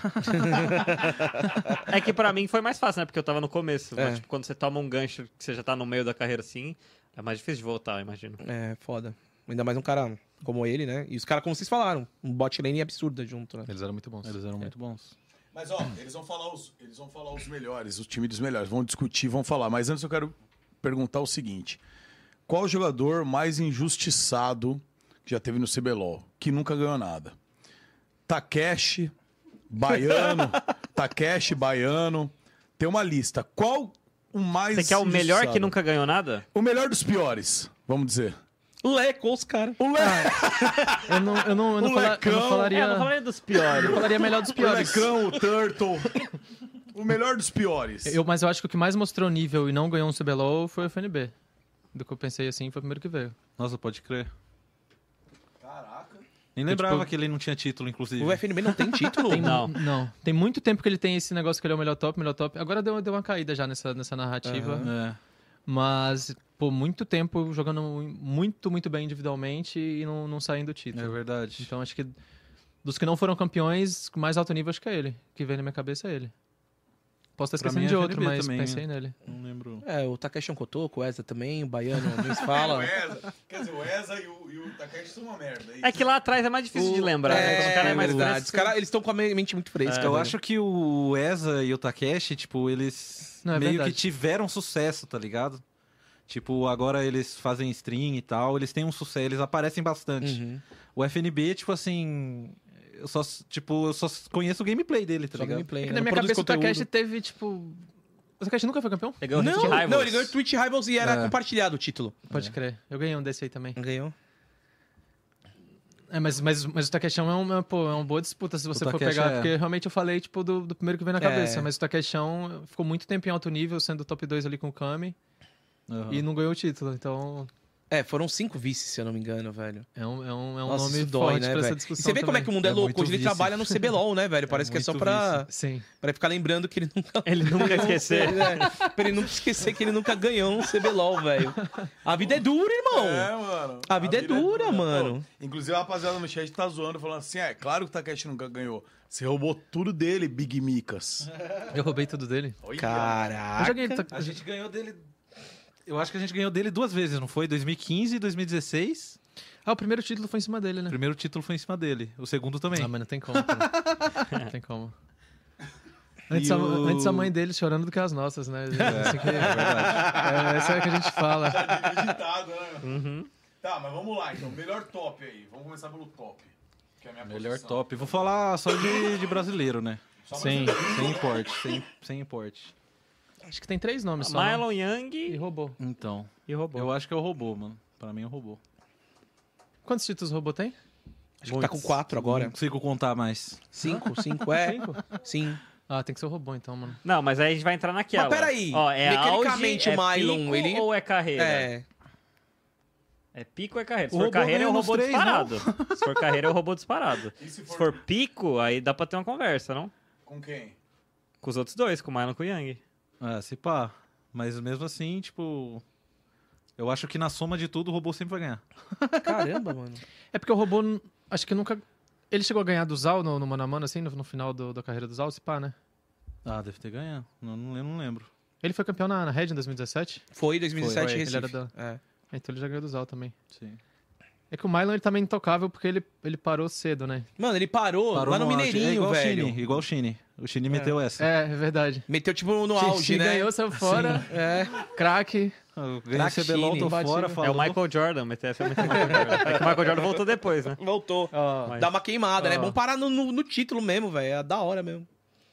É que pra mim foi mais fácil, né? Porque eu tava no começo. É. Mas, tipo, quando você toma um gancho que você já tá no meio da carreira assim, é mais difícil de voltar, eu imagino. É, foda. Ainda mais um cara como ele, né? E os caras, como vocês falaram, um bot lane absurda junto, né? Eles eram muito bons. Eles eram muito bons. Mas, ó, eles vão falar os melhores, os times dos melhores. Vão discutir, vão falar. Mas antes eu quero perguntar o seguinte. Qual o jogador mais injustiçado que já teve no CBLOL, que nunca ganhou nada? Takeshi, Baiano, Takeshi, Baiano. Tem uma lista. Qual o mais Você quer o melhor que injustiçado? nunca ganhou nada? O melhor dos piores, vamos dizer. Leco, os caras. O Eu não, eu não, eu não, O fala- eu Lecão. não falaria. É, eu não falei dos piores. Eu falaria melhor dos piores. Lecão, o Turtle. O melhor dos piores. Mas eu acho que o que mais mostrou nível e não ganhou um CBLOL foi o FNB. Do que eu pensei assim, foi o primeiro que veio. Nossa, pode crer. Caraca. Nem lembrava tipo, que ele não tinha título, inclusive. O FNB não tem título? Tem, Não. não. Tem muito tempo que ele tem esse negócio que ele é o melhor top, melhor top. Agora deu uma caída já nessa narrativa. É. Mas, por muito tempo jogando muito, muito bem individualmente e não saindo do É título. verdade. Então acho que dos que não foram campeões, o mais alto nível acho que é ele. O que vem na minha cabeça é ele. Posso estar Pra esquecendo mim é de outro, FNB mas também, pensei nele. Não lembro. É, o Takeshi é um Kotoko, o Eza também, o Baiano, nem se fala. Quer dizer, o Eza e o Takeshi são uma merda. É que lá atrás é mais difícil de lembrar, né? Quando o cara é mais verdade. fresco. Os caras, eles estão com a mente muito fresca. Eu velho. acho que o Eza e o Takeshi, tipo, eles Não, é meio verdade. que tiveram sucesso, tá ligado? Tipo, agora eles fazem stream e tal, eles têm um sucesso, eles aparecem bastante. Uhum. O FNB, tipo assim, eu só conheço o gameplay dele, tá Só ligado? gameplay. É que né? na minha Não produz cabeça o conteúdo. Takeshi teve, tipo... O Takeshi nunca foi campeão? Pegou o Não, Rift Rivals. não, ele ganhou o Twitch Rivals e era É. compartilhado o título. Pode crer. Eu ganhei um desse aí também. Ganhou. É, mas o Takeshão é uma boa disputa se você for Takeshi pegar, é. porque realmente eu falei, tipo, do primeiro que veio na É. cabeça. Mas o Takeshão ficou muito tempo em alto nível, sendo top 2 ali com o Kami, Aham. e não ganhou o título. Então, Foram 5 vices, se eu não me engano, velho. É um Nossa, nome isso dói, forte né, pra essa velho? E discussão você vê como é que o mundo é, É louco. muito Hoje ele vício. trabalha no CBLOL, né, velho? Parece que é só muito pra Sim. ficar lembrando que ele nunca... Ele nunca esquecer. Pra ele nunca esquecer que ele nunca ganhou um CBLOL, velho. A vida é dura, irmão. Mano. A vida é dura, mano. Pô, inclusive, a rapaziada no chat tá zoando, falando assim, claro que o Takeshi nunca ganhou. Você roubou tudo dele, Big Micas. Eu roubei tudo dele. Olha. Eu Caraca. joguei... A gente ganhou dele... Eu acho que a gente ganhou dele 2 vezes, não foi? 2015 e 2016. Ah, o primeiro título foi em cima dele, O né? primeiro título foi em cima dele. O segundo também. Ah, mas não tem como, cara. Não tem como. Antes, E antes a mãe dele chorando do que as nossas, né? Assim que... essa é a que a gente fala. Digitado, né? Uhum. Tá, mas vamos lá, então. Melhor top aí. Vamos começar pelo top. Que é a minha Melhor posição. top. Vou falar só de brasileiro, né? Só Sem importe. Sem importe. Acho que tem 3 nomes só. né? Mylon E Yang robô. Então, e robô. eu acho que é o robô, mano. Pra mim é o robô. Quantos títulos robô tem? Acho que tá com 4 agora. Não consigo contar mais. 5, Sim. Ah, tem que ser o robô então, mano. Não, mas aí a gente vai entrar naquela. Mas peraí, Ó, é mecanicamente auge, o é Mylon, pico ele- ou é carreira? É pico ou é carreira? Se O for robô carreira, é o ganhou nos robô 3, disparado. Se for carreira, é o robô disparado. E se Se for pico, aí dá pra ter uma conversa, não? Com quem? Com os outros dois, com o Mylon e com o Yang. Ah, se pá. Mas mesmo assim, tipo... Eu acho que na soma de tudo, o robô sempre vai ganhar. Caramba, mano. É porque o robô, acho que nunca... Ele chegou a ganhar do Zal no mano a mano, assim, no final da carreira do Zal, se pá, né? Ah, deve ter ganhado. Eu não lembro. Ele foi campeão na Red em 2017. Foi 2017 Foi. Recife. Ele era É. Então ele já ganhou do Zal também. Sim. É que o Mylon ele também é intocável porque ele parou cedo, né? Mano, ele parou lá no auge. Mineirinho, igual velho. O Shinny, igual o Shinny. O Shinny meteu essa. É verdade. Meteu tipo no auge, Xixi né? ganhou, saiu fora. Craque. Eu ganhei o Crack CBLOL, tô Shinny, fora, batido. falou. É o Michael Jordan, meteu essa meteu o Michael Jordan. É que o Michael Jordan voltou depois, né? Voltou. Ó, Mas- Dá uma queimada, né? É Ó. bom parar no título mesmo, velho. É da hora mesmo.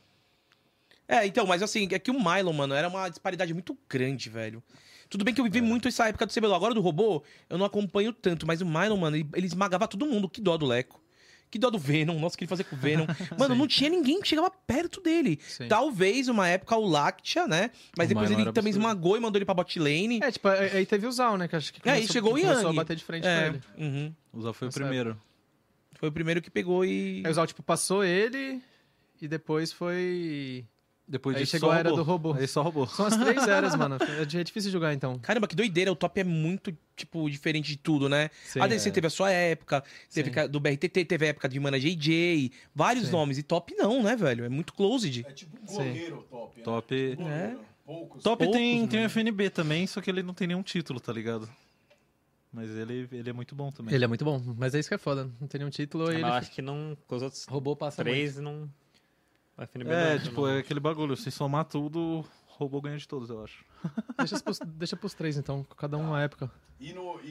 Então, mas assim, é que o Mylon, mano, era uma disparidade muito grande, velho. Tudo bem que eu vivi muito essa época do CBLOL. Agora do robô, eu não acompanho tanto, mas o Mylon, mano, ele esmagava todo mundo. Que dó do Leco. Que dó do Venom. Nossa, o que ele fazia com o Venom. Mano, não tinha ninguém que chegava perto dele. Sim. Talvez, uma época, o Lactia, né? Mas O depois Mylon ele era também absurdo. esmagou e mandou ele pra bot lane. É, tipo, aí teve o Zal, né? Que acho que Aí chegou o começou Yang. a bater de frente É, com ele. uhum. O Zó foi o Nessa primeiro. Foi o primeiro que pegou e... Aí o Zal, tipo, passou ele e depois foi... Depois Aí disso, chegou só a era robô. do robô. Aí só robô. São as 3 eras, mano. É difícil jogar, então. Caramba, que doideira. O top é muito, tipo, diferente de tudo, né? Sim, A DC teve a sua época, teve Sim. do BRTT, teve a época de Mana JJ, vários Sim. nomes. E top não, né, velho? É muito closed. É tipo um goleiro top. Né? Top. Goleiro. Poucos. Top Poucos, tem o mano. FNB também, só que ele não tem nenhum título, tá ligado? Mas ele é muito bom também. Ele é muito bom, mas é isso que é foda. Não tem nenhum título Mas e eu ele acho que não. Com os outros roubou passa 3 não. O FNB É, não, tipo, não. é aquele bagulho. Se somar tudo, o robô ganha de todos, eu acho. muito. Deixa pros 3, então. Cada um uma época. E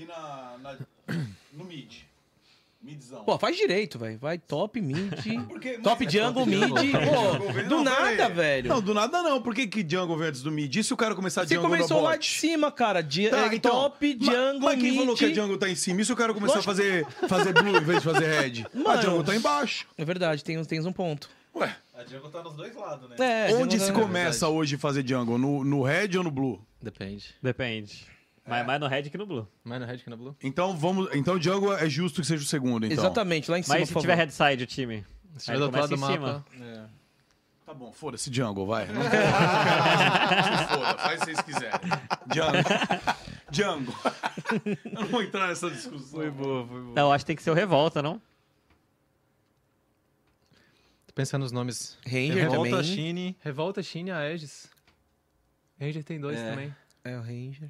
no mid. Midzão. Pô, faz direito, velho. Vai top, mid. Porque- Top mas- jungle, top mid. jungle. Pô, Não, do pera nada, aí. velho. Não, do nada não. Por que jungle vem antes do mid? E se o cara começar Você jungle no começou bot? lá de cima, cara. Tá, então, Top, jungle, mas quem mid. falou que a jungle tá em cima? E se o cara começar a fazer blue em vez de fazer red? A Mano. jungle tá embaixo. É verdade, tens um ponto. Ué, A jungle tá nos dois lados, né? onde se jungle- começa hoje a fazer jungle? No red ou no blue? Depende. Depende. Mas mais no Red que no Blue. Mais no Red que na Blue? Então jungle é justo que seja o segundo, então. Exatamente, lá em cima, Mas se por tiver favor. Red Side o time. Se Aí tiver do outro começa lado do em mapa. cima. Tá bom, foda-se jungle, vai. Não se foda, faz o que vocês quiserem. Jungle. Eu não vou entrar nessa discussão. Foi boa. Não, eu acho que tem que ser o Revolta, não? Tô pensando nos nomes. Ranger Revolta, também. Shinny. Revolta, Shin e Aegis. Ranger tem 2 É. também. É, o Ranger.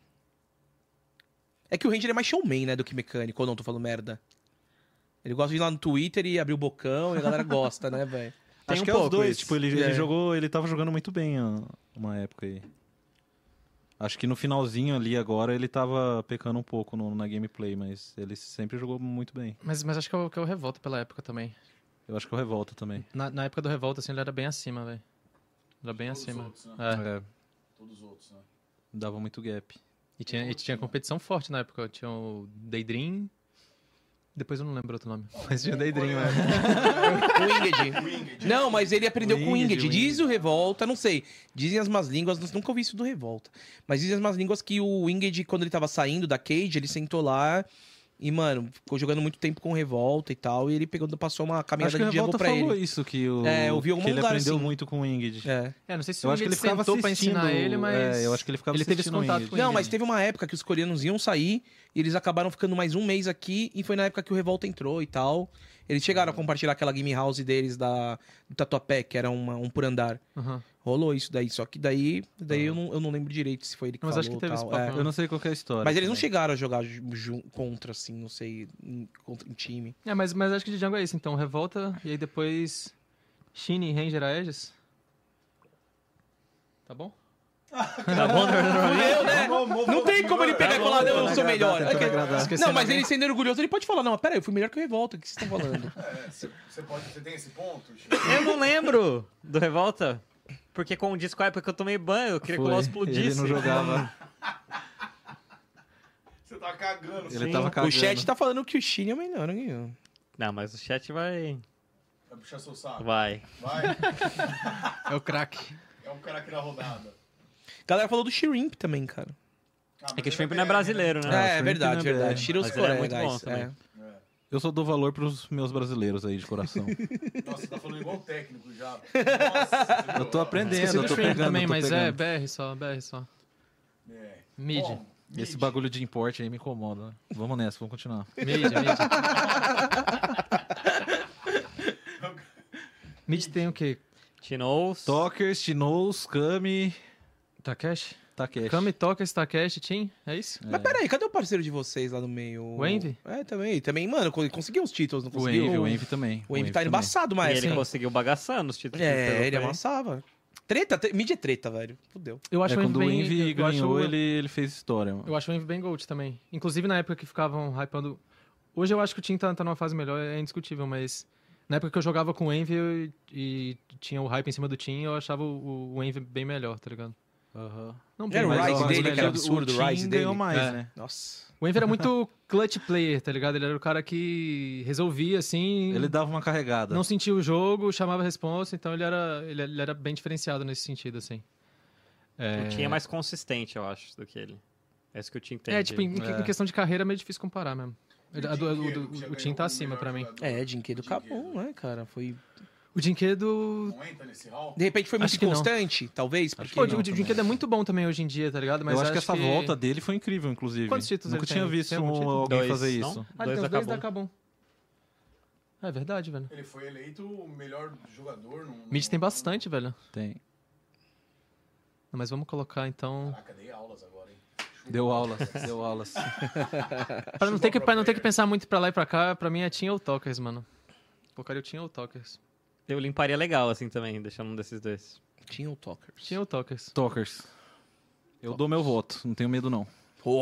É que o Ranger é mais showman, né, do que mecânico, ou não, tô falando merda. Ele gosta de ir lá no Twitter e abrir o bocão e a galera gosta, né, velho? Tem Acho um que é os pouco dois. isso. Tipo, ele tava jogando muito bem uma época aí. Acho que no finalzinho ali agora ele tava pecando um pouco na gameplay, mas ele sempre jogou muito bem. Mas acho que é o Revolta pela época também. Eu acho que é o Revolta também. Na época do Revolta, assim, ele era bem acima, velho. Era bem acima. outros, né? É. É, Todos os outros, né? dava muito gap. E tinha competição forte na época. Tinha o Daydream, Depois eu não lembro outro nome. Mas tinha Daydream, né? O Winged. Não, mas ele aprendeu com o Winged. Diz o Revolta, não sei. Dizem as más línguas, nunca ouvi isso do Revolta. Mas dizem as más línguas que o Winged, quando ele tava saindo da cage, ele sentou lá e, mano, ficou jogando muito tempo com o Revolta e tal. E ele passou uma Acho caminhada que o de jungle Revolta pra falou ele. isso, que, o, Eu vi algum que ele lugar aprendeu assim. muito com o Ingrid. Não sei se Eu o acho que Winged ele ficava sentou pra assistindo, ensinar ele, mas... eu acho que ele ficava teve esse assistindo o contato Winged. com Não, ele. mas teve uma época que os coreanos iam sair e eles acabaram ficando mais um mês aqui e foi na época que o Revolta entrou e tal. Eles chegaram a compartilhar aquela game house deles do Tatuapé, que era um por andar. Aham. Rolou isso daí, só que daí eu não lembro direito se foi ele que Mas falou acho que teve tal. esse papo, É. não. Eu não sei qual que é a história. Mas eles não também. chegaram a jogar contra, assim, não sei, contra um time. Mas acho que de Django é isso, então. Revolta, e aí depois... Shin e Ranger Aegis. Tá bom? Tá bom, Eu, né? Não tem como ele pegar e falar, não, eu sou melhor. Esqueci Não, o mas nome. ele sendo orgulhoso, ele pode falar, não, peraí, eu fui melhor que o Revolta, o que vocês estão falando? Você tem esse ponto, Chico? Eu não lembro do Revolta. Porque com o disco, a época que eu tomei banho, eu queria que o LoL explodisse. Ele não jogava. Você tá cagando. Ele Sim. tava cagando. O chat tá falando que o Shin é o melhor, né? Não, mas o chat vai... Vai puxar seu saco. Vai. Vai. É o craque. É um cara aqui na rodada. Galera falou do Shrimp também, cara. É que o Shrimp não é brasileiro, né? É, Shrimp verdade, não é verdade. BR. Tira os Mas ele é muito colegas. bom também. Eu só dou valor pros meus brasileiros aí de coração. Nossa, você tá falando igual técnico já. Nossa, Eu tô aprendendo, Esqueci eu do tô Shrimp pegando. também, eu tô mas é pegando. BR só. É. Mid. Bom, Esse bagulho de importe aí me incomoda. Né? Vamos nessa, vamos continuar. Mid. Mid tem o quê? Tinoz. Talkers, Tinoz, Kami, Takeshi? Takeshi. Kami, Tokers, Takeshi, Team? É isso? Mas peraí, cadê o parceiro de vocês lá no meio? O Envy? É, também. Também, mano, conseguiu os títulos, não O conseguiu? Envy também. O Envy tá também. embaçado, E mas ele assim. conseguiu bagaçando os títulos. que É, pegou ele pra amassava. Treta, mid é treta, velho. Fudeu. Eu acho É, o quando o Envy Envy bem... ganhou, eu acho- ele fez história. Mano. Eu acho o Envy bem gold também. Inclusive na época que ficavam hypando... Hoje eu acho que o Team tá numa fase melhor, é indiscutível, mas... Na época que eu jogava com o Envy e tinha o hype em cima do Team, eu achava o Envy bem melhor, tá ligado? Não Era o bem Rise melhor, mas dele, que era melhor. absurdo, o Team Rise ganhou dele. mais, É. né? Nossa. O Envy era muito clutch player, tá ligado? Ele era o cara que resolvia, assim... Ele dava uma carregada. Não sentia o jogo, chamava a responsa, então ele era bem diferenciado nesse sentido, assim. O Tim é mais consistente, eu acho, do que ele. É isso que o Tim tem. Tipo, em É. questão de carreira é meio difícil comparar mesmo. O Tim tá acima pra mim. É, Dinquedo acabou, né, cara? Foi... O Dinquedo... Não entra nesse hall? De repente foi muito Acho que não. inconstante, talvez, porque... Pô, o Dinquedo é muito bom também hoje em dia, tá ligado? Mas eu acho que essa volta dele foi incrível, inclusive. Quantos títulos Nunca ele tinha tem? visto Tem algum título? alguém 2, fazer não? isso. Ah, ele 2 tem os dois da acabou. Kabum. É verdade, velho. Ele foi eleito o melhor jogador no... Mid tem bastante, velho. Tem. Não, mas vamos colocar, então... Caraca, dei aulas agora, hein? Deu aulas, deu aulas. Pra não ter que pensar muito pra lá e pra cá, pra mim é Team ou Talkers, mano. Colocaria o Team ou Talkers. Eu limparia legal, assim, também, deixando um desses dois. Tinha o Talkers. Team ou Talkers. Talkers. Eu dou meu voto, não tenho medo não.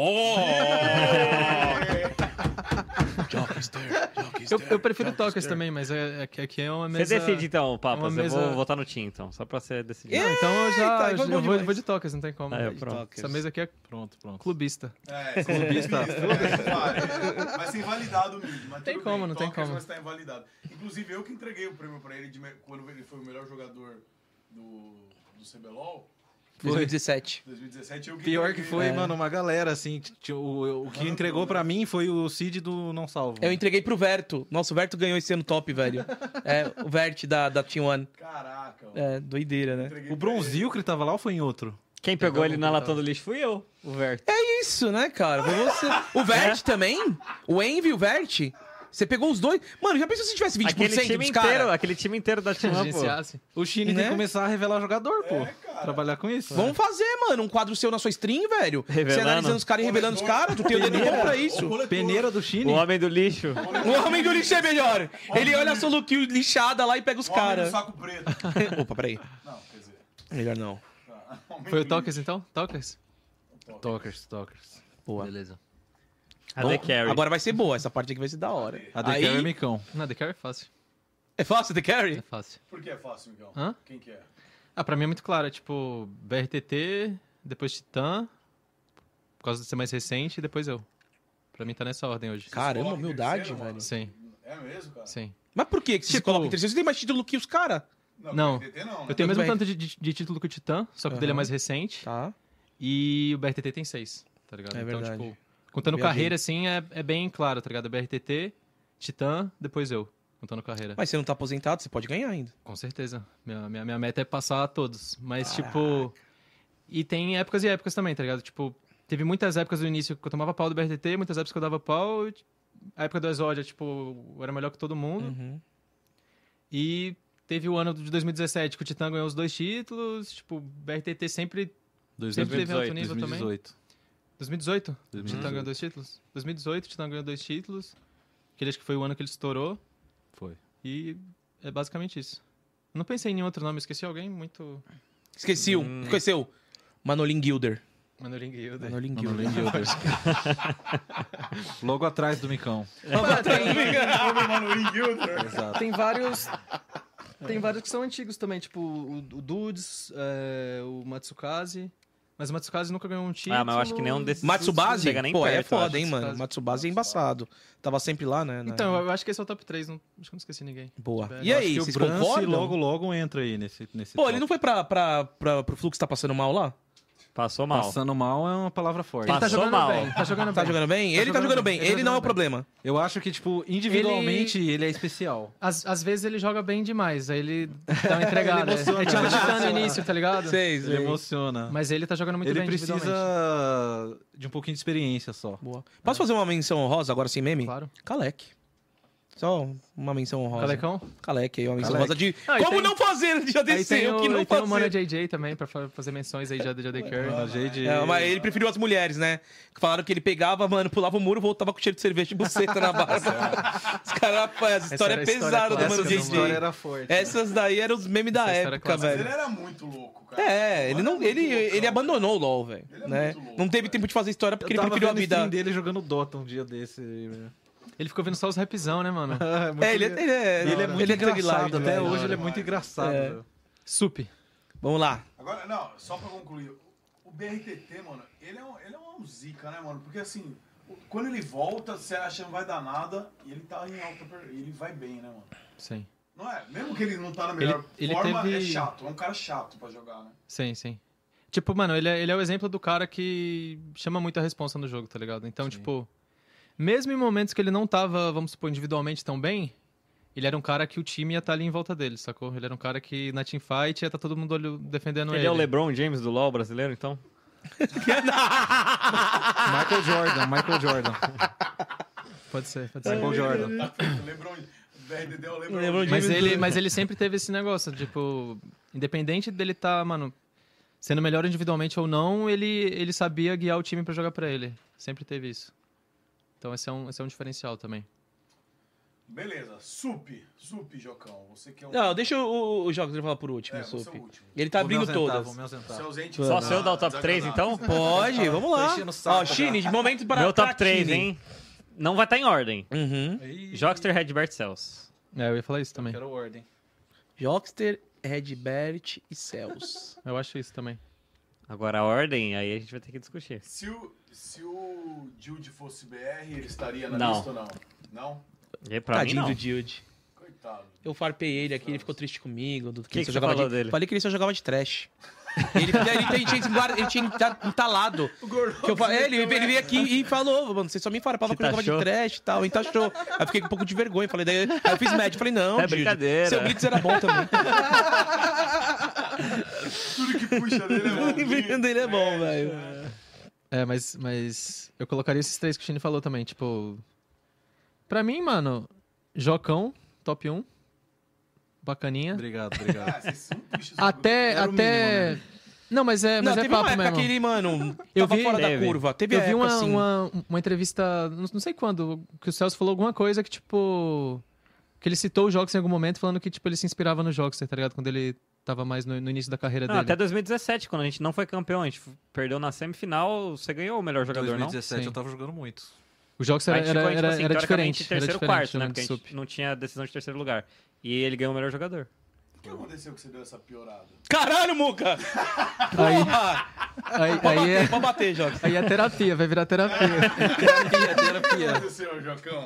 Eu prefiro Talkers também, mas é que aqui é uma mesa... Você decide, então, Papas. uma Eu vou mesa- votar no Tim, então. Só pra você decidir. Não, então eu já Eita, eu demais. vou de Talkers, não tem como. Ah, pronto. Essa mesa aqui é Pronto. clubista. É, clubista. Vai ser invalidado mesmo. Mas Tem tudo como, bem. não tem Talkers como. vai estar invalidado. Inclusive, eu que entreguei o prêmio pra ele quando ele foi o melhor jogador do CBLOL. 2017. 2017, eu que Pior que entreguei. foi, mano, uma galera, assim, o que entregou pra mim foi o Cid do Não Salvo. Eu entreguei pro Verto. Nossa, o Verto ganhou esse ano top, velho. É, o Vert da Team One. Caraca, mano. É, doideira, né? Entreguei O pra ele. Bronzil que ele tava lá ou foi em outro? Quem pegou ele na latão do lixo fui eu, o Vert. Isso, né, cara? Foi você. O Vert também? O Envy e o Vert? Você pegou os dois? Mano, já pensou se tivesse 20% dos caras? Aquele time inteiro da Team One, pô. Agenciasse. O Chine tem Né? que começar a revelar jogador, pô. cara. Trabalhar com isso. Vamos fazer, mano, um quadro seu na sua stream, velho. Você Revelando. analisando os caras e revelando os caras. Tu tem o dedo bom pra isso. Peneira do Chine? O homem do lixo. O homem do lixo é melhor. Ele olha a solo kill lixada lá e pega os Homem do caras. saco preto. Opa, peraí. Não, quer dizer... Melhor não. Homem Foi o do Talkers, então? Talkers? Talkers. Boa. Beleza. A The Carry. Agora vai ser boa. Essa parte aqui vai ser da hora. A The Aí- Carry é micão. Não, The Carry é fácil. É fácil, The É Carry? fácil. Por que é fácil, Miguel? Hã? Quem que é? Ah, pra mim é muito claro. É tipo, BRTT, depois Titã, por causa de ser mais recente, e depois eu. Pra mim tá nessa ordem hoje. Caramba, coloca em humildade, terceiro, velho. mano? Sim, É mesmo, cara? sim. Mas por que você se coloca em terceiro? Você tem mais título que os caras? Não. BRTT não, né? Eu tenho o mesmo bem. tanto de título que o Titã, só que o dele é mais recente. Tá. E o BRTT tem 6, tá ligado? É então, verdade. tipo, contando Viajei. carreira, assim, é bem claro, tá ligado? BRTT, Titã, depois eu, contando carreira. Mas você não tá aposentado, você pode ganhar ainda. Com certeza. Minha meta é passar a todos. Mas, tipo... E tem épocas e épocas também, tá ligado? Tipo, teve muitas épocas no início que eu tomava pau do BRTT, muitas épocas que eu dava pau. A época do Exódia, tipo, eu era melhor que todo mundo. Uhum. E teve o ano de 2017 que o Titã ganhou os 2 títulos. Tipo, BRTT sempre teve alto nível também. 2018. 2018? 2018. O Titã ganhou 2 títulos? 2018, o Titã ganhou 2 títulos. Que acho que foi o ano que ele estourou. Foi. E é basicamente isso. Não pensei em nenhum outro nome, esqueci alguém muito... Esqueceu. Manolim Gilder. Manolim Guilda. Manolim Mano, Gilder. Gilder. Logo atrás do Micão. Exato. Tem vários... Tem vários que são antigos também, tipo o Dudes, o Matsukaze. Mas o Matsukaze nunca ganhou um título. Ah, mas eu acho que nenhum desses Matsubase? chega nem Pô, perto, é eu foda, acho. hein, mano. Matsubase. Matsubase é embaçado. Tava sempre lá, né? Então, eu acho que esse é o top 3, acho que eu não esqueci ninguém. Boa. Eu E Acho aí, que vocês o Brance concordam? logo entra aí nesse Pô, top. ele não foi pro Fluxo tá passando mal lá? Passou mal. Passando mal é uma palavra forte. Ele tá jogando mal. bem, tá jogando Tá bem. jogando bem? Ele tá jogando bem. Ele não é o problema. Eu acho que, tipo, individualmente ele é especial. Às vezes ele joga bem demais, aí ele dá uma entregada. Ele emociona. É tipo o Titã no início, tá ligado? Ele emociona. Mas ele tá jogando muito Ele bem precisa individualmente. de um pouquinho de experiência só. Boa. Posso fazer uma menção honrosa agora sem meme? Claro. Kalec. Só uma menção honrosa. Calecão? Kalec aí, uma menção Kalec. honrosa de Ah, e como tem- não fazer, já Aí tem desceu, o que não e tem o Mano fazer. JJ também, pra fazer menções aí de AD Carry. Mano, JJ. É, mas ele preferiu as mulheres, né? Que falaram que ele pegava, mano, pulava o muro, voltava com cheiro de cerveja e buceta na barba. Os caras, essa história era é a história pesada do clássica Mano do JJ. Essa história era forte. Essas daí eram os memes da Essa história época, clássica. Mas ele velho. era muito louco, cara. É, ele não, ele abandonou o LoL, velho, Ele é né? muito louco, Não teve velho. tempo de fazer história porque Eu ele tava preferiu a vendo stream vida. dele jogando Dota um dia desse. velho. Ele ficou vendo só os rapzão, né, mano? É, ele é muito ele engraçado. thug life, Até velho. hoje ele é muito engraçado. É. velho. Sup. Vamos lá. Agora, não, só pra concluir. O BRTT, mano, ele é um zica, né, mano? Porque assim, quando ele volta, você acha que não vai dar nada e ele tá em alta. Ele vai bem, né, mano? Sim. Não é? Mesmo que ele não tá na melhor Ele forma, teve- é chato. É um cara chato pra jogar, né? Sim, sim. Tipo, mano, ele é o exemplo do cara que chama muito a responsa no jogo, tá ligado? Então, tipo, mesmo em momentos que ele não tava, vamos supor, individualmente tão bem, ele era um cara que o time ia estar ali em volta dele, sacou? Ele era um cara que na teamfight ia estar todo mundo defendendo ele. Ele é o LeBron James do LoL brasileiro, então? Michael Jordan. Pode ser, pode ser. Michael Jordan. Lebron, BRTT é o Lebron. LeBron Mas James- mas ele sempre teve esse negócio, tipo, independente dele tá, mano, sendo melhor individualmente ou não, ele sabia guiar o time pra jogar pra ele. Sempre teve isso. Então esse é um diferencial também. Beleza. Sup, Jocão. Você que é um... Não, deixa o Jogos falar por último, você é Sup. o último. Ele tá abrindo todas. Você é Ausentar. ausente. Só se eu dar o top 3, então? Pode, vamos lá. enchendo o saco Ó, Chine, momento para Meu top pra 3, Chine. hein? Não vai estar em ordem. Uhum. Jockster, Redbert, Cells. É, eu ia falar isso também. Quero ordem. Jockster, Redbert e Cells. Eu acho isso também. Agora a ordem, aí a gente vai ter que discutir. Se o Jude fosse BR, ele estaria na Não. lista ou não? Não? E aí, pra mim, Tadinho não. do Jude. Coitado. Eu farpei ele aqui, ele ficou triste comigo. Do Que ele você só jogava falou de... dele? Falei que ele só jogava de trash. Ele tinha entalado. Que eu falei, ele veio aqui e falou, mano, você só me falava que eu jogava de Tachou? trash e tal, entaxou. Aí fiquei com um pouco de vergonha. Falei, daí aí eu fiz médio. Falei, não, É Jude, brincadeira. seu Blitz era bom também. Tudo que puxa dele é O bom. vídeo dele é bom, velho. É, mas eu colocaria esses 3 que o Chine falou também, tipo... Pra mim, mano, Jocão, top 1. Bacaninha. Obrigado. Ah, vocês são puxas. Até... Era o mínimo, né? Não, mas é Não, teve papo uma época mesmo. que ele, mano, Eu tava vi- fora da teve. curva. Teve Eu a vi época, assim... uma entrevista, não sei quando, que o Celso falou alguma coisa que, tipo... Que ele citou o Jockster em algum momento, falando que, tipo, ele se inspirava no Jockster, tá ligado? Quando ele tava mais no início da carreira Não, dele. até 2017, quando a gente não foi campeão, a gente perdeu na semifinal, você ganhou o melhor jogador, 2017 Sim. eu tava jogando muito. O Jockster não? A gente era, ficou, tipo era, assim, era teoricamente, diferente. terceiro era quarto, diferente né? no Porque a Sup. gente não tinha decisão de terceiro lugar. E ele ganhou o melhor jogador. O que aconteceu que você deu essa piorada? Caralho, Muca! Aí, Porra! aí, Pode aí, bater, é, pode bater, Jota. aí é terapia, vai virar terapia. O que aconteceu, Jocão?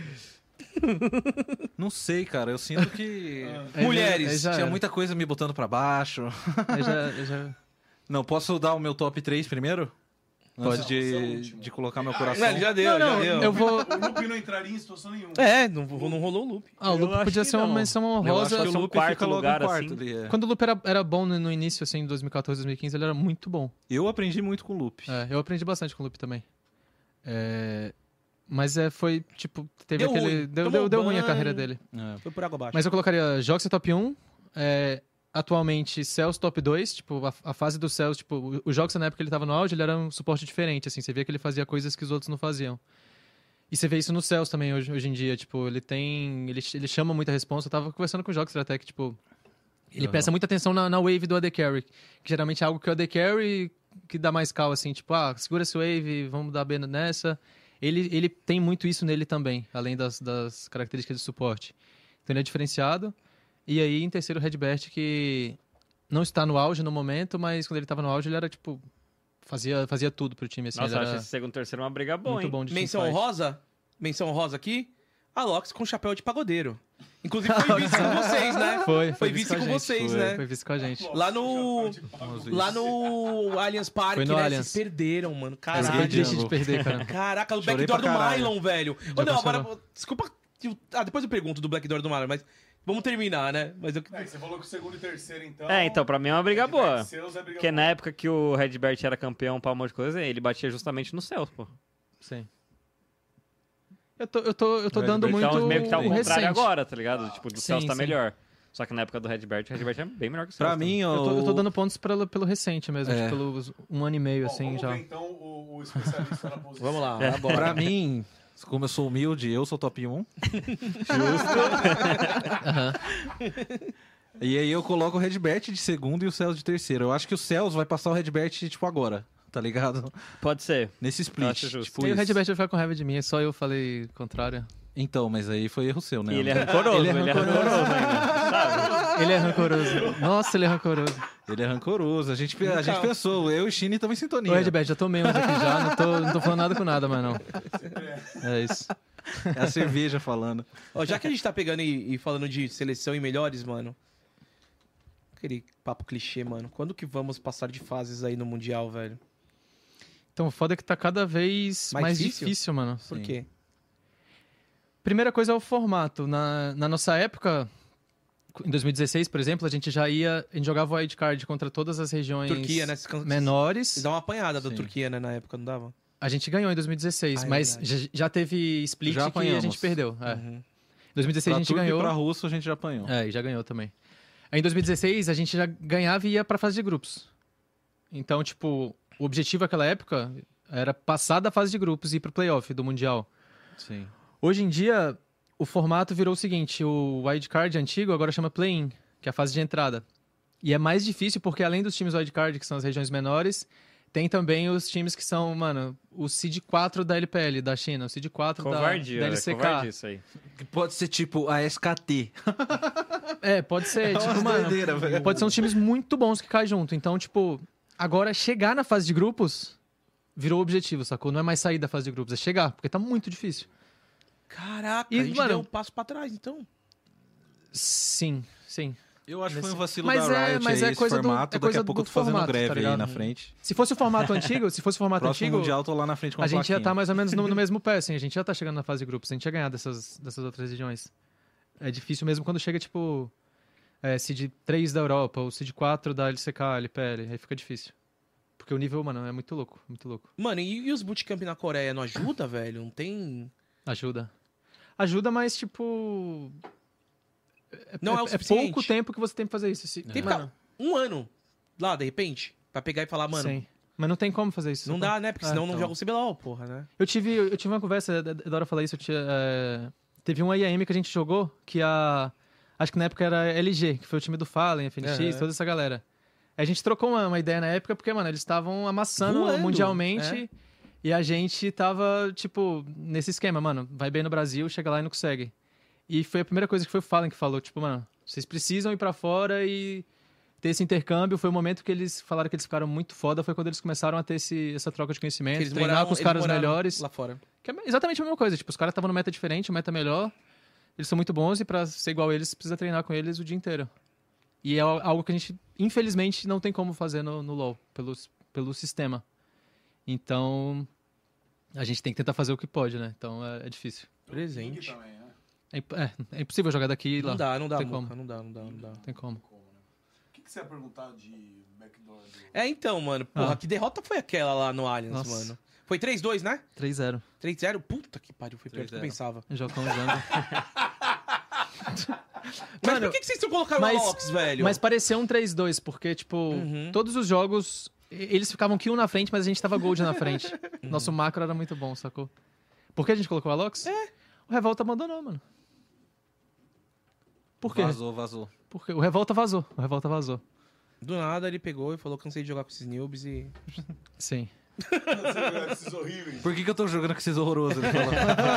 Não sei, cara. Eu sinto que Aí Mulheres, aí já tinha era. muita coisa me botando pra baixo. Aí já... Não, posso dar o meu top 3 primeiro? Antes Pode. Seu de, último. de colocar meu coração. Não, ele já deu, já deu. Eu vou... O Lupe não entraria em situação nenhuma. É, não rolou o loop. Ah, o Eu Lupe acho podia que ser uma não. menção Eu acho honrosa. que o ser um Lupe quarto fica logo lugar, no quarto assim. ali. É. Quando o Lupe era bom no início, assim, em 2014, 2015, ele era muito bom. Eu aprendi muito com o Lupe. É, eu aprendi bastante com o Lupe também. Mas foi, tipo, teve Deu aquele... ruim. Deu Tomou ruim a banho. carreira dele. É. Foi por água abaixo. Mas eu colocaria Joxer top 1, atualmente Celso top 2, tipo, a fase do Celso, tipo, o Joxer na época que ele tava no auge, ele era um suporte diferente, assim, você via que ele fazia coisas que os outros não faziam. E você vê isso no Celso também hoje em dia, tipo, ele chama muita responsa. Eu tava conversando com o Joxer até que, tipo, ele presta muita atenção na wave do AD Carry, que geralmente é algo que o AD Carry que dá mais cal, assim, tipo, segura esse wave, vamos dar bem nessa. Ele tem muito isso nele também, além das características de suporte. Então ele é diferenciado. E aí, em terceiro, o Redbert, que não está no auge no momento, mas quando ele estava no auge, ele era, tipo, fazia tudo pro time, assim. Nossa, ele eu acho era esse segundo e terceiro uma briga boa, muito hein? bom de Menção teamfight. honrosa? Menção honrosa aqui? A Lox com chapéu de pagodeiro. Inclusive foi vice com vocês, né? Foi vice com a gente, vocês, foi, né? Foi vice com a gente. Lá no Allianz Parque, Foi no né? Allianz. Vocês perderam, mano. Mas é Caralho. triste de perder, cara. Caraca, o Chorei backdoor pra do caralho. Mylon, velho. Ô, não, passou, agora. Desculpa. Depois eu pergunto do backdoor do Mylon, mas vamos terminar, né? Mas eu. Você falou que o segundo e terceiro, então... Então, pra mim é uma briga boa. Seus é briga Porque boa. na época que o Redbert era campeão pra um monte de coisa, ele batia justamente no Celso, pô. Sim. Eu tô dando Redbert muito Então, meio que tá ao o contrário recente. agora, tá ligado? Tipo, o Sim, Celso tá sim. melhor. Só que na época do Redbert, o Redbert é bem melhor que o Celso. Pra mim, Eu tô dando pontos pelo recente mesmo, É. tipo, pelos 1 ano e meio, Bom, assim, vamos já. ver, então, o especialista na posição. Vamos lá, É. bora. pra mim, como eu sou humilde, eu sou top 1. E aí eu coloco o Redbert de segundo e o Celso de terceiro. Eu acho que o Celso vai passar o Redbert, tipo, agora. Tá ligado? Pode ser. Nesse Eu split. acho justo. Tipo E o isso. Redbert vai ficar com raiva de mim, só eu falei contrário. Então, mas aí foi erro seu, né? E ele é rancoroso, Ele é rancoroso. ainda, sabe? Ele é rancoroso. Nossa, ele é rancoroso. Ele é rancoroso. A gente pensou, eu e o Shine estamos em sintonia. Ô, Redbert, já tomei uns aqui já, não tô falando nada com nada, mas não. É isso. É a cerveja falando. Ó, já que a gente tá pegando e falando de seleção e melhores, mano. Aquele papo clichê, mano. Quando que vamos passar de fases aí no Mundial, velho? Então, o foda é que tá cada vez Mais mais difícil? difícil, mano. Por Sim. quê? Primeira coisa é o formato. Na nossa época, em 2016, por exemplo, a gente jogava o wildcard contra todas as regiões Turquia, né? menores. Você dá uma apanhada da Sim. Turquia, né? Na época, não dava? A gente ganhou em 2016, Ah, é mas verdade. já teve split Já que a apanhamos. gente perdeu. É. Uhum. Em 2016 Pra a gente turco ganhou. e pra russo a gente já apanhou. E já ganhou também. Aí em 2016 a gente já ganhava e ia pra fase de grupos. Então, tipo, o objetivo naquela época era passar da fase de grupos e ir pro playoff do Mundial. Sim. Hoje em dia, o formato virou o seguinte, o wildcard antigo agora chama play-in, que é a fase de entrada. E é mais difícil porque além dos times wildcard, que são as regiões menores, tem também os times que são, mano, o Seed 4 da LPL, da China, o Seed 4 Covardia, da é LCK. covardia isso aí. Que pode ser tipo a SKT. Pode ser, tipo, umas mano, doideira, velho. pode ser uns times muito bons que caem junto. Então, tipo, agora chegar na fase de grupos virou o objetivo, sacou? Não é mais sair da fase de grupos, é chegar, porque tá muito difícil. Caraca, E, a gente mano, deu um passo pra trás, então. Sim. Eu acho que foi um vacilo Mas da é- Riot mas aí, é esse coisa do- formato. é Daqui coisa a pouco eu do tô fazendo formato, tá greve aí ligado? na frente. Se fosse o formato antigo, Próximo Mundial, tô lá na frente com a uma gente ia estar plaquinha. mais ou menos no mesmo pé, assim. A gente já tá chegando na fase de grupos, a gente ia ganhar dessas outras regiões. É difícil mesmo quando chega, tipo, Seed 3 da Europa, ou Seed 4 da LCK, LPL, aí fica difícil. Porque o nível, mano, é muito louco, muito louco. Mano, e os bootcamp na Coreia não ajuda, velho? Não tem. Ajuda. Ajuda, mas, tipo... Não é o suficiente. pouco tempo que você tem pra fazer isso. Tem que Mano, ficar um ano lá, de repente, pra pegar e falar, mano, sim. Mas não tem como fazer isso. não sacou? dá, né? Porque senão não então. joga o CBLOL, porra, né? Eu tive uma conversa, é da hora falar isso, teve um IAM que a gente jogou, que acho que na época era LG, que foi o time do Fallen, FNX, Uhum. toda essa galera. A gente trocou uma ideia na época, porque, mano, eles estavam amassando Voando, mundialmente, e a gente tava, tipo, nesse esquema, mano, vai bem no Brasil, chega lá e não consegue. E foi a primeira coisa que foi o Fallen que falou, tipo, mano, vocês precisam ir pra fora e ter esse intercâmbio. Foi o momento que eles falaram que eles ficaram muito foda, foi quando eles começaram a ter essa troca de Que conhecimento, eles treinar moraram- com os eles caras moraram melhores. lá fora. Que é exatamente a mesma coisa, tipo, os caras estavam no meta diferente, meta melhor, eles são muito bons e pra ser igual a eles, precisa treinar com eles o dia inteiro. E é algo que a gente, infelizmente, não tem como fazer no LoL, pelo sistema. Então, a gente tem que tentar fazer o que pode, né? Então, é difícil. Presente. Também, né? É impossível jogar daqui e lá. Não dá, Tem Muca, como. não dá. Tem como. O que você ia perguntar de backdoor? É, então, mano, porra, que derrota foi aquela lá no Allianz, Nossa. mano? Foi 3-2, né? 3-0. 3-0? Puta que pariu, foi pior do que eu 3-0. pensava. Jocão jungle. Mas Mano, por que vocês não colocaram mas- o Alox, velho? Mas pareceu um 3-2, porque, tipo, Uhum. todos os jogos, eles ficavam kill na frente, mas a gente tava gold na frente. Uhum. Nosso macro era muito bom, sacou? Por que a gente colocou o Alox? O Revolta abandonou, mano. Por quê? Vazou. Porque o Revolta vazou. Do nada ele pegou e falou, cansei de jogar com esses noobs e... Sim. Esses horríveis. Por que eu tô jogando com esses horrorosos? Ele falou.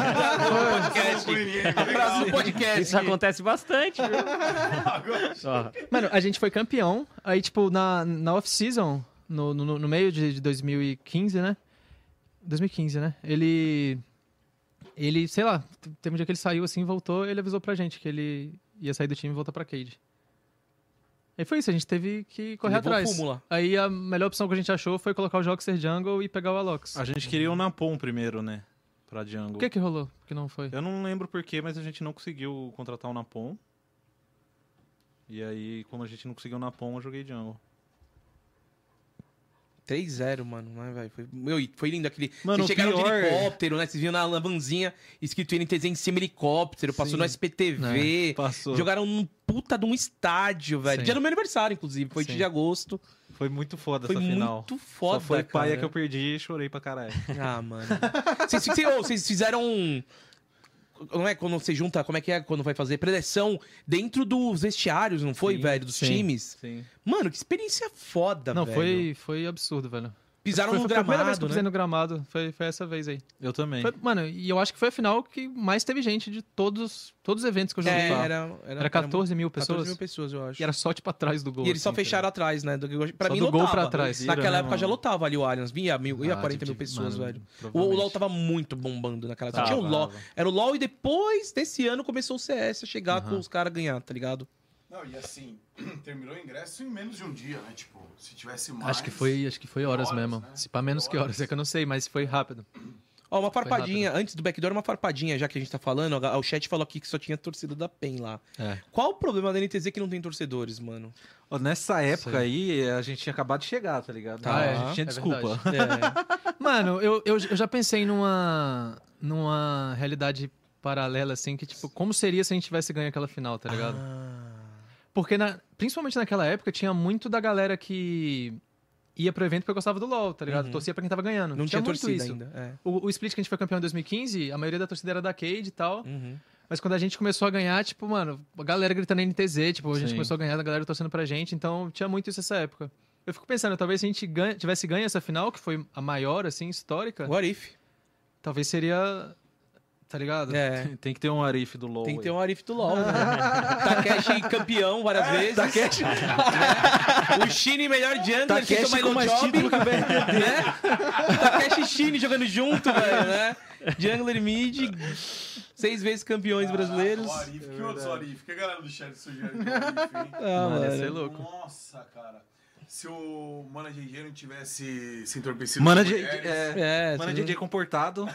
Frase do podcast. Isso acontece bastante, viu? Ó, Mano, a gente foi campeão. Aí, tipo, na off-season, no meio de 2015, né? 2015, né? Ele, sei lá, teve um dia que ele saiu assim, voltou, ele avisou pra gente que ele ia sair do time e voltar pra Cade. Aí foi isso, a gente teve que correr Levou atrás. fumo lá. Aí a melhor opção que a gente achou foi colocar o Joxer Jungle e pegar o Alox. A gente queria o Napom primeiro, né? Pra Jungle. O que rolou? Que não foi? Eu não lembro porquê, mas a gente não conseguiu contratar o Napom. E aí, como a gente não conseguiu o Napom, eu joguei Jungle. 3-0, mano, né, velho? Foi lindo aquele... Mano, Vocês chegaram pior- de helicóptero, né? Vocês viram na vanzinha escrito NTZ em cima, helicóptero, passou Sim. no SPTV. Passou. Jogaram num puta de um estádio, velho. Sim. Dia do meu aniversário, inclusive. Foi Sim. de agosto. Foi muito foda Foi essa final. muito foda, Só foi cara. paia que eu perdi e chorei pra caralho. Ah, mano. Vocês fizeram não é quando você junta, como é que é quando vai fazer preleção dentro dos vestiários, não foi, Sim, velho? Dos sim. times. Sim. Mano, que experiência foda, Não, velho. foi absurdo, velho. Pisaram no foi a primeira vez que gramado, eu pisei né? no gramado. Foi essa vez aí. Eu também. Mano, e eu acho que foi a final que mais teve gente de todos os eventos que eu joguei. É, Era 14 mil pessoas. 14 mil pessoas, eu acho. E era só, tipo, atrás do gol. E eles só assim, fecharam tá atrás, né? Pra Só mim, do gol lotava. pra trás. Naquela né, época já mano? lotava ali o Allianz. Ia ligado? 40 mil pessoas, mano, velho. O provavelmente. LoL tava muito bombando naquela época. Tava. Tinha o LoL. Era o LoL e depois desse ano começou o CS a chegar com os caras ganhar, tá ligado? Não, e assim, terminou o ingresso em menos de um dia, né? Tipo, se tivesse mais... Acho que foi horas mesmo. né? Se pá, menos que horas. É que eu não sei, mas foi rápido. Ó, uma farpadinha, antes do backdoor, uma farpadinha, já que a gente tá falando, o chat falou aqui que só tinha torcida da PEN lá. É. Qual o problema da NTZ que não tem torcedores, mano? Ó, nessa época Sei. aí, a gente tinha acabado de chegar, tá ligado? Tá, a gente tinha é desculpa. É. Mano, eu já pensei numa realidade paralela, assim, que, tipo, como seria se a gente tivesse ganho aquela final, tá ligado? Porque, principalmente naquela época, tinha muito da galera que ia pro evento porque gostava do LoL, tá ligado? Uhum. Torcia pra quem tava ganhando. Não tinha muito torcida isso. ainda. É. O Split que a gente foi campeão em 2015, a maioria da torcida era da Cade e tal. Uhum. Mas quando a gente começou a ganhar, tipo, mano, a galera gritando NTZ, tipo, a gente Sim. começou a ganhar, a galera torcendo pra gente, então tinha muito isso nessa época. Eu fico pensando, talvez se a gente tivesse ganho essa final, que foi a maior, assim, histórica, What if? talvez seria, tá ligado? É. Tem que ter um Arif do LoL. Tem que ter aí. um Arif do LoL, né? Takeshi campeão várias vezes. Takeshi. O Shine melhor jungler, Takeshi que toma com mais job, título que o BRTT. né? Takeshi e Shine jogando junto, velho, né? Jungler mid, 6 vezes campeões brasileiros. O Arif, que outros Arif? Que a galera do chat sugere que o Arif, hein? Ah, Mano, ia mano. ser louco. Nossa, cara. Se o Mana GG não tivesse se entorpecido... Mana com de, mulheres, É, Mana você DJ comportado.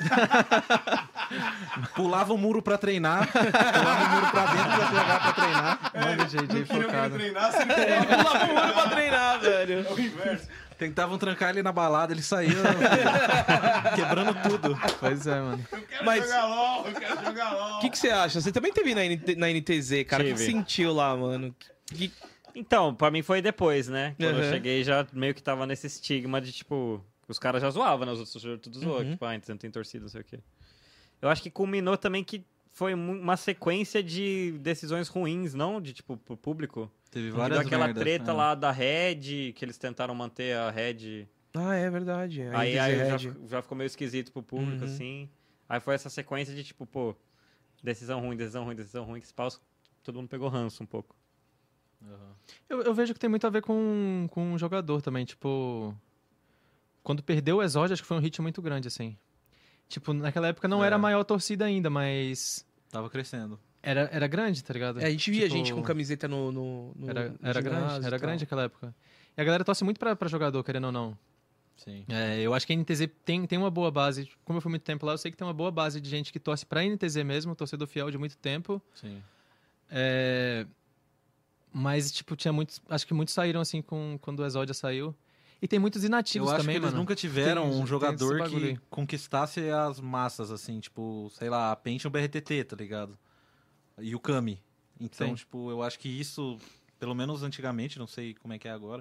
Pulava o muro pra treinar. Pulava o muro pra dentro pra jogar pra treinar. Mano, JJ não queria que ele focado. treinasse, ele Pula muro pra treinar, velho. É o inverso. Tentavam trancar ele na balada, ele saía quebrando tudo. Pois é, mano. Eu quero Mas- jogar LOL, eu quero jogar LOL. O que você acha? Você também teve na NTZ, cara. O que Tive. você sentiu lá, mano? Que- Então, pra mim foi depois, né? Quando eu Uhum. cheguei já meio que tava nesse estigma de, tipo, os caras já zoavam, né? Os outros jogos tudo zoou, Uhum. tipo, você não tem torcida, não sei o quê. Eu acho que culminou também que foi uma sequência de decisões ruins, não? De, tipo, pro público. Teve Devido várias àquela merdas, treta né? lá da Red, que eles tentaram manter a Red. Ah, é verdade. A Aí NTZ já, Red. já ficou meio esquisito pro público, Uhum. assim. Aí foi essa sequência de, tipo, pô, decisão ruim, que esse pau, todo mundo pegou ranço um pouco. Eu vejo que tem muito a ver com o jogador também, tipo... Quando perdeu o Exódio, acho que foi um hit muito grande, assim. Tipo, naquela época não era a maior torcida ainda, mas... Tava crescendo. Era grande, tá ligado? A gente via Tipo, gente com camiseta no Era grande aquela época. E a galera torce muito pra jogador, querendo ou não. Sim. Eu acho que a NTZ tem uma boa base. Como eu fui muito tempo lá, eu sei que tem uma boa base de gente que torce pra NTZ mesmo, torcedor fiel de muito tempo. Sim. Mas, tipo, tinha muitos... Acho que muitos saíram, assim, quando o Exódia saiu. E tem muitos inativos Eu acho também, que eles mano. nunca tiveram Tem um jogador esse bagulho que aí. conquistasse as massas, assim, tipo, sei lá, a Pentium BRTT, tá ligado? E o Kami. Então, Sim. tipo, eu acho que isso, pelo menos antigamente, não sei como é que é agora,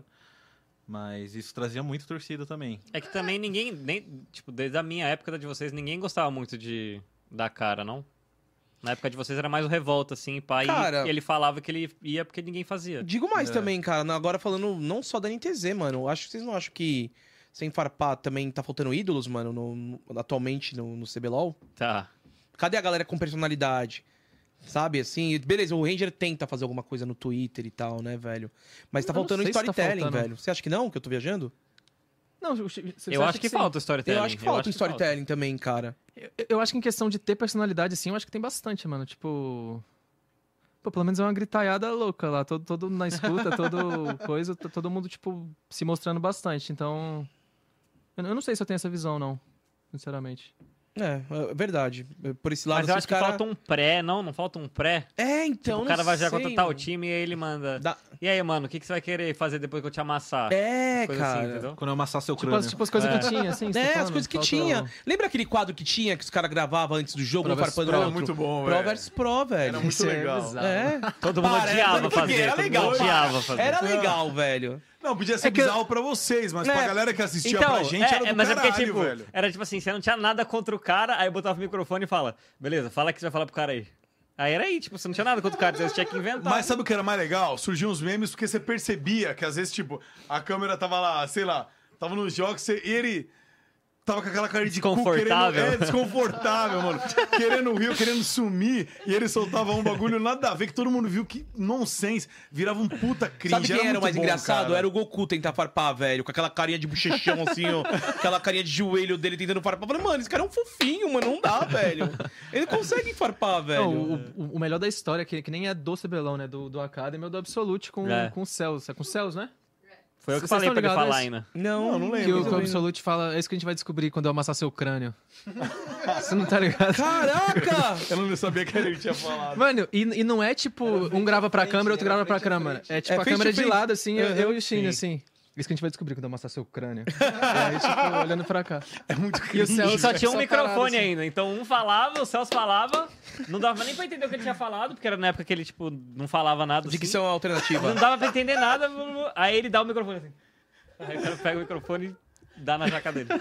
mas isso trazia muito torcida também. É que também tipo, desde a minha época da de vocês, ninguém gostava muito da cara, não? Na época de vocês era mais o Revolta, assim, pá, Cara- e ele falava que ele ia porque ninguém fazia. Digo mais também, cara. Agora falando não só da NTZ, mano. Eu acho que vocês não acham que sem farpar também tá faltando ídolos, mano, atualmente no CBLOL? Tá. Cadê a galera com personalidade? Sabe, assim, beleza, o Ranger tenta fazer alguma coisa no Twitter e tal, né, velho? Mas tá Eu não faltando sei se tá storytelling, faltando. velho. Você acha que não, que eu tô viajando? Não, Eu acho que sim. falta o storytelling. Eu acho que falta um storytelling também, cara. Eu acho que em questão de ter personalidade, assim, eu acho que tem bastante, mano. Tipo... Pô, pelo menos é uma gritaiada louca lá. Todo na escuta, todo coisa, todo mundo, tipo, se mostrando bastante. Então... Eu não sei se eu tenho essa visão, não. Sinceramente. É verdade. Por esse lado, Mas eu assim, acho que falta um pré, não falta um pré? Então, Tipo, o cara vai já sei, contratar o mano. time e aí ele manda. Dá- E aí, mano, o que você vai querer fazer depois que eu te amassar? Coisa cara. assim, entendeu? Quando eu amassar seu Tipo, crânio. tipo as coisas que tinha, assim. você tá As falando? coisas que Falta tinha. Lembra aquele quadro que tinha, que os caras gravavam antes do jogo, Pro um versus farpando Pro. o Era outro? muito bom, Pro velho. versus Pro, velho. Era muito Isso é legal. bizarro. É. Todo mundo Parece, odiava porque fazer. era todo legal, mundo odiava fazer. Era legal, velho. Não, podia ser É que eu- bizarro pra vocês, mas É. pra galera que assistia Então, pra gente era do mas caralho, é porque, tipo, velho. era tipo assim, você não tinha nada contra o cara, aí eu botava o microfone e fala, beleza, fala o que você vai falar pro cara aí. Aí era aí, tipo, você não tinha nada contra o cara, você tinha que inventar. Mas sabe o que era mais legal? Surgiam uns memes porque você percebia que às vezes, tipo, a câmera tava lá, sei lá, tava nos jogos e ele tava com aquela cara de cu Desconfortável. querendo, desconfortável, mano. Querendo rir, querendo sumir. E ele soltava um bagulho nada a ver, que todo mundo viu que nonsense. Virava um puta cringe. Sabe quem era o muito mais bom, engraçado? cara. Era o Goku tentar farpar, velho. Com aquela carinha de bochechão, assim, ó. Aquela carinha de joelho dele tentando farpar. Eu falei, mano, esse cara é um fofinho, mano. Não dá, velho. Ele consegue farpar, velho. Não, o melhor da história, que nem é do CBLOL, né? Do Academy, é o do Absolute com o Cells. É com o Cells, né? Foi eu que Vocês falei estão pra ele ligados falar a ainda. Não Que o Absolute fala, é isso que a gente vai descobrir quando eu amassar seu crânio. Você não tá ligado? Caraca! Eu não sabia que ele tinha falado. Mano, e não é tipo, um grava pra câmera, outro grava pra câmera. É tipo É a face câmera to de face. lado, assim, eu e o Shin, Sim. assim. Isso que a gente vai descobrir quando eu amassar seu crânio. E aí, tipo, olhando pra cá. É muito E o cringe. Celso Só tinha um essa microfone parada, assim. ainda, então um falava, o Celso falava, não dava nem pra entender o que ele tinha falado, porque era na época que ele, tipo, não falava nada assim. Dicção alternativa. Não dava pra entender nada, aí ele dá o microfone assim. Aí o cara pega o microfone e dá na jaca dele.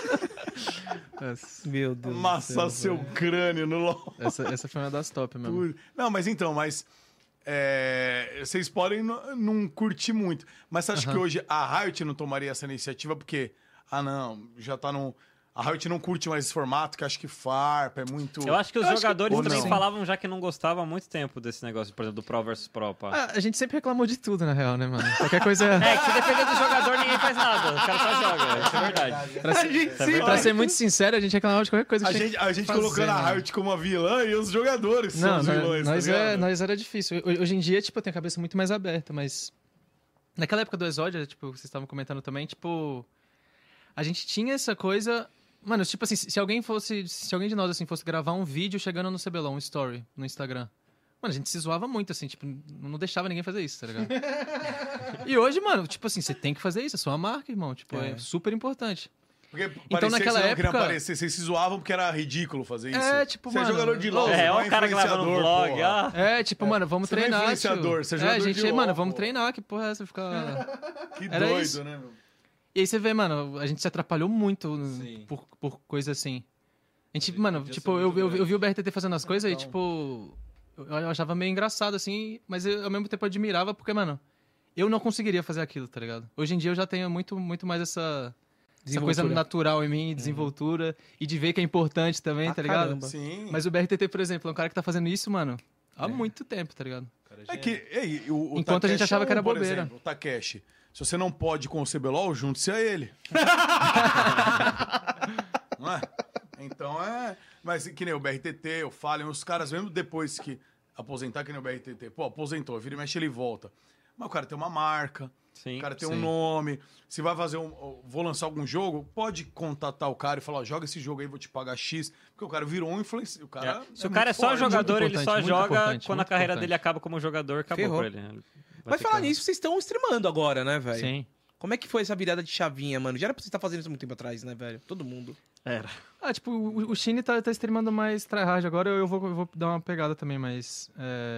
Meu Deus. Amassar seu crânio no LOL. Essa foi uma das top mesmo. Não, mas então, vocês podem não curtir muito. Mas você acha que hoje a Riot não tomaria essa iniciativa porque, já tá num... A Riot não curte mais esse formato, que acho que farpa, é muito... Eu acho que os jogadores ou também não. falavam já que não gostavam há muito tempo desse negócio, por exemplo, do Pro versus Pro, pá. A gente sempre reclamou de tudo, na real, né, mano? Qualquer coisa... É, que se depender do jogador, ninguém faz nada. O cara só joga, isso é verdade. Pra ser muito sincero, a gente reclamava de qualquer coisa. A que tinha gente, que a gente fazer, colocando a mano. Riot como a vilã e os jogadores são Não, os vilões, nós, tá ligado? nós era difícil. Hoje em dia, tipo, eu tenho a cabeça muito mais aberta, mas... Naquela época do Exódia, tipo, vocês estavam comentando também, tipo... A gente tinha essa coisa... Mano, tipo assim, se alguém de nós, assim, fosse gravar um vídeo chegando no CBLOL, um story, no Instagram... Mano, a gente se zoava muito, assim, tipo, não deixava ninguém fazer isso, tá ligado? E hoje, mano, tipo assim, você tem que fazer isso, é sua marca, irmão. Tipo, é super importante. Porque Então, parecia naquela que vocês não queriam época- aparecer, vocês se zoavam porque era ridículo fazer isso. É, tipo, você mano, é jogador de LoL, É, você não olha o cara gravando um influenciador, vlog, porra. ah. É, tipo, mano, vamos Você não é treinar, influenciador, tio. você é É, jogador a gente, de LoL, mano, vamos pô. treinar, que porra é essa? Ficar... Que Era doido, isso. né, meu? E aí você vê, mano, a gente se atrapalhou muito Sim. por coisa assim. A gente, mano, tipo, eu vi o BRTT fazendo as coisas e, tipo, eu achava meio engraçado, assim, mas eu, ao mesmo tempo admirava porque, mano, eu não conseguiria fazer aquilo, tá ligado? Hoje em dia eu já tenho muito mais essa coisa natural em mim, desenvoltura, e de ver que é importante também, tá ligado? caramba. Sim. Mas o BRTT, por exemplo, é um cara que tá fazendo isso, mano, há muito tempo, tá ligado? É que o Enquanto a gente Takeshi achava que era por bobeira. exemplo, o Takeshi, se você não pode com o CBLOL, junte-se a ele. Não é? Então Mas que nem o BRTT, o Fallen, os caras, mesmo depois que aposentar, que nem o BRTT, pô, aposentou, vira e mexe, ele volta. Mas o cara tem uma marca, Sim, o cara tem sim. um nome. Se vai fazer vou lançar algum jogo, pode contatar o cara e falar, ó, joga esse jogo aí, vou te pagar X. Porque o cara virou um influencer. O cara Se o cara é muito só forte. jogador, ele importante, só muito joga importante, quando a muito carreira importante. dele acaba como jogador, acabou Ferrou. pra ele. Vai Mas ter falar que- nisso, vocês estão streamando agora, né, velho? Sim. Como é que foi essa virada de chavinha, mano? Já era pra você estar fazendo isso muito tempo atrás, né, velho? Todo mundo. Era. Ah, tipo, o Shine tá streamando mais tryhard agora, eu vou dar uma pegada também, mas...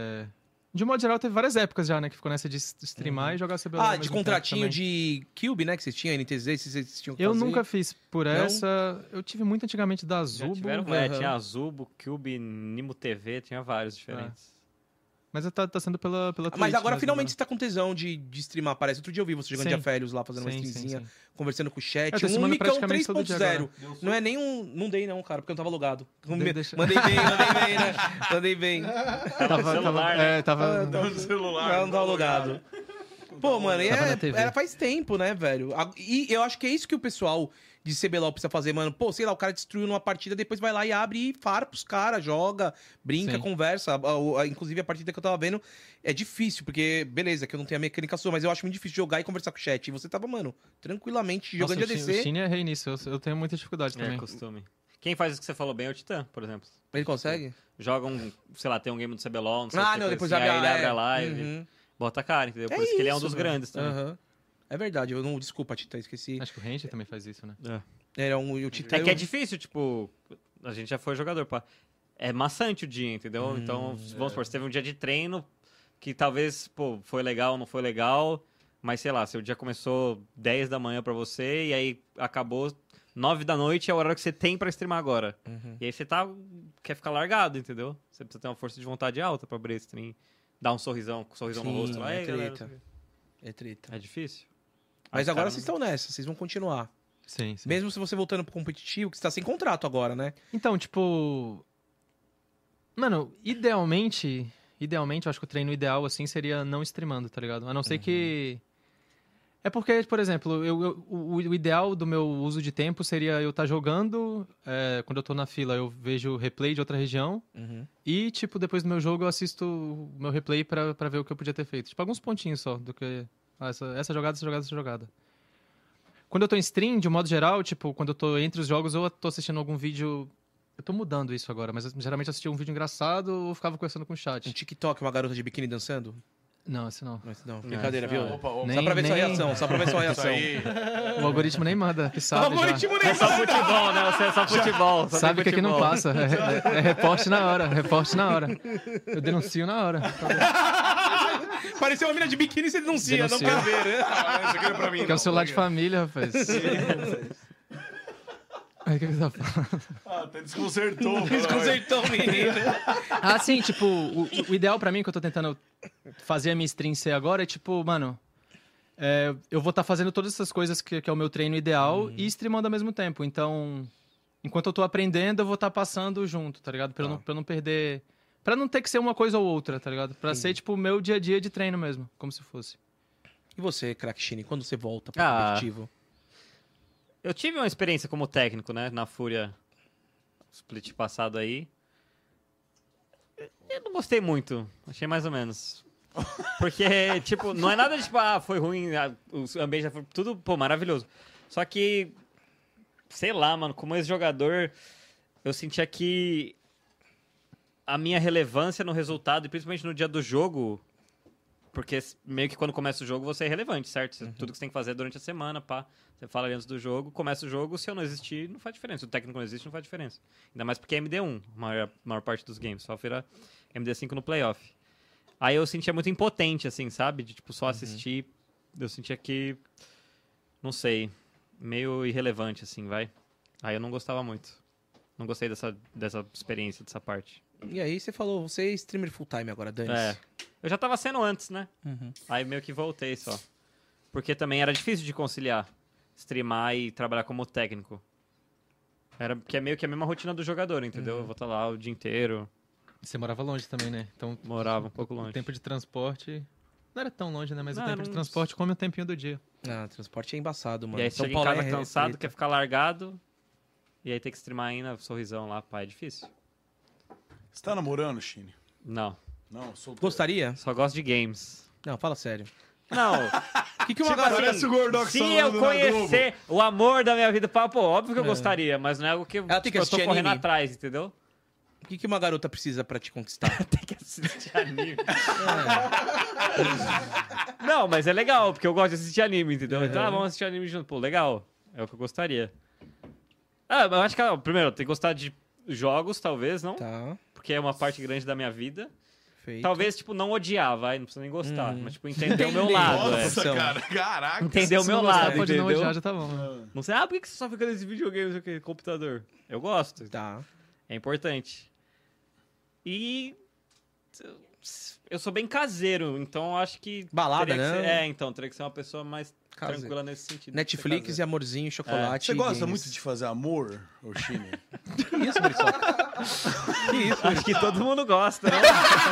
De um modo geral, teve várias épocas já, né? Que ficou nessa de streamar e jogar CBLOL ao De mesmo contratinho tempo também. de Cube, né? Que vocês tinham, NTZ, vocês tinham que Eu fazer. nunca fiz por Não? essa. Eu tive muito antigamente da Já Azubo, tiveram, Aham. tinha Azubo, Cube, Nimo TV, tinha vários diferentes. mas tá sendo pela Mas Twitch agora mesmo, finalmente né? você tá com tesão de streamar, parece. Outro dia eu vi você jogando Sim. de Afélios lá, fazendo uma Sim, streamzinha, sim, sim. conversando com o chat. Eu tô Um streamando micão praticamente todo dia 3.0. agora. Não é nem um... Não dei não, cara, porque eu não tava logado. Deixa- Mandei bem, né? Mandei bem. Tava no celular, né? Tava... No celular. Não tava logado. Pô, mano, Tava na TV. era faz tempo, né, velho? E eu acho que é isso que o pessoal de CBLOL precisa fazer, mano. Pô, sei lá, o cara destruiu numa partida, depois vai lá e abre e fara pros caras, joga, brinca, Sim. conversa. Inclusive, a partida que eu tava vendo é difícil, porque, beleza, que eu não tenho a mecânica sua, mas eu acho muito difícil jogar e conversar com o chat. E você tava, mano, tranquilamente jogando Nossa, de O ADC. Shine é rei nisso, eu tenho muita dificuldade É, também. costume. Quem faz isso que você falou bem é o Titã, por exemplo. Ele consegue? Joga sei lá, tem um game do CBLOL, não sei o que, Ah, não, coisa depois assim, abre aí ele abre a é. live, Uhum. bota a cara, entendeu? Por É isso que ele é um isso, dos velho. grandes também. Aham. É verdade, eu não. Desculpa, Titã, esqueci. Acho que o Ranger também faz isso, né? Era o Titã. É que é difícil, tipo, a gente já foi jogador, pá. É maçante o dia, entendeu? Então, vamos supor, você teve um dia de treino que talvez, pô, foi legal, não foi legal, mas sei lá, seu dia começou 10 da manhã pra você e aí acabou 9 da noite, é o horário que você tem pra streamar agora. Uhum. E aí você quer ficar largado, entendeu? Você precisa ter uma força de vontade alta pra abrir esse stream, dar um sorrisão no Sim, rosto lá. é "Ei, galera", treta. É treta. é difícil. Mas Aí, agora cara, vocês estão nessa, vocês vão continuar. Sim, sim. Mesmo se você voltando pro competitivo, que você tá sem contrato agora, né? Então, tipo... Mano, idealmente, eu acho que o treino ideal, assim, seria não streamando, tá ligado? A não ser que... É porque, por exemplo, o ideal do meu uso de tempo seria eu estar jogando, quando eu tô na fila eu vejo replay de outra região, e, tipo, depois do meu jogo eu assisto o meu replay pra ver o que eu podia ter feito. Tipo, alguns pontinhos só, do que... essa jogada. Quando eu tô em stream, de um modo geral, tipo, quando eu tô entre os jogos, eu tô assistindo algum vídeo... Eu tô mudando isso agora, mas geralmente eu assistia um vídeo engraçado ou ficava conversando com o Um chat. TikTok, uma garota de biquíni dançando? Não, esse não. Mas não, brincadeira, viu? Opa, opa. Nem- Só pra ver sua nem- reação, só pra ver sua Isso reação. aí. O algoritmo nem manda, que sabe já. É só futebol, né? Você é só futebol. só Sabe tem que aqui não futebol. passa. É reporte na hora, reporte na hora. Eu denuncio na hora. Pareceu uma mina de biquíni e você denuncia, não Denuncio. pra ver, né? Ah, isso aqui não é pra mim, Que é não. o celular de família, rapaz. Aí, o que você tá falando? Ah, até desconcertou. Desconcertou o menino. Ah, sim, tipo, o ideal pra mim que eu tô tentando fazer a minha stream ser agora é tipo, mano, eu vou estar fazendo todas essas coisas que é o meu treino ideal e streamando ao mesmo tempo. Então, enquanto eu tô aprendendo, eu vou estar passando junto, tá ligado? Pra eu não perder... Pra não ter que ser uma coisa ou outra, tá ligado? Pra ser, tipo, o meu dia a dia de treino mesmo, como se fosse. E você, Crack Shine, quando você volta pro Ah. competitivo? Eu tive uma experiência como técnico, né? Na Fúria split passado aí. Eu não gostei muito. Achei mais ou menos. Porque, tipo, não é nada de tipo, foi ruim, o ambiente já foi tudo, pô, maravilhoso. Só que, sei lá, mano, como ex-jogador, eu sentia que a minha relevância no resultado, e principalmente no dia do jogo, porque meio que quando começa o jogo você é relevante, certo? Tudo que você tem que fazer durante a semana, pá. Você fala ali antes do jogo, começa o jogo, se eu não existir, não faz diferença. Se o técnico não existe, não faz diferença. Ainda mais porque é MD1, a maior parte dos games. Só vira MD5 no playoff. Aí eu sentia muito impotente, assim, sabe? De, tipo, só assistir. Eu sentia que, não sei, meio irrelevante, assim, vai. Aí eu não gostava muito. Não gostei dessa experiência, dessa parte. E aí você falou, você é streamer full time agora, Dani. Eu já tava sendo antes, né? Uhum. Aí meio que voltei só. Porque também era difícil de conciliar streamar e trabalhar como técnico. Porque é meio que a mesma rotina do jogador, entendeu? Eu vou estar lá o dia inteiro. Você morava longe também, né? Então, Morava um pouco o longe. tempo de transporte... Não era tão longe, né? Mas Não, o tempo era de uns- transporte come o tempinho do dia. Ah, transporte é embaçado, mano. E aí você chega em Paulo casa é cansado, treta. quer ficar largado. E aí tem que streamar ainda, sorrisão lá, pá, é difícil. Você tá namorando, Chine? Não, Não, solteiro. Gostaria? só gosto de games. Não, fala sério. Não, O que uma Parece o Gordox se falando eu na conhecer o amor da minha vida, pô, óbvio que eu É. gostaria, mas não é algo que, Ela tem que eu tô assistir correndo anime? atrás, entendeu? O que uma garota precisa pra te conquistar? Tem que assistir anime. Não, mas é legal, porque eu gosto de assistir anime, entendeu? Então, vamos assistir anime junto. Pô, legal. É o que eu gostaria. Ah, mas eu acho que, primeiro, tem que gostar de jogos, talvez, não? Tá, Porque é uma parte grande da minha vida. feito. Talvez, tipo, não odiar, vai, não precisa nem gostar. Mas, tipo, entender o meu Entender. lado, é. Nossa, cara, caraca. Entender o Se meu não gostar, lado, pode não entendeu? odiar, já tá bom. Né? Não sei, por que você só fica nesse videogame, não sei o que, computador? Eu gosto. Tá. É importante. E eu sou bem caseiro, então eu acho que... Balada, teria que né? ser- então, teria que ser uma pessoa mais Caseiro. tranquila nesse sentido. Netflix e amorzinho, chocolate. Você e gosta games. muito de fazer amor, ô Chine? isso, Muriçoca? Que isso? Acho que todo mundo gosta, né?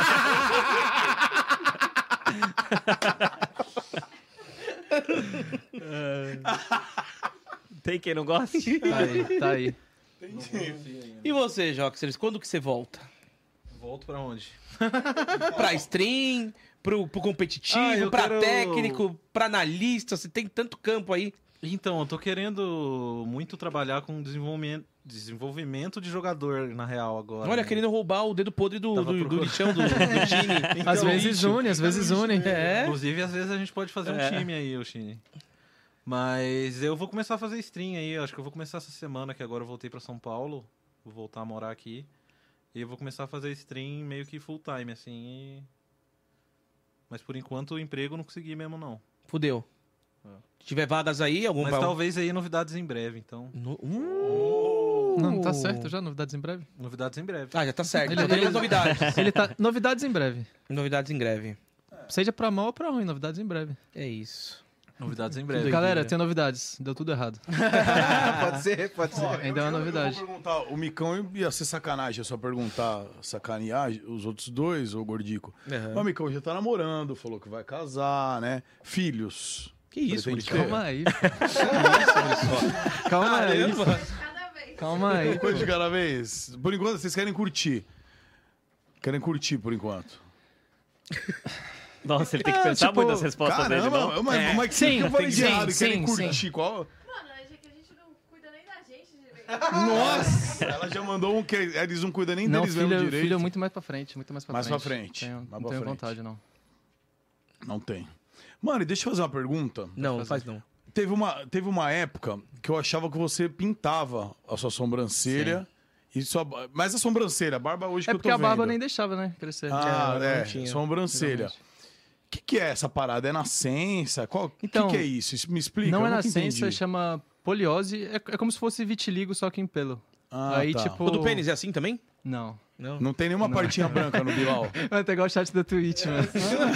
Tem quem não gosta? Tá aí, tá aí. E você, Joxers, quando que você volta? Volto pra onde? Pra stream, pro competitivo, Ah, eu pra quero- técnico, pra analista, você tem tanto campo aí. Então, eu tô querendo muito trabalhar com desenvolvimento de jogador, na real, agora. Olha, né? querendo roubar o dedo podre do Tava do procurando. lixão do Tini. Às Então, vezes une, às vezes une. É? Inclusive, às vezes a gente pode fazer um É. time aí, Oxine. Mas eu vou começar a fazer stream aí. Acho que eu vou começar essa semana, que agora eu voltei pra São Paulo. Vou voltar a morar aqui. E eu vou começar a fazer stream meio que full time, assim. Mas por enquanto o emprego eu não consegui mesmo, não. Fudeu. Se tiver vagas aí, algum... Mas talvez aí novidades em breve, então. Não, tá certo já? Novidades em breve? Novidades em breve. Ah, já tá certo. Ele- Então teremos ele- novidades. Ele tá... Novidades em breve. Novidades em greve. Seja pra mal ou pra ruim, novidades em breve. É isso. Novidades em breve. Doideira. Galera, tem novidades. Deu tudo errado. Pode ser, pode ser. Ainda é uma novidade. Eu vou perguntar, o Micão ia ser sacanagem, é só perguntar, sacanear os outros dois, ô Gordico. Uhum. Mas o Micão já tá namorando, falou que vai casar, né? Filhos. Que isso, Pretende Muriçoca? ter? Calma aí. Calma aí. Cada vez. Calma aí. Depois de cada vez. Por enquanto, vocês querem curtir. Querem curtir por enquanto. Nossa, ele tem que pensar tipo, muito nas respostas dele, Caramba, não? mas como é que Sim, eu falei de sim, errado? sim, Querem sim. curtir qual? Mano, é que a gente não cuida nem da gente direito. Nossa! Ela já mandou um que eles não cuidam nem Não, deles mesmo direito. filho é muito mais pra frente, muito mais pra Mais frente. pra frente, Tenho, mais não pra tenho frente. vontade, não. Não tem. Mano, e deixa eu fazer uma pergunta. Não, faz não. Teve uma época que eu achava que você pintava a sua sobrancelha. E mas a sobrancelha, a barba hoje É que eu tô porque a barba vendo. nem deixava, né, crescer. Ah, não é, tinha, sobrancelha. O que é essa parada? É nascença? O Então, que é isso? Me explica. Não eu é nunca nascença, entendi. chama poliose. É como se fosse vitiligo, só que em pelo. Ah, Aí, tá. tipo... O do pênis é assim também? Não. Não. Não tem nenhuma partinha branca no Bilal. Vai pegar o chat da Twitch, mano.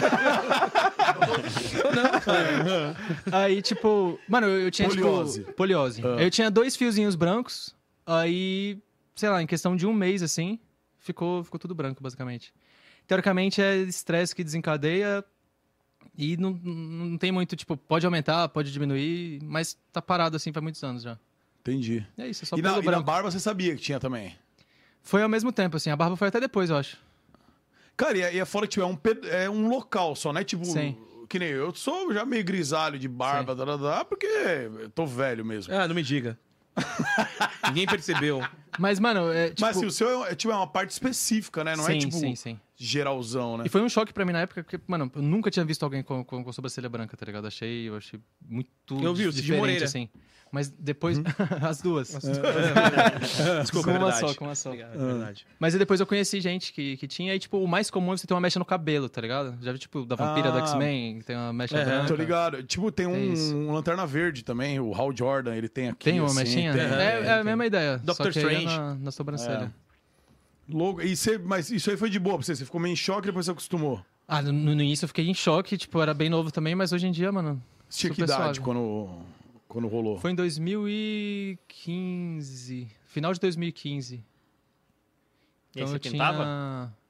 Aí, tipo... Mano, eu tinha, Poliose. tipo... Poliose. Ah. Eu tinha 2 fiozinhos brancos. Aí, sei lá, em questão de um mês, assim, ficou tudo branco, basicamente. Teoricamente, é estresse que desencadeia... E não tem muito, tipo... Pode aumentar, pode diminuir... Mas tá parado, assim, faz muitos anos já. Entendi. É isso, é só E pelo na branco. barba você sabia que tinha também? Foi ao mesmo tempo, assim. A barba foi até depois, eu acho. Cara, e é fora que tipo, é um local só, né? Tipo, Sim. que nem eu sou já meio grisalho de barba, porque eu tô velho mesmo. Ah, não me diga. Ninguém percebeu. Mas, mano, é tipo... Mas assim, o seu é uma parte específica, né? Não sim, é tipo sim. geralzão, né? E foi um choque pra mim na época, porque, mano, eu nunca tinha visto alguém com sobrancelha branca, tá ligado? Eu achei muito Eu vi o Cid diferente, Moreira. assim. Mas depois... As duas. Desculpa, com uma verdade. só, com uma só. Obrigado, é verdade. Mas aí depois eu conheci gente que tinha, e, tipo, o mais comum é você ter uma mecha no cabelo, tá ligado? Já vi, tipo, da Vampira do Ah. X-Men, que tem uma mecha branca. Tô ligado. Tipo, tem É isso. um Lanterna Verde também, o Hal Jordan, ele tem aqui. Tem uma assim, mechinha? tem. É a mesma ideia. Doctor só que aí é Strange. na sobrancelha. Logo, mas isso aí foi de boa pra você? Você ficou meio em choque e depois você acostumou? Ah, no início eu fiquei em choque, tipo, eu era bem novo também, mas hoje em dia, mano... Você tinha que super idade suave. quando rolou? Foi em 2015. Final de 2015. E aí você eu pintava? tinha...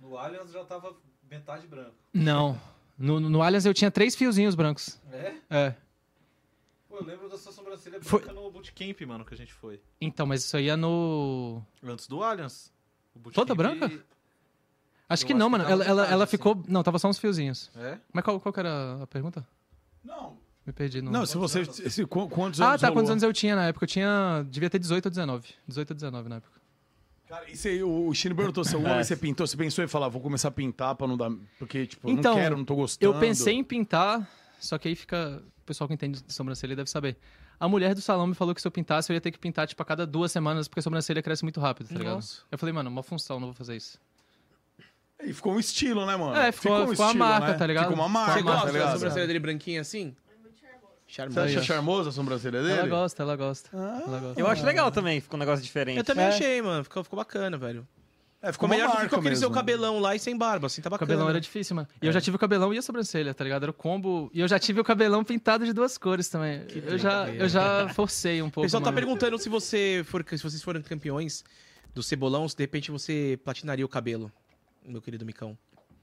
No Allianz já tava metade branco. Não. No Allianz eu tinha 3 fiozinhos brancos. É? É. Pô, eu lembro da sua sobrancelha Foi- branca no bootcamp, mano, que a gente foi. Então, mas isso aí é no... Antes do Allianz. O Toda bootcamp- branca? Acho Eu que não, acho que mano. tava Ela metade, assim. ficou... Não, tava só uns fiozinhos. É? Mas qual que era a pergunta? Não. Me perdi. Não, se você. Quantos anos? Ah, tá. Quantos rolou? anos eu tinha na época? Eu tinha... Devia ter 18 ou 19. 18 ou 19 na época. Cara, isso aí, o Chino perguntou se alguma vez você pintou. Você pensou em falar, vou começar a pintar pra não dar. Porque, tipo, Então, não quero, não tô gostando. Eu pensei em pintar, só que aí fica... O pessoal que entende de sobrancelha deve saber. A mulher do salão me falou que se eu pintasse, eu ia ter que pintar, tipo, a cada 2 semanas, porque a sobrancelha cresce muito rápido, tá ligado? Nossa. Eu falei, mano, uma função, não vou fazer isso. E ficou um estilo, né, mano? É, ficou a marca, tá ligado? Ficou uma marca, Você Ficou gosta tá da ligado? sobrancelha dele branquinha assim? É muito charmoso. Você Charmoso. acha charmosa a sobrancelha dele? Ela gosta. Ela gosta. Eu acho legal também, ficou um negócio diferente. Eu também É. achei, mano. Ficou bacana, velho. É, Ficou uma melhor do que marca com aquele seu mesmo. cabelão lá e sem barba, assim, tá O bacana. cabelão era difícil, mano. E eu já tive o cabelão e a sobrancelha, tá ligado? Era o combo. E eu já tive o cabelão pintado de 2 cores também. Eu já forcei um O pouco. pessoal tá mano. perguntando se vocês forem campeões do Cebolão, se de repente você platinaria o cabelo, meu querido Micão.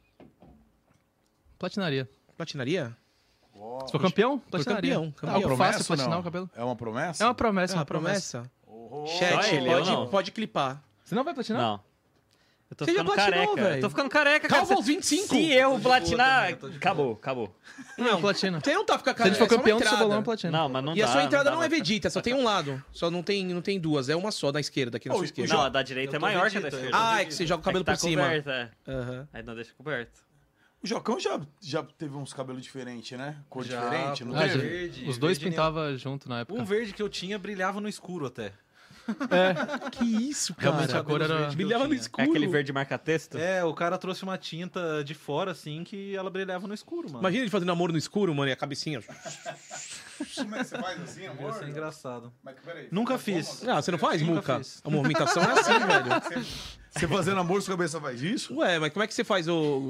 Platinaria. Platinaria? Se for campeão, platinaria. campeão, campeão. Ah, eu Promessa faço ou platinar não? o cabelo. É uma promessa? É uma promessa, É uma promessa? Chat, Só ele, eu não. pode clipar. Você não vai platinar? Não. Eu tô Você já ficando platinou, careca. velho. Eu tô ficando careca, Calma cara. aos 25. Se eu platinar, também, tô de acabou. Não, platina. Você não tá ficando Se a gente for campeão do Cebolão, platina. Não, mas não E dá. a sua entrada não dá é Vegeta, só tem um lado. Só não tem duas, é uma só da esquerda, aqui na Ô, sua o esquerda. Não, a da direita Eu é tô maior que a da Vegeta, esquerda. Ah, é que você joga o cabelo é que por tá cima. coberto, é. Aham. Aí não deixa coberto. O Jocão já teve uns cabelos diferentes, né? Cor Já, diferente, não pô, Ah, teve? já- verde, Os dois verde pintavam junto na época. O verde que eu tinha brilhava no escuro até. Que isso, cara. Realmente, a cor era- Cabelos verdes que eu Brilhava no tinha. escuro. É aquele verde marca-texto? É, o cara trouxe uma tinta de fora, assim, que ela brilhava no escuro, mano. Imagina ele fazendo namoro no escuro, mano, e a cabecinha. Como é que você faz assim, Ia amor? ser engraçado. Mas peraí. Nunca fiz. Não, você não faz, Nunca Muca? fiz. A movimentação é assim, velho. Você fazendo amor, sua cabeça faz isso? Ué, mas como é que você faz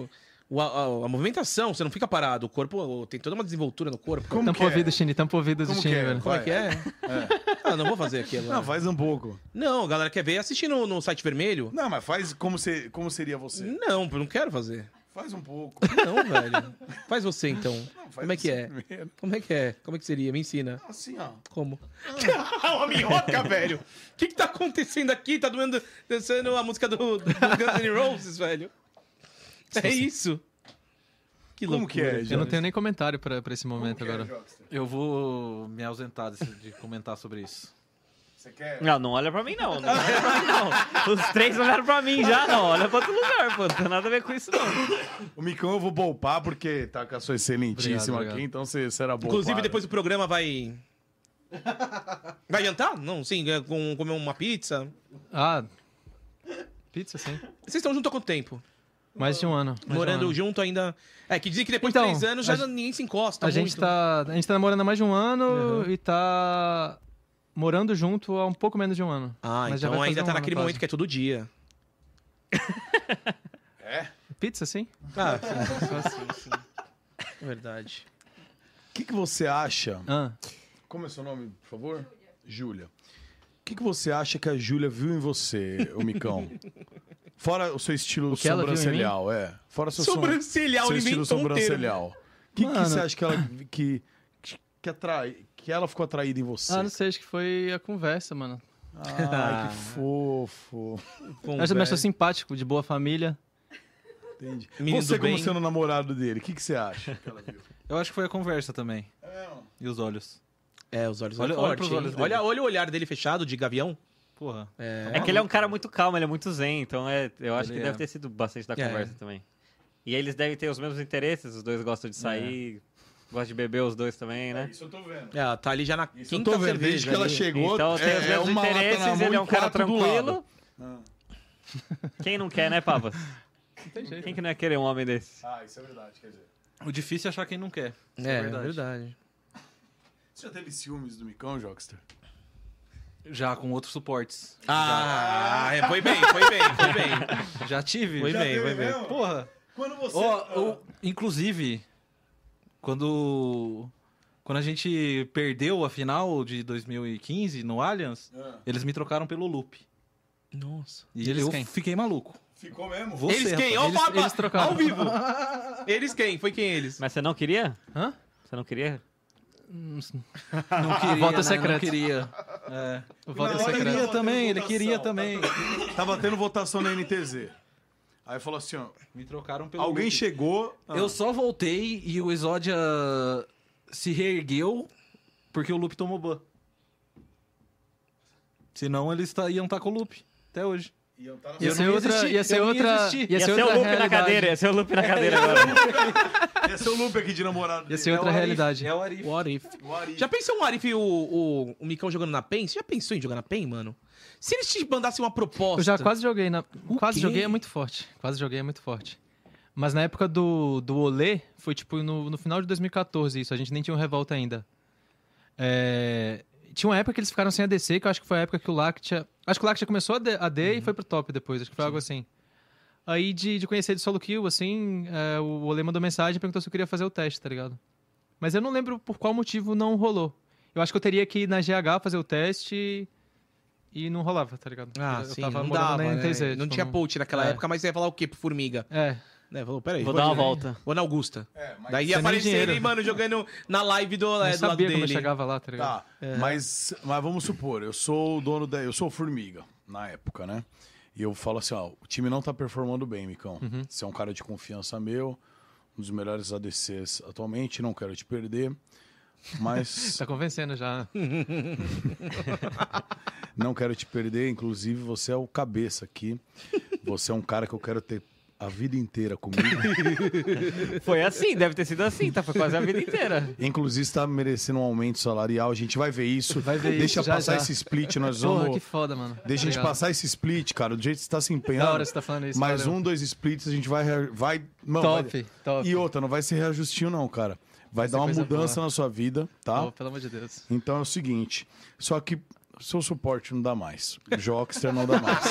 a movimentação? Você não fica parado. O corpo tem toda uma desenvoltura no corpo. Como Tampa que é? ouvido, Chini, tampa ouvido do Como Chini, que é? velho. Como é que é? Ah, não vou fazer aquilo. Não, faz um pouco. Não, a galera quer ver assistir no site vermelho. Não, mas faz como seria você. Não, eu não quero fazer. Faz um pouco. Não, velho. Faz você, então. Não, faz Como é que você é? primeiro. Como é que é? Como é que seria? Me ensina. Assim, ó. Como? Uma minhoca, velho. O que tá acontecendo aqui? Tá dançando a música do Guns N' Roses, velho. É isso. Que Como loucura. que é, Eu não Jones? tenho nem comentário pra esse momento Como que é, agora. Jockster? Eu vou me ausentar de comentar sobre isso. Você quer? Não olha pra mim, não. Não olha pra mim, não. Os 3 olharam pra mim já, não. Olha pra outro lugar, pô. Não tem nada a ver com isso, não. O Micão eu vou poupar porque tá com a sua excelentíssima Obrigado, aqui, então você será bom. Inclusive, depois do programa vai... Vai jantar? Não, sim, comer uma pizza. Ah, pizza, sim. Vocês estão juntos há quanto tempo? Mais de um ano. mais de um Morando ano. junto ainda... É, que dizem que depois Então, de 3 anos já a- ninguém se encosta A muito. gente tá namorando há mais de um ano e tá morando junto há um pouco menos de um ano. Ah, Mas já então vai ainda fazer tá um ano naquele quase. momento que é todo dia. Pizza, sim? Ah, sim. É verdade. O que você acha? Ah, Como é seu nome, por favor? Júlia. O que você acha que a Júlia viu em você, o Micão? Fora o seu estilo O que ela viu em mim? sobrancelhal, é. Fora seu Sobrancelhal, seu ele estilo inventou um termo. sobrancelhal. O que Mano. você acha que ela que atrai, que ela ficou atraída em você? não sei, acho que foi a conversa, mano. Ai, que fofo. Eu já me achou simpático, de boa família. Entendi. Menino Você do como bem. sendo namorado dele, o que você acha que ela viu? Eu acho que foi a conversa também. E os olhos. É, os olhos Olha- são olha fortes, pros olhos hein? dele. Olha o olhar dele fechado de gavião. Porra. É que ele é um cara muito calmo, ele é muito zen, então eu acho Ele que é. deve ter sido bastante da É. conversa também. E eles devem ter os mesmos interesses, os dois gostam de sair, gostam de beber os dois também, né? Isso eu tô vendo. É, tá ali já na Isso eu quinta tô vendo, cerveja. desde que ela ali. chegou, Então tem os mesmos uma lata na interesses, mão ele é e um cara quatro do tranquilo. lado. Quem não quer, né, Pavas? Não tem jeito. Quem que não ia querer um homem desse? Ah, isso é verdade, quer dizer. O difícil é achar quem não quer. Isso É, verdade. Você já teve ciúmes do Micão, Jockster? Já com outros suportes. Foi bem. Já tive. Foi Já bem, teve foi bem. mesmo? Porra. Quando você... Inclusive, quando a gente perdeu a final de 2015 no Allianz, eles me trocaram pelo Loop. Nossa. E Eles eu quem? fiquei maluco. Ficou mesmo? Você, Eles quem? rapaz. Ó, Eles trocaram. ao vivo. Eles quem? Foi quem eles? Mas você não queria? Hã? Você não queria? Não queria, Voto né? secreto. Não queria. É. O voto é Na hora secreto. queria tava também, tendo ele votação, queria também. Tava tendo votação na NTZ. Aí falou assim, ó, Me trocaram pelo alguém Lupe. chegou... Eu só voltei e o Exódia se reergueu porque o Lupe tomou ban. Senão eles iam estar com o Lupe até hoje. Ia tá na- Ia Eu ser não ia outra. existir, Ia ser eu não ia outra. existir. Ia ser o outra loop na realidade. cadeira, ia ser o loop na cadeira agora. Ia ser o loop aqui de namorado. Ia ser dele. outra realidade. É o Arif. What if? O Ari. Já pensou um Arif e o Micão jogando na PEN? Você já pensou em jogar na PEN, mano? Se eles te mandassem uma proposta... Eu já quase joguei na. Quase quê? joguei é muito forte. Quase joguei é muito forte. Mas na época do Olê, foi tipo no final de 2014 isso. A gente nem tinha um Revolta ainda. Tinha uma época que eles ficaram sem ADC, que eu acho que foi a época que o Lactia... Acho que o Lactia começou a AD e foi pro top depois. Acho que foi algo assim. Aí de conhecer de solo kill, assim, o Olê mandou mensagem e perguntou se eu queria fazer o teste, tá ligado? Mas eu não lembro por qual motivo não rolou. Eu acho que eu teria que ir na GH fazer o teste e não rolava, tá ligado? Ah, eu sim, tava não morando dava, na né? NTZ. Não tipo, tinha poach naquela É. época, mas você ia falar o quê pro Formiga? É. Né? Falou, peraí. Vou dar uma volta. Vou na Augusta. Mas Daí ia sem nem aparecer dinheiro. ele, mano, jogando na live do Nem lado sabia como eu dele. chegava lá, tá ligado? Tá, mas vamos supor, eu sou o dono da... Eu sou o Formiga, na época, né? E eu falo assim, ó, o time não tá performando bem, Micão. Você é um cara de confiança meu, um dos melhores ADCs atualmente, não quero te perder, mas Tá convencendo já. não quero te perder, inclusive você é o cabeça aqui. Você é um cara que eu quero ter a vida inteira comigo. Foi assim, deve ter sido assim, tá? Foi quase a vida inteira. Inclusive, está merecendo um aumento salarial. A gente vai ver isso. Vai ver Deixa isso, já, passar já. esse split, nós Porra, vamos... que foda, mano. Deixa a gente Obrigado. passar esse split, cara. Do jeito que você tá se Da empenhando. hora você tá falando isso. Mais valeu. 2 splits, a gente vai... Não, Top, top. E outra, não vai ser reajustinho, não, cara. Vai ser dar uma coisa mudança boa. na sua vida, tá? Oh, pelo amor de Deus. Então é o seguinte. Só que seu suporte não dá mais. Jockster não dá mais.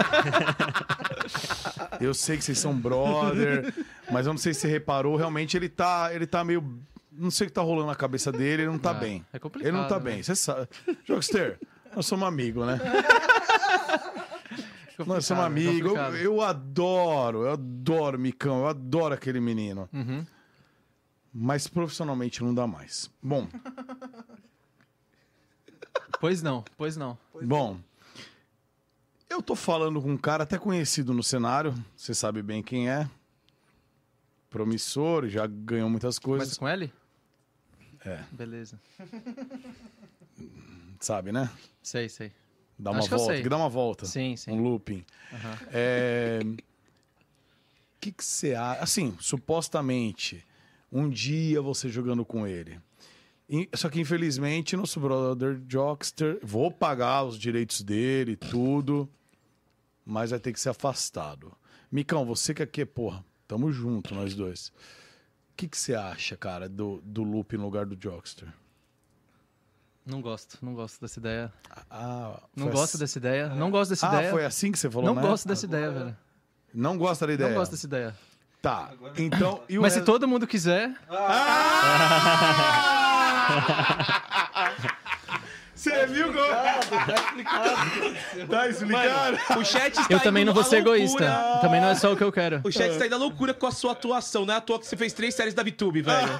Eu sei que vocês são brother, mas eu não sei se você reparou. Realmente ele tá meio... Não sei o que tá rolando na cabeça dele, ele não tá bem. é complicado, Ele não tá né? bem, você sabe. Jockster, nós somos amigos, né? Nós somos amigos. complicado. Eu adoro Micão, eu adoro aquele menino. Uhum. Mas profissionalmente não dá mais. Bom, Pois não, pois não. bom. Eu tô falando com um cara até conhecido no cenário, você sabe bem quem é. Promissor, já ganhou muitas coisas, Começa com L? É. Beleza. sabe, né? Sei, sei. Dá uma Acho que eu volta, sei. tem que dar uma volta. Sim, sim. Um looping. Aham. O que você acha? Assim, supostamente, um dia você jogando com ele. Só que, infelizmente, nosso brother Jockster, vou pagar os direitos dele e tudo, mas vai ter que ser afastado. Micão, você que aqui é, porra, tamo junto, nós dois. O que você acha, cara, do loop no lugar do Jockster? Não gosto dessa ideia. Foi Não gosto assim- dessa ideia. Não gosto dessa ideia. foi assim que você falou, Não né? gosto dessa ideia, velho. Não gosta da ideia? Não gosto dessa ideia. Tá, então... E o Mas se resto? todo mundo quiser, Você viu como... Tá explicado? O chat está eu também indo não vou à ser loucura. egoísta. Também não é só o que eu quero. O chat está indo à loucura com a sua atuação. Não é à toa que você fez 3 séries da VTube, velho.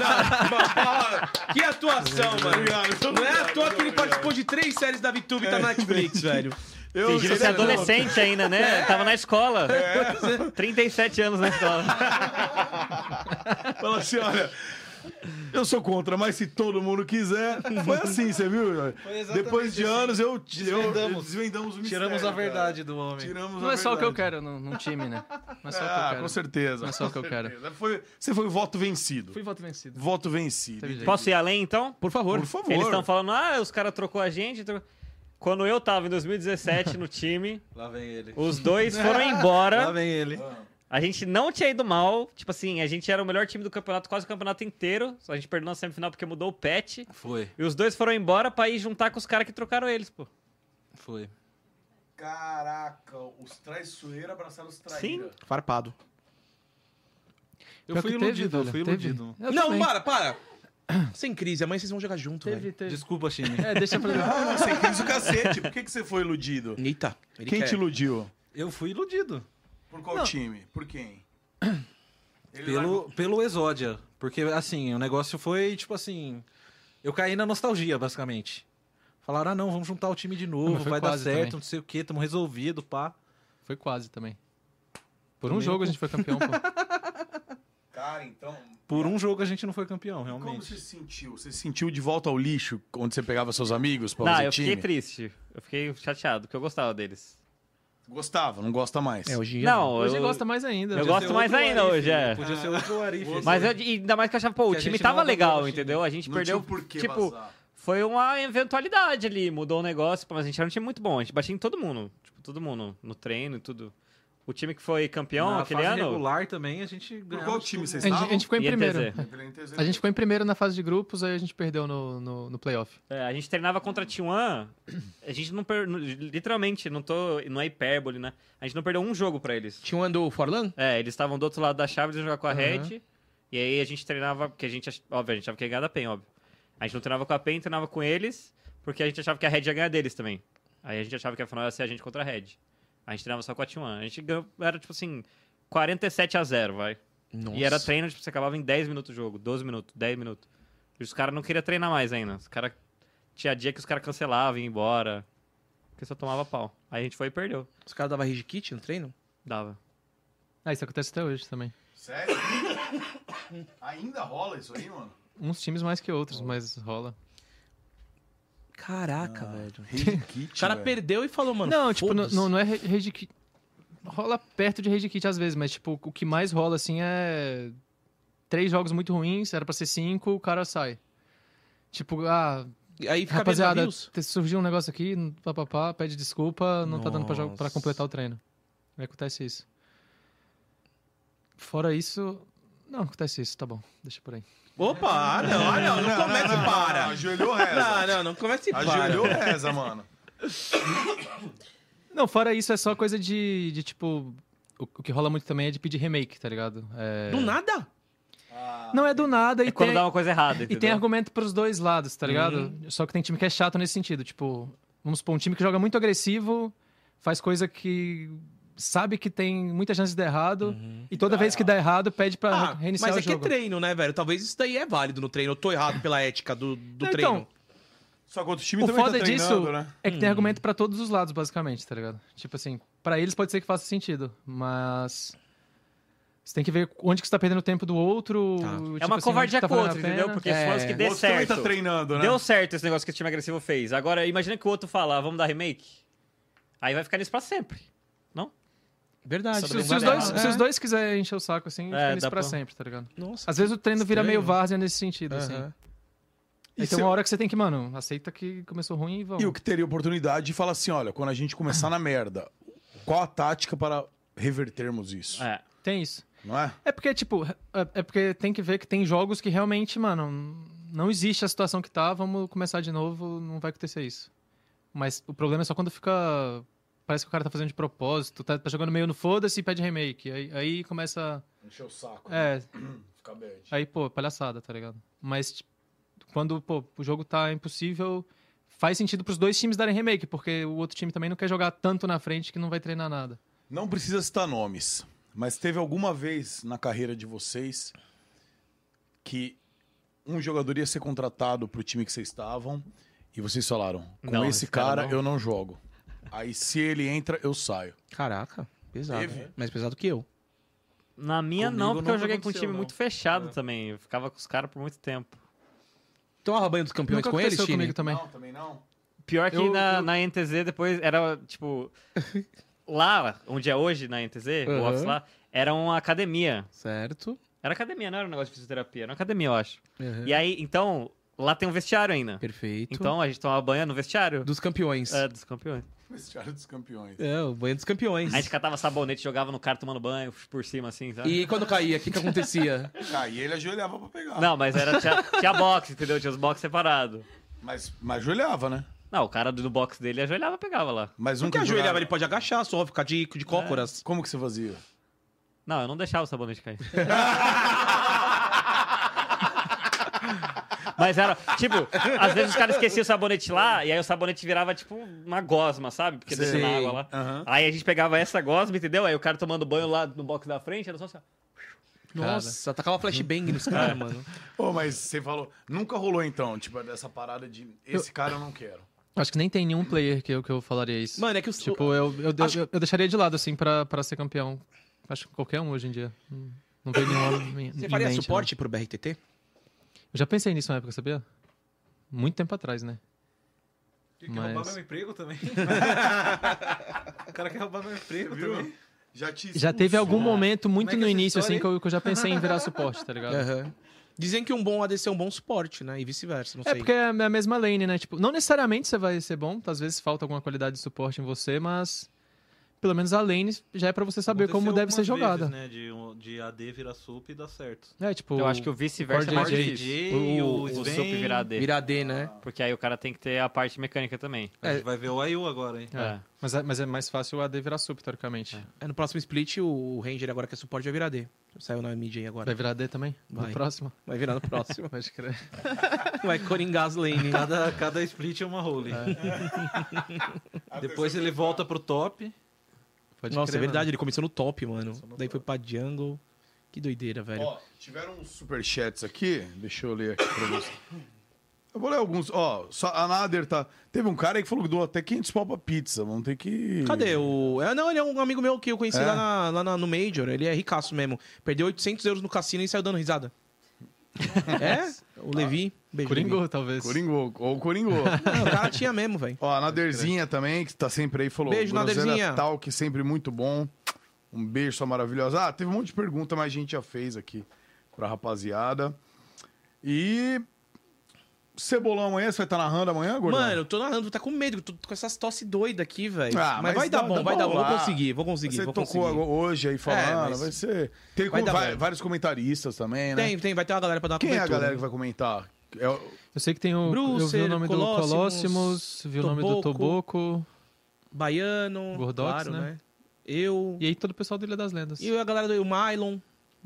Que atuação, mano. Não é à toa que ele participou de 3 séries da VTube e tá na Netflix, velho. Fingindo ser adolescente ainda, né? Tava na escola. 37 anos na escola. Fala assim, olha... Eu sou contra, mas se todo mundo quiser... Foi assim, você viu? exatamente Depois de assim. anos, Desvendamos. o mistério. Tiramos a cara. verdade do homem. Tiramos Não a é só o que eu verdade. quero num time, né? Não é só o que eu Ah, quero. com certeza. Não é só o que eu quero. Você foi o voto vencido. Fui voto vencido. Voto vencido. Teve jeito. Posso ir além, então? Por favor. Por favor. Eles estão falando, os caras trocou a gente. Quando eu tava em 2017 no time, Lá vem ele. os dois foram embora. Lá vem ele. A gente não tinha ido mal. Tipo assim, a gente era o melhor time do campeonato, quase o campeonato inteiro. Só a gente perdeu na semifinal porque mudou o patch. Foi. E os dois foram embora pra ir juntar com os caras que trocaram eles, pô. Foi. Caraca, os traiçoeiros abraçaram os traíra. Farpado. Eu Pior fui que teve, iludido, eu velho, fui teve. iludido. Eu Não, também. para. Sem crise, amanhã vocês vão jogar junto, velho. Teve. Desculpa, time. Deixa pra... Ah, você quis o cacete. Por que você foi iludido? Eita. Ele Quem quer. te iludiu? Eu fui iludido. Por qual time? Por quem? Pelo Exódia. Porque, assim, o negócio foi, tipo assim... Eu caí na nostalgia, basicamente. Falaram, não, vamos juntar o time de novo, mas foi vai dar quase certo, também. não sei o quê, tamo resolvido, pá. Foi quase também. Por um jogo a gente foi campeão, pô. Cara, então... Por um jogo a gente não foi campeão, Como realmente. você se sentiu? Você se sentiu de volta ao lixo, onde você pegava seus amigos pra Não, fazer eu time? fiquei triste. Eu fiquei chateado, porque eu gostava deles. Gostava, não gosta mais. Hoje em dia Não, Hoje eu gosta mais ainda. Eu gosto mais ainda hoje, Podia ser outro Arif. Mas eu, e ainda mais que eu achava, pô, o Que a time gente tava não legal, abandona o time. entendeu? A gente Não perdeu, tinha por que tipo, vazar. foi uma eventualidade ali, mudou o negócio, mas a gente era um time muito bom, a gente batia em todo mundo, tipo, todo mundo, no treino e tudo. O time que foi campeão Na aquele fase ano... regular também, a gente Por ganhava qual de time tudo. vocês A gente, estavam? a gente ficou em INTZ. primeiro. A gente ficou em primeiro na fase de grupos, aí a gente perdeu no playoff. A gente treinava contra a T1, a gente não literalmente, não é hipérbole, né? A gente não perdeu um jogo pra eles. Tinha um do Forlan? Eles estavam do outro lado da chave, eles iam jogar com a Aham. Red, e aí a gente treinava, porque a gente, óbvio, a gente achava que ia ganhar da PEN, óbvio. A gente não treinava com a PEN, treinava com eles, porque a gente achava que a Red ia ganhar deles também. Aí a gente achava que a final ia ser a gente contra a Red. A gente treinava só com a T1. A gente ganhou, era tipo assim, 47-0, vai. Nossa. E era treino, tipo, você acabava em 10 minutos o jogo, 12 minutos, 10 minutos. E os caras não queriam treinar mais ainda. Os cara... Tinha dia que os caras cancelavam, iam embora. Porque só tomava pau. Aí a gente foi e perdeu. Os caras davam rage kit no treino? Dava. Ah, isso acontece até hoje também. Sério? Ainda rola isso aí, mano? Uns times mais que outros, mas rola. Caraca, velho. Rage kit, O cara velho. perdeu e falou, mano, Não, tipo, foda-se. não é rage kit. Rola perto de rage kit às vezes, mas tipo, o que mais rola assim é 3 jogos muito ruins, era pra ser 5, o cara sai. Tipo, Aí fica rapaziada, vendo navios. surgiu um negócio aqui, papapá, pede desculpa, não tá dando pra Nossa. completar o treino. Aí acontece isso. Fora isso, não acontece isso, tá bom, deixa por aí. Opa, não comece e para. Ajoelhou, reza. Não comece e para. Ajoelhou, reza, mano. Não, fora isso é só coisa de tipo, o que rola muito também é de pedir remake, tá ligado? Do nada? Não é do nada e É quando tem... dá uma coisa errada, E entendeu? tem argumento pros dois lados, tá ligado? Só que tem time que é chato nesse sentido. Tipo, vamos supor, um time que joga muito agressivo, faz coisa que sabe que tem muita chance de dar errado, e toda vez que dá errado, pede pra reiniciar mas o é que é jogo. treino, né, velho? Talvez isso daí é válido no treino. Eu tô errado pela ética do Não, treino. então, Só que outro time o também foda tá disso treinando, né? é que tem argumento pra todos os lados, basicamente, tá ligado? Tipo assim, pra eles pode ser que faça sentido, mas... Você tem que ver onde que você tá perdendo o tempo do outro. Tá. Tipo É uma assim, covardia onde que tá com o valendo outro, a pena. entendeu? Porque se fosse que O dê outro também certo. tá treinando, né? Deu certo esse negócio que o time agressivo fez. Agora, imagina que o outro fala, vamos dar remake. Aí vai ficar nisso pra sempre. Não? Verdade. Só Se, não se vai os dar dois, errado. se os dois quiserem encher o saco, assim, fica nisso dá pra pra- sempre, tá ligado? Nossa. Às vezes o treino vira estranho. meio várzea nesse sentido, assim. Aham. E, Aí tem se- uma hora que você tem que, mano, aceita que começou ruim e vamos. e o que teria oportunidade de falar assim, olha, quando a gente começar na merda, qual a tática para revertermos isso? É. Tem isso. Não é? É porque, tipo, é porque tem que ver que tem jogos que realmente, mano, não existe a situação que tá, vamos começar de novo, não vai acontecer isso. Mas o problema é só quando fica... Parece que o cara tá fazendo de propósito, tá jogando meio no foda-se e pede remake. Aí começa... Encher o saco. É, Ficar bad. aí, pô, palhaçada, tá ligado? Mas, tipo, quando, pô, o jogo tá impossível, faz sentido pros dois times darem remake, porque o outro time também não quer jogar tanto na frente que não vai treinar nada. Não precisa citar nomes, mas teve alguma vez na carreira de vocês que um jogador ia ser contratado pro time que vocês estavam e vocês falaram, com Não, esse esse cara cara não. eu não jogo. Aí se ele entra, eu saio. Caraca, pesado. Teve? Mais pesado que eu. Na minha Comigo não, porque eu nunca joguei com um aconteceu, time não. muito fechado também. Eu ficava com os caras por muito tempo. Tomava banho dos campeões Nunca com eles, aconteceu time? comigo também. Não, também não. Pior que Eu- na NTZ depois era, tipo... lá, onde é hoje, na NTZ, o Aham. office lá, era uma academia. Certo. Era academia, não era um negócio de fisioterapia. Era uma academia, eu acho. Aham. E aí, então, lá tem um vestiário ainda. Perfeito. Então, a gente tomava banho no vestiário. Dos campeões. Dos campeões. Vestiário dos campeões. É, o banho dos campeões. A gente catava sabonete, jogava no cara tomando banho por cima, assim, sabe? E quando caía, o que acontecia? Aí ele ajoelhava pra pegar. Não, mas tinha box, entendeu? Tinha os box separados. Mas ajoelhava, né? Não, o cara do box dele ajoelhava e pegava lá. Mas Porque nunca ajoelhava, jogava. ele pode agachar só, ficar de cócoras. Como que você fazia? Não, eu não deixava o sabonete cair. Mas era, tipo, às vezes os caras esqueciam o sabonete lá, e aí o sabonete virava, tipo, uma gosma, sabe? Porque desceu na água lá. Aham. Aí a gente pegava essa gosma, entendeu? Aí o cara tomando banho lá no box da frente, era só assim, ó. Nossa, tacava flashbang nos caras, mano. Ô, mas você falou, nunca rolou então, tipo, dessa parada de esse cara eu não quero. Acho que nem tem nenhum player que eu falaria isso. Mano, é que os... Tipo, eu deixaria de lado, assim, pra ser campeão. Acho que qualquer um hoje em dia. Não veio nenhum. Você faria suporte pro BRTT? Eu já pensei nisso na época, sabia? Muito tempo atrás, né? Quer roubar Mas- meu emprego também? O cara quer roubar meu emprego também. Já teve algum momento muito Como é que no é essa início, assim, história que eu já pensei em virar suporte, tá ligado? Aham. Dizem que um bom ADC é um bom suporte, né? E vice-versa, não sei. É porque é a mesma lane, né? Tipo, não necessariamente você vai ser bom, às vezes falta alguma qualidade de suporte em você, mas pelo menos a lane já é pra você saber como deve ser jogada. Vezes, né? De AD virar sup e dar certo. É, tipo, Eu acho que o vice-versa é Core mais JJ, difícil. o O Sven- sup virar D. Virar D, né? Porque aí o cara tem que ter a parte mecânica também. A gente vai ver o Ayu agora, hein? É. mas é mais fácil o AD virar sup, teoricamente. No próximo split, o Ranger agora que é suporte vai virar D. Saiu na mid aí agora. Vai virar D também? Vai. No próximo? Vai virar no próximo. Pode crer. Vai coringar as lane. Cada split é uma role. Depois ele volta pro top. Pode Nossa, crer, é verdade, mano. ele começou no top, mano. Daí foi pra jungle. Que doideira, velho. Ó, tiveram uns superchats aqui, deixa eu ler aqui pra você. Eu vou ler alguns, ó, só a Nader tá... Teve um cara aí que falou que doou até 500 pau pra pizza, vamos ter que... Cadê o... Não, ele é um amigo meu que eu conheci É? no Major. Ele é ricaço mesmo. Perdeu 800 euros no cassino e saiu dando risada. É? O Levi. Beijo, Levi. Coringou, talvez. Coringou, ou Coringou. Não, o cara tinha mesmo, velho. Ó, a Naderzinha também, que tá sempre aí, falou... Beijo, Groselha Naderzinha. Talk, sempre muito bom. Um beijo, sua maravilhosa. Ah, teve um monte de pergunta, mas a gente já fez aqui pra rapaziada. E... Cebolão amanhã, você vai estar narrando amanhã, Gordão? Mano, eu tô narrando, tá com medo, eu tô com essas tosse doidas aqui, velho. Ah, mas vai dá- dar bom, dá vai pra dar bom. Vou rolar. conseguir, Você vou tocou conseguir. hoje aí falando, mas vai ser... Tem vai dar bom. vários comentaristas também, né? Vai ter uma galera pra dar uma Quem é a cobertura. galera que vai comentar? É o- Eu sei que tem o... eu vi Brucer, o nome Colossimos, do Colossimos, vi o nome do Toboco. Baiano, Gordox, claro, né? né? Eu... E aí todo o pessoal do Ilha das Lendas. E a galera do Mylon,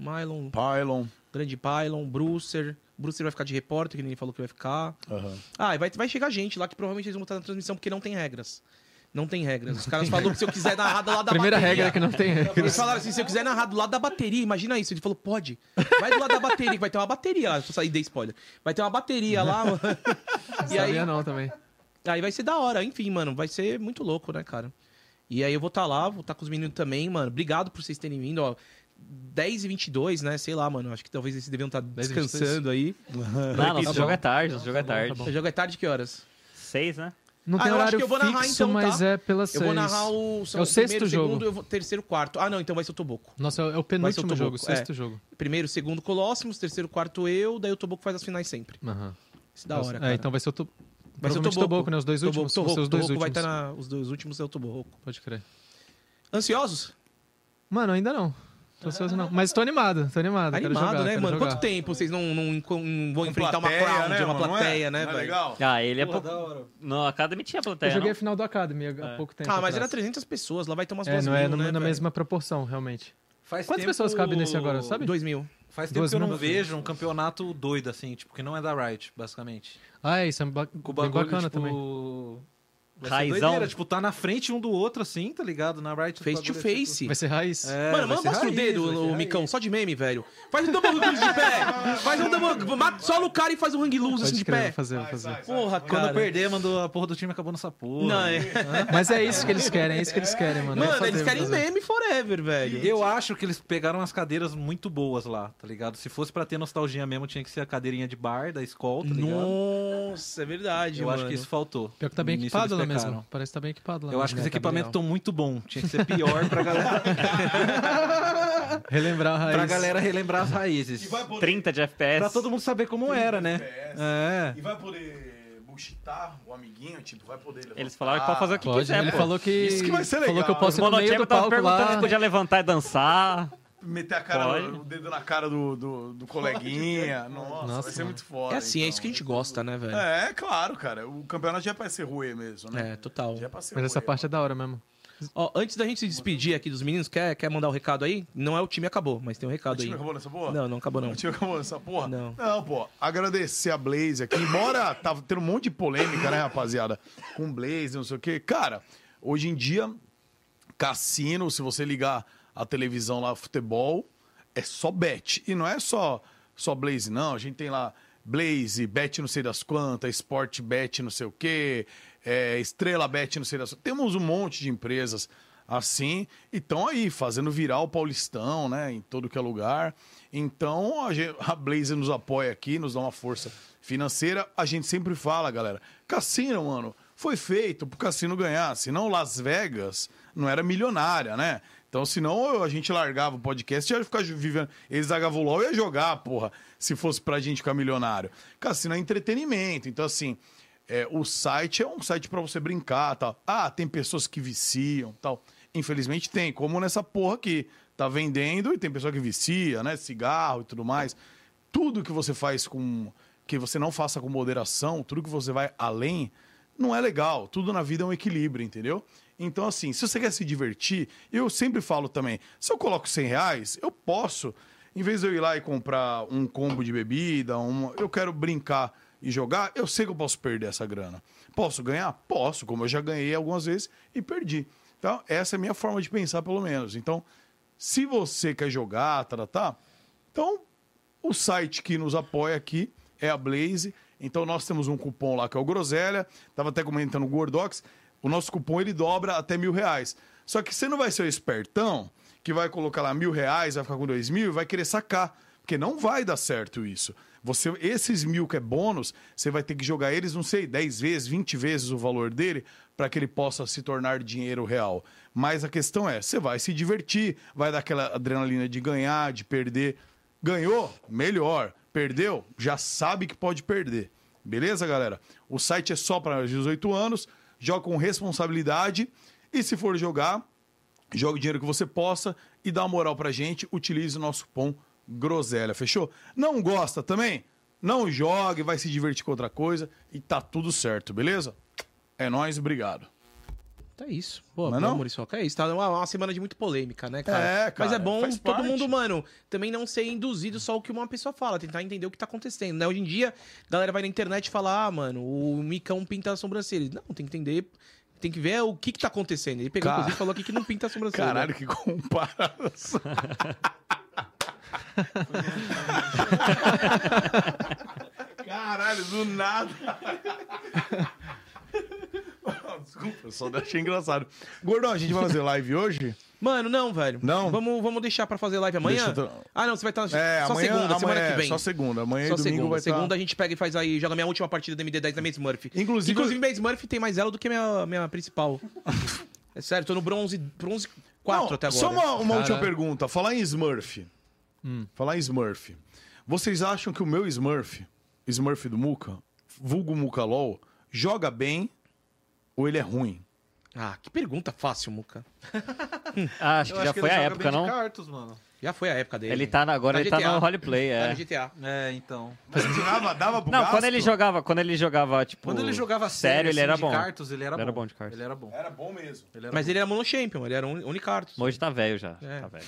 Pylon. grande Pylon, Brucer vai ficar de repórter, que nem ele falou que vai ficar. Aham. Ah, e vai chegar gente lá que provavelmente eles vão estar na transmissão porque não tem regras. Não tem regras. Os caras falaram que se eu quiser narrar do lado da Primeira bateria... regra é que não tem regra. Eles falaram assim, se eu quiser narrar do lado da bateria, imagina isso. Ele falou, pode. Vai do lado da bateria, que vai ter uma bateria lá. Deixa eu sair, dei spoiler. Vai ter uma bateria lá, mano. E aí, Sabia não também. aí vai ser da hora. Enfim, mano, vai ser muito louco, né, cara? E aí eu vou estar lá, vou estar com os meninos também, mano. Obrigado por vocês terem vindo, ó. 10h22, né? Sei lá, mano. Acho que talvez eles deviam estar 10h22. descansando aí. Não, nosso jogo é tarde, nosso jogo é tarde. O jogo é tarde que horas? 6, né? Não Ah, tem eu acho horário que eu vou narrar fixo, então, tá? mas é pelas 6. Eu vou narrar o... É o sexto primeiro, jogo. segundo, eu vou, terceiro, quarto. Ah, não, então vai ser o Toboco. Nossa, é o Vai ser penúltimo o jogo, Toboco, sexto jogo. Primeiro, segundo, Colossimos. Terceiro, quarto, eu. Daí o Toboco faz as finais sempre. Aham. Isso da hora, cara. É, então vai ser o Vai ser o provavelmente Toboco, né? Os dois últimos. Vão ser os dois Toboco vai últimos. estar os dois últimos, é o Toboco. Pode crer. Ansiosos? Mano, ainda não. Tô ansioso não. Mas tô animado, quero Animado, jogar, né, quero mano? jogar. Quanto tempo vocês não vão Com enfrentar uma plateia, crowd, né, uma mano? Não é? plateia, né, Não é velho? legal? Ah, ele é Porra, pouco... da hora. No Academy tinha plateia, Eu joguei não? a final do Academy há pouco tempo Ah, mas era atrás. 300 pessoas, lá vai ter umas É, 2 não mil, é né, na velho? mesma proporção, realmente. Faz Quantas tempo- pessoas cabem nesse agora, sabe? 2 mil. Faz tempo Duas que eu não mil. vejo um campeonato doido, assim, tipo, que não é da Riot, basicamente. Ah, é isso, é Com o bem bagulho, bacana tipo... também. vai ser Raizão. doideira, tipo, tá na frente um do outro, assim, tá ligado? Na Riot... o Face to bagulho é, tipo, face. Vai ser raiz? É, Mano, vai ser mostra o raiz, dedo, vai ser o raiz. Micão, só de meme, velho. Faz um double loose de pé. Faz um double... Sola o cara e faz um hang loose assim Pode de crer, pé. vou fazer, vou fazer. Porra, Quando cara. perder, mandou a porra do time acabou nessa porra. Não, é... Mas é isso que eles querem, é isso que eles querem, mano. Mano, Vou eles fazer, querem vou fazer. meme forever, velho. Eu acho que eles pegaram umas cadeiras muito boas lá, tá ligado? Se fosse pra ter nostalgia mesmo, tinha que ser a cadeirinha de bar da escola, tá ligado? Nossa, é verdade, Eu mano. acho que isso faltou. Pior que tá bem Nisso equipado lá eles mesmo. pecaram. Parece que tá bem equipado lá. Eu acho que os tá equipamentos legal. estão muito bons. Tinha que ser pior pra galera, Relembrar a raiz. pra galera relembrar as raízes. 30 de FPS. Pra todo mundo saber como era, né? É. E vai poder buchitar o amiguinho, tipo, vai poder levantar. Eles falaram que pode fazer o que Pode, quiser, ele pô. falou que... Isso que vai ser Falou legal. que eu posso O ir no meio Monochemo do tava palco perguntando lá. se podia levantar e dançar. Meter a cara, Pode. o dedo na cara do coleguinha. Nossa, Nossa, vai ser mano. muito foda. É assim, é então. isso que a gente gosta, né, velho? É, claro, cara. O campeonato já é pra ser ruê mesmo, né? É, total. Já é pra ser Mas essa ruê, parte é da hora mesmo. Ó, antes da gente se despedir aqui dos meninos, quer mandar um recado aí? Não é o time acabou, mas tem um recado O time aí. acabou nessa porra? Não acabou não. O time acabou nessa porra? Não. Não, pô. Agradecer a Blaze aqui. Embora tava tendo um monte de polêmica, né, rapaziada? Com Blaze, não sei o quê. Cara, hoje em dia, cassino, se você ligar a televisão lá, futebol, é só bet. E não é só Blaze, não. A gente tem lá Blaze, bet não sei das quantas, Sport Bet não sei o quê, Estrela Bet não sei das quantas. Temos um monte de empresas assim, e estão aí fazendo virar o Paulistão, né, em todo que é lugar. Então a Blaze nos apoia aqui, nos dá uma força financeira. A gente sempre fala, galera, cassino, mano, foi feito pro cassino ganhar, senão Las Vegas não era milionária, né? Então, senão a gente largava o podcast e ia ficar vivendo. Eles jogavam LOL e ia jogar, porra, se fosse pra gente ficar milionário. Cassino é entretenimento. Então, assim, o site é um site pra você brincar, tal. Ah, tem pessoas que viciam, tal. Infelizmente tem, como nessa porra aqui. Tá vendendo e tem pessoa que vicia, né? Cigarro e tudo mais. Tudo que você faz que você não faça com moderação, tudo que você vai além, não é legal. Tudo na vida é um equilíbrio, entendeu? Então, assim, se você quer se divertir, eu sempre falo também, se eu coloco R$100, eu posso, em vez de eu ir lá e comprar um combo de bebida, eu quero brincar e jogar, eu sei que eu posso perder essa grana. Posso ganhar? Posso, como eu já ganhei algumas vezes e perdi. Então, essa é a minha forma de pensar, pelo menos. Então, se você quer jogar, então, o site que nos apoia aqui é a Blaze. Então, nós temos um cupom lá que é o Groselha. Tava até comentando o Gordox. O nosso cupom, ele dobra até R$1.000. Só que você não vai ser o espertão que vai colocar lá R$1.000, vai ficar com 2.000 e vai querer sacar. Porque não vai dar certo isso. Esses 1.000 que é bônus, você vai ter que jogar eles, não sei, 10 vezes, 20 vezes o valor dele para que ele possa se tornar dinheiro real. Mas a questão é, você vai se divertir, vai dar aquela adrenalina de ganhar, de perder. Ganhou? Melhor. Perdeu? Já sabe que pode perder. Beleza, galera? O site é só para 18 anos. Joga com responsabilidade e se for jogar, joga o dinheiro que você possa e dá uma moral pra gente, utilize o nosso cupom Groselha, fechou? Não gosta também? Não jogue, vai se divertir com outra coisa e tá tudo certo, beleza? É nóis, obrigado. Tá isso. Pô, Não? Muriçoca, é isso. Tá uma semana de muito polêmica, né, cara? Cara, mas é bom faz todo parte. mundo, mano, também não ser induzido só o que uma pessoa fala, tentar entender o que tá acontecendo, né? Hoje em dia, a galera vai na internet e fala, mano, o Micão pinta a sobrancelha. Não, tem que entender, tem que ver o que tá acontecendo. Ele pegou, inclusive, e falou aqui que não pinta a sobrancelha. Caralho, que comparação. Caralho, do nada. Desculpa, eu só achei engraçado. Gordão, a gente vai fazer live hoje? Mano, não, velho. Não? Vamos deixar pra fazer live amanhã? Deixa eu- Ah, não, você vai estar só amanhã, segunda, semana que vem. Só segunda. Amanhã Só e domingo segunda. vai estar... Segunda a gente pega e faz aí, joga minha última partida da MD10 da Maze Smurf. Inclusive Maze Smurf tem mais ela do que minha principal. É sério, tô no bronze 4 Não, até agora. só uma última pergunta. Falar em Smurf. Falar em Smurf. Vocês acham que o meu Smurf do Muca, vulgo Muca LOL, joga bem ou ele é ruim? Ah, que pergunta fácil, Muca. Acho que já foi a época, não? Cartos, mano. Já foi a época dele. Ele tá agora Na ele tá GTA. no roleplay, Tá é. no GTA. Então. Dava pro Não, gasto? quando ele jogava, tipo, Quando ele jogava sério, ele era de bom. cartos, ele era bom. Ele era bom de cartas. Ele era bom. Era bom mesmo. Mas ele era monochampion, ele era unicartos. Hoje tá velho já. É. Tá velho.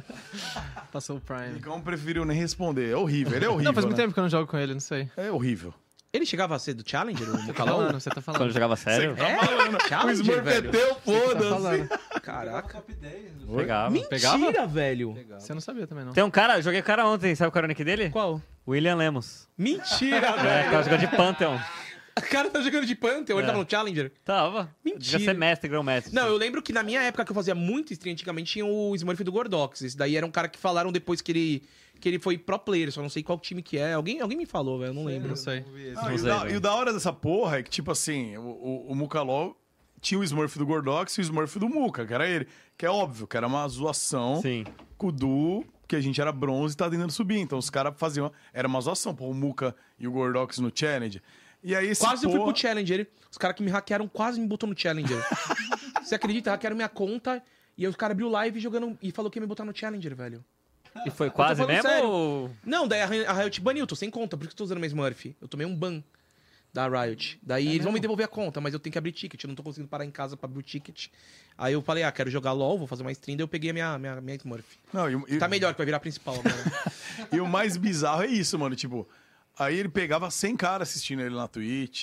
Passou o Prime. Então preferiu nem responder. É horrível, ele é horrível. Não, faz muito né? tempo que eu não jogo com ele, não sei. É horrível. Ele chegava a ser do Challenger, o Muca Tá LOL? falando, você tá Quando falando. ele jogava sério, É? O Challenger, Smurf é velho. teu, Tá foda-se. falando. Caraca. pegava. Mentira, velho. Você não sabia também, não. Tem um cara, eu joguei o cara ontem, sabe qual era o nick dele? Qual? William Lemos. Mentira, É, velho. tava jogando de Pantheon. O cara tá jogando de Pantheon, ele tava no Challenger. Tava. Mentira. Devia ser mestre, grão-mestre. Não, eu lembro que na minha época que eu fazia muito stream antigamente, tinha o Smurf do Gordox. Esse daí era um cara que falaram depois que ele foi pro player, só não sei qual time que é. Alguém me falou, velho, eu não lembro. Não sei. Não, Não sei, e o da hora dessa porra é que, tipo assim, o Muca LOL tinha o Smurf do Gordox e o Smurf do Muca, que era ele. Que é óbvio, que era uma zoação Sim. com o Du, que a gente era bronze e tá tentando subir. Então os caras faziam... Era uma zoação, pô, o Muca e o Gordox no Challenge. E aí esse Quase eu fui porra... pro Challenger. Os caras que me hackearam quase me botou no Challenger. Você acredita? Hackearam minha conta e aí os caras abriu live jogando e falou que ia me botar no Challenger, velho. E foi quase falando mesmo sério. ou... Não, daí a Riot baniu, tô sem conta, por isso que eu tô usando minha Smurf. Eu tomei um ban Da Riot. Daí eles vão me devolver a conta, mas eu tenho que abrir ticket. Eu não tô conseguindo parar em casa pra abrir o ticket. Aí eu falei, quero jogar LOL, vou fazer uma stream. Daí eu peguei a minha Smurf. Não, Tá melhor, que vai virar a principal agora. E o mais bizarro é isso, mano. Tipo, aí ele pegava 100 caras assistindo ele na Twitch,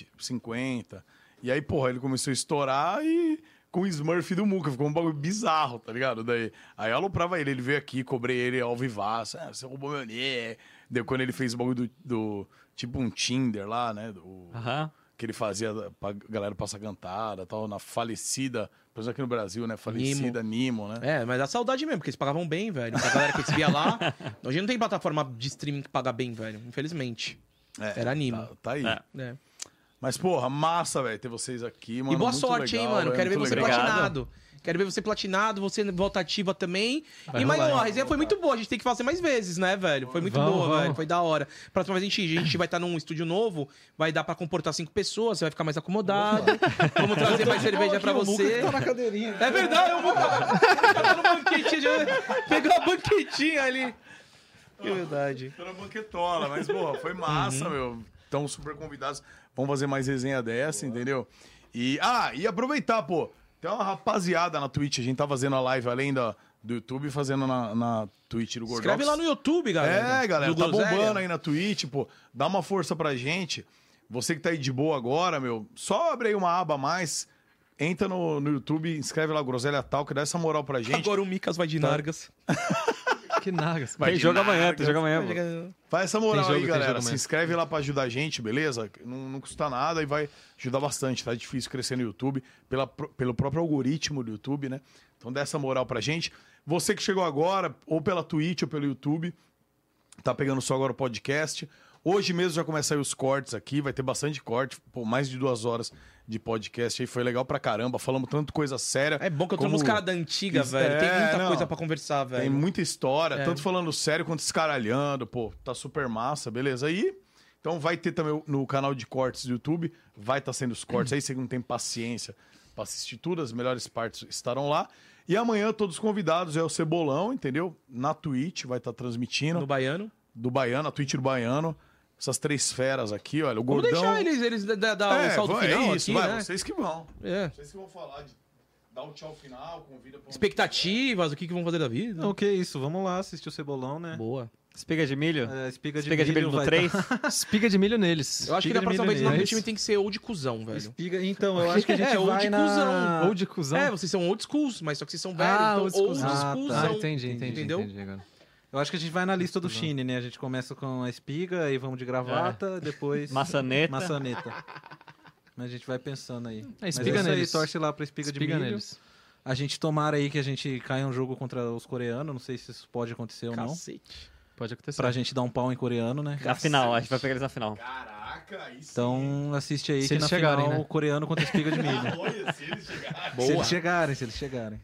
50. E aí, porra, ele começou a estourar e com o Smurf do Muca. Ficou um bagulho bizarro, tá ligado? Daí, aí eu aloprava ele veio aqui, cobrei ele ao vivaço. Você roubou meu né? Daí quando ele fez o bagulho do tipo um Tinder lá, né? Aham. Que ele fazia pra galera passar cantada, tal, na falecida, por exemplo aqui no Brasil, né? Falecida Nimo, né? É, mas dá saudade mesmo, porque eles pagavam bem, velho. A galera que se via lá. Hoje não tem plataforma de streaming que paga bem, velho. Infelizmente. Era Nimo. Tá aí. É. Mas, porra, massa, velho, ter vocês aqui, mano. E boa muito sorte, legal, hein, mano. é Quero ver muito você legal. platinado. Quero ver você platinado, você volta ativa também. Vai e, mas, rolar, ó, a hein? resenha foi muito boa. A gente tem que fazer mais vezes, né, velho? Foi muito Vamos, boa, vamos. velho. Foi da hora. Próxima vez a gente vai estar num estúdio novo, vai dar pra comportar 5 pessoas, você vai ficar mais acomodado. Vamos trazer mais cerveja pra você. Tá na cadeirinha. É verdade, eu vou tá no banquetinho. Pegou a banquetinha ali. Que verdade. Tô na banquetola, mas, porra, foi massa, meu. Estão super convidados. Vamos fazer mais resenha dessa, entendeu? E aproveitar, pô. Tem uma rapaziada na Twitch. A gente tá fazendo a live além do YouTube, fazendo na Twitch do Gordox. Escreve lá no YouTube, galera. É, galera, Do tá Groselha. bombando aí na Twitch, pô. Dá uma força pra gente. Você que tá aí de boa agora, meu, só abre aí uma aba a mais, entra no YouTube, inscreve lá Groselha Tal, que dá essa moral pra gente. Agora o Micas vai de Nargas. Que nagas. Tem jogo amanhã, tem jogo amanhã. pô. Faz essa moral Tem jogo, aí, tem galera. jogo Se mesmo. inscreve lá pra ajudar a gente, beleza? Não custa nada e vai ajudar bastante. Tá difícil crescer no YouTube, pelo próprio algoritmo do YouTube, né? Então dá essa moral pra gente. Você que chegou agora, ou pela Twitch ou pelo YouTube, tá pegando só agora o podcast. Hoje mesmo já começam aí os cortes aqui, vai ter bastante corte, pô, mais de 2 horas de podcast aí, foi legal pra caramba, falamos tanto coisa séria. É bom que eu trouxe como- uns caras da antiga, Isso, velho. Tem muita não. coisa pra conversar, velho. Tem muita história, É. tanto falando sério quanto escaralhando, pô, tá super massa, beleza? Aí, então vai ter também no canal de cortes do YouTube, vai estar sendo os cortes aí, você não tem paciência pra assistir tudo, as melhores partes estarão lá. E amanhã todos os convidados é o Cebolão, entendeu? Na Twitch, vai estar transmitindo, No Baiano. do Baiano, a Twitch do Baiano, essas 3 feras aqui, olha, o Vamos Gordão... deixar eles dar o salto final isso, aqui, vai, né? vocês que vão. É. Vocês que vão falar de dar o tchau final, convida pra... Expectativas, o que vão fazer da vida. Não, que isso, vamos lá assistir o Cebolão, né? Boa. Espiga de milho? Espiga de Espiga de milho no vai 3? Espiga de milho neles. Eu acho que Espiga da de próxima milho vez o nome do neles. time tem que ser ou de cuzão, velho. Espiga, então, eu acho que a gente ou vai de na... cuzão. Ou de cuzão. É, vocês são old schools, mas só que vocês são velhos, Ah, então old old schools. schools. Ah, entendi, entendeu? entendi agora. Eu acho que a gente vai na lista do Chine, né? A gente começa com a espiga, aí vamos de gravata, depois... Maçaneta. Maçaneta. Mas a gente vai pensando aí. Mas espiga é isso aí, neles. torce lá pra espiga de Espiga milho. neles. A gente tomara aí que a gente caia um jogo contra os coreanos, não sei se isso pode acontecer ou não. Cacete. Pode acontecer. Pra gente dar um pau em coreano, né? Na final, a gente vai pegar eles na final. Caraca, aí sim. Então assiste aí Se que eles na chegarem, final né? o coreano contra espiga de milho. Olha, se eles chegarem. Se eles chegarem, se eles chegarem.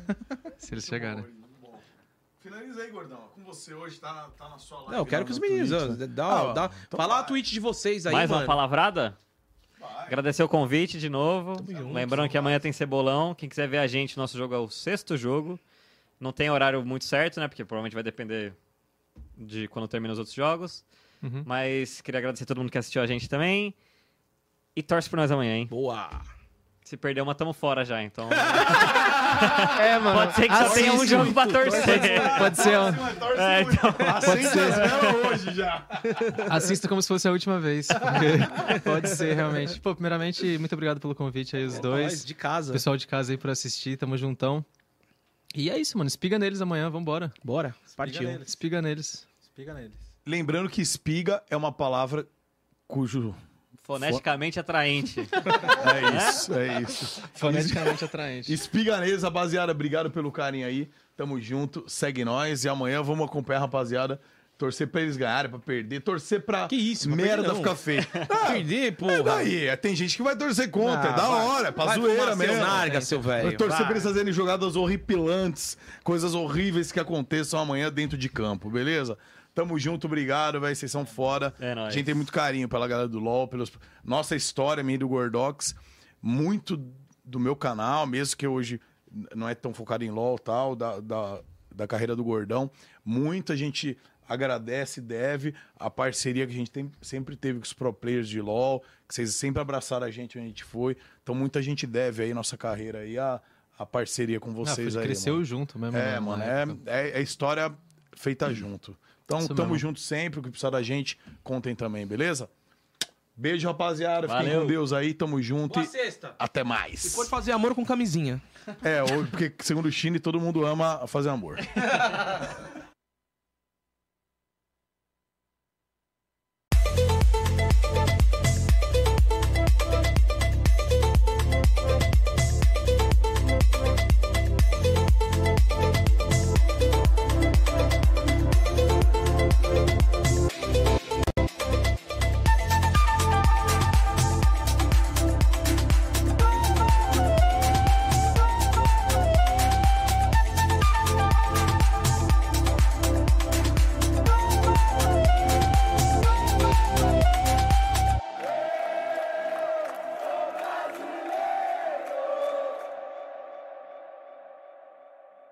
Se eles chegarem. Muito bom. Finaliza aí, Gordão. Com você hoje, tá na sua live. Não, eu quero lá que os no meninos... Twitch, ó, né? Então fala a vai. tweet de vocês aí, Mais mano. uma palavrada? Vai. Agradecer o convite de novo. junto. Lembrando que amanhã tem Cebolão. Quem quiser ver a gente, nosso jogo é o 6º jogo. Não tem horário muito certo, né? Porque provavelmente vai depender de quando termina os outros jogos. Uhum. Mas queria agradecer a todo mundo que assistiu a gente também. E torce por nós amanhã, hein? Boa. Se perder uma, tamo fora já, então... É, mano. Pode ser que só tenha um assiste. jogo pra torcer. Pode ser, ó. É, então... Acende as velas hoje já. Assista como se fosse a última vez. Pode ser, realmente. Pô, primeiramente, muito obrigado pelo convite aí, os dois. De casa. Pessoal de casa aí por assistir, tamo juntão. E é isso, mano. Espiga neles amanhã, vambora. Bora. Partiu. neles. Espiga neles. Espiga neles. Lembrando que espiga é uma palavra cujo... Foneticamente atraente. É isso. Foneticamente atraente. Espiga neles, rapaziada. Obrigado pelo carinho aí. Tamo junto. Segue nós. E amanhã vamos acompanhar, rapaziada. Torcer pra eles ganharem, pra perder. Torcer pra Que isso, pra merda perder não. ficar feia. Perder, porra. É daí. Tem gente que vai torcer contra. é da vai. hora. É pra Vai zoeira fumar seu mesmo. narga, seu velho. Vai torcer Vai. pra eles fazerem jogadas horripilantes. Coisas horríveis que aconteçam amanhã dentro de campo, beleza? Tamo junto, obrigado, velho. Vocês são foda. É nóis. A gente tem muito carinho pela galera do LoL, nossa história, minha e do Gordox. Muito do meu canal, mesmo que hoje não é tão focado em LoL e tal, da carreira do Gordão. Muita gente agradece e deve a parceria que a gente sempre teve com os pro players de LoL, que vocês sempre abraçaram a gente onde a gente foi. Então muita gente deve aí nossa carreira aí a parceria com vocês aí. Cresceu mano. junto mesmo. Mano, é história feita junto. Então Isso tamo mesmo. junto sempre, o que precisar da gente, contem também, beleza? Beijo, rapaziada. Fiquem Valeu. com Deus aí, tamo junto Boa e sexta. até mais. E pode fazer amor com camisinha. Porque segundo o Chine, todo mundo ama fazer amor.